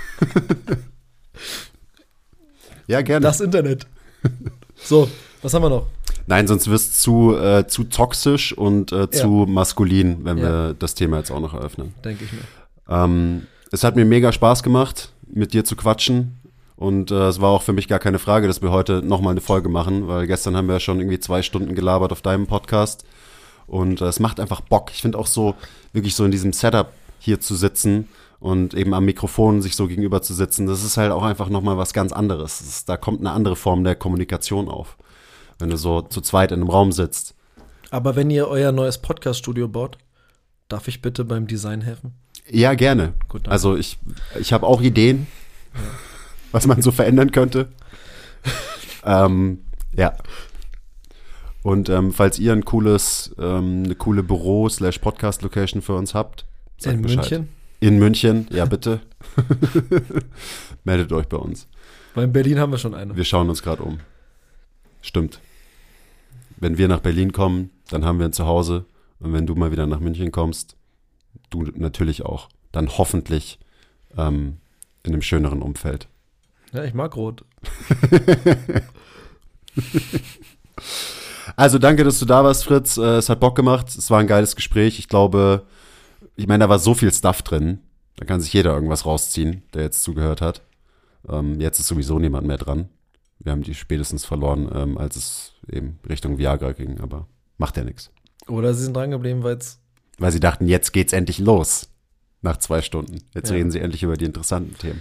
Ja, gerne. Das Internet. So, was haben wir noch? Nein, sonst wirst du zu, äh, zu toxisch und äh, zu maskulin, wenn Ja. wir das Thema jetzt auch noch eröffnen. Denke ich mir. Ähm, es hat mir mega Spaß gemacht, mit dir zu quatschen. Und äh, es war auch für mich gar keine Frage, dass wir heute nochmal eine Folge machen, weil gestern haben wir ja schon irgendwie zwei Stunden gelabert auf deinem Podcast. Und äh, es macht einfach Bock. Ich finde auch so, wirklich so in diesem Setup hier zu sitzen und eben am Mikrofon sich so gegenüber zu sitzen, das ist halt auch einfach nochmal was ganz anderes. Das ist, da kommt eine andere Form der Kommunikation auf. Wenn du so zu zweit in einem Raum sitzt. Aber wenn ihr euer neues Podcast-Studio baut, Darf ich bitte beim Design helfen? Ja, gerne. Gut, danke. Also ich, ich habe auch Ideen, ja. was man so verändern könnte. ähm, ja. Und ähm, falls ihr ein cooles, ähm, eine coole Büro-slash-Podcast-Location für uns habt, sagt In Bescheid. München? In München, ja bitte. Meldet euch bei uns. Weil in Berlin haben wir schon eine. Wir schauen uns gerade um. Stimmt. Wenn wir nach Berlin kommen, dann haben wir ein Zuhause. Und wenn du mal wieder nach München kommst, du natürlich auch. Dann hoffentlich ähm, in einem schöneren Umfeld. Ja, ich mag Rot. Also danke, dass du da warst, Fritz. Es hat Bock gemacht. Es war ein geiles Gespräch. Ich glaube, ich meine, da war so viel Stuff drin. Da kann sich jeder irgendwas rausziehen, der jetzt zugehört hat. Ähm, jetzt ist sowieso niemand mehr dran. Wir haben die spätestens verloren, ähm, als es eben Richtung Viagra ging. Aber macht ja nichts. Oder sie sind dran geblieben, weil es... Weil sie dachten, jetzt geht's endlich los. Nach zwei Stunden. Jetzt Ja. reden sie endlich über die interessanten Themen.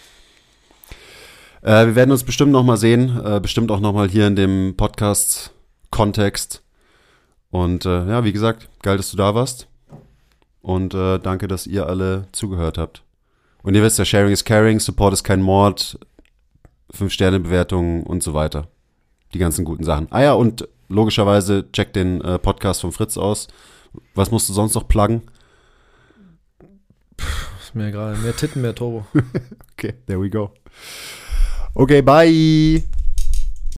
Äh, wir werden uns bestimmt noch mal sehen. Äh, bestimmt auch noch mal hier in dem Podcast-Kontext. Und äh, ja, wie gesagt, geil, dass du da warst. Und äh, danke, dass ihr alle zugehört habt. Und ihr wisst ja, Sharing is Caring, Support ist kein Mord, Fünf-Sterne-Bewertungen und so weiter. Die ganzen guten Sachen. Ah ja, und logischerweise check den äh, Podcast von Fritz aus. Was musst du sonst noch pluggen? Ist mir egal. Mehr Titten, mehr Turbo. Okay, there we go. Okay, bye.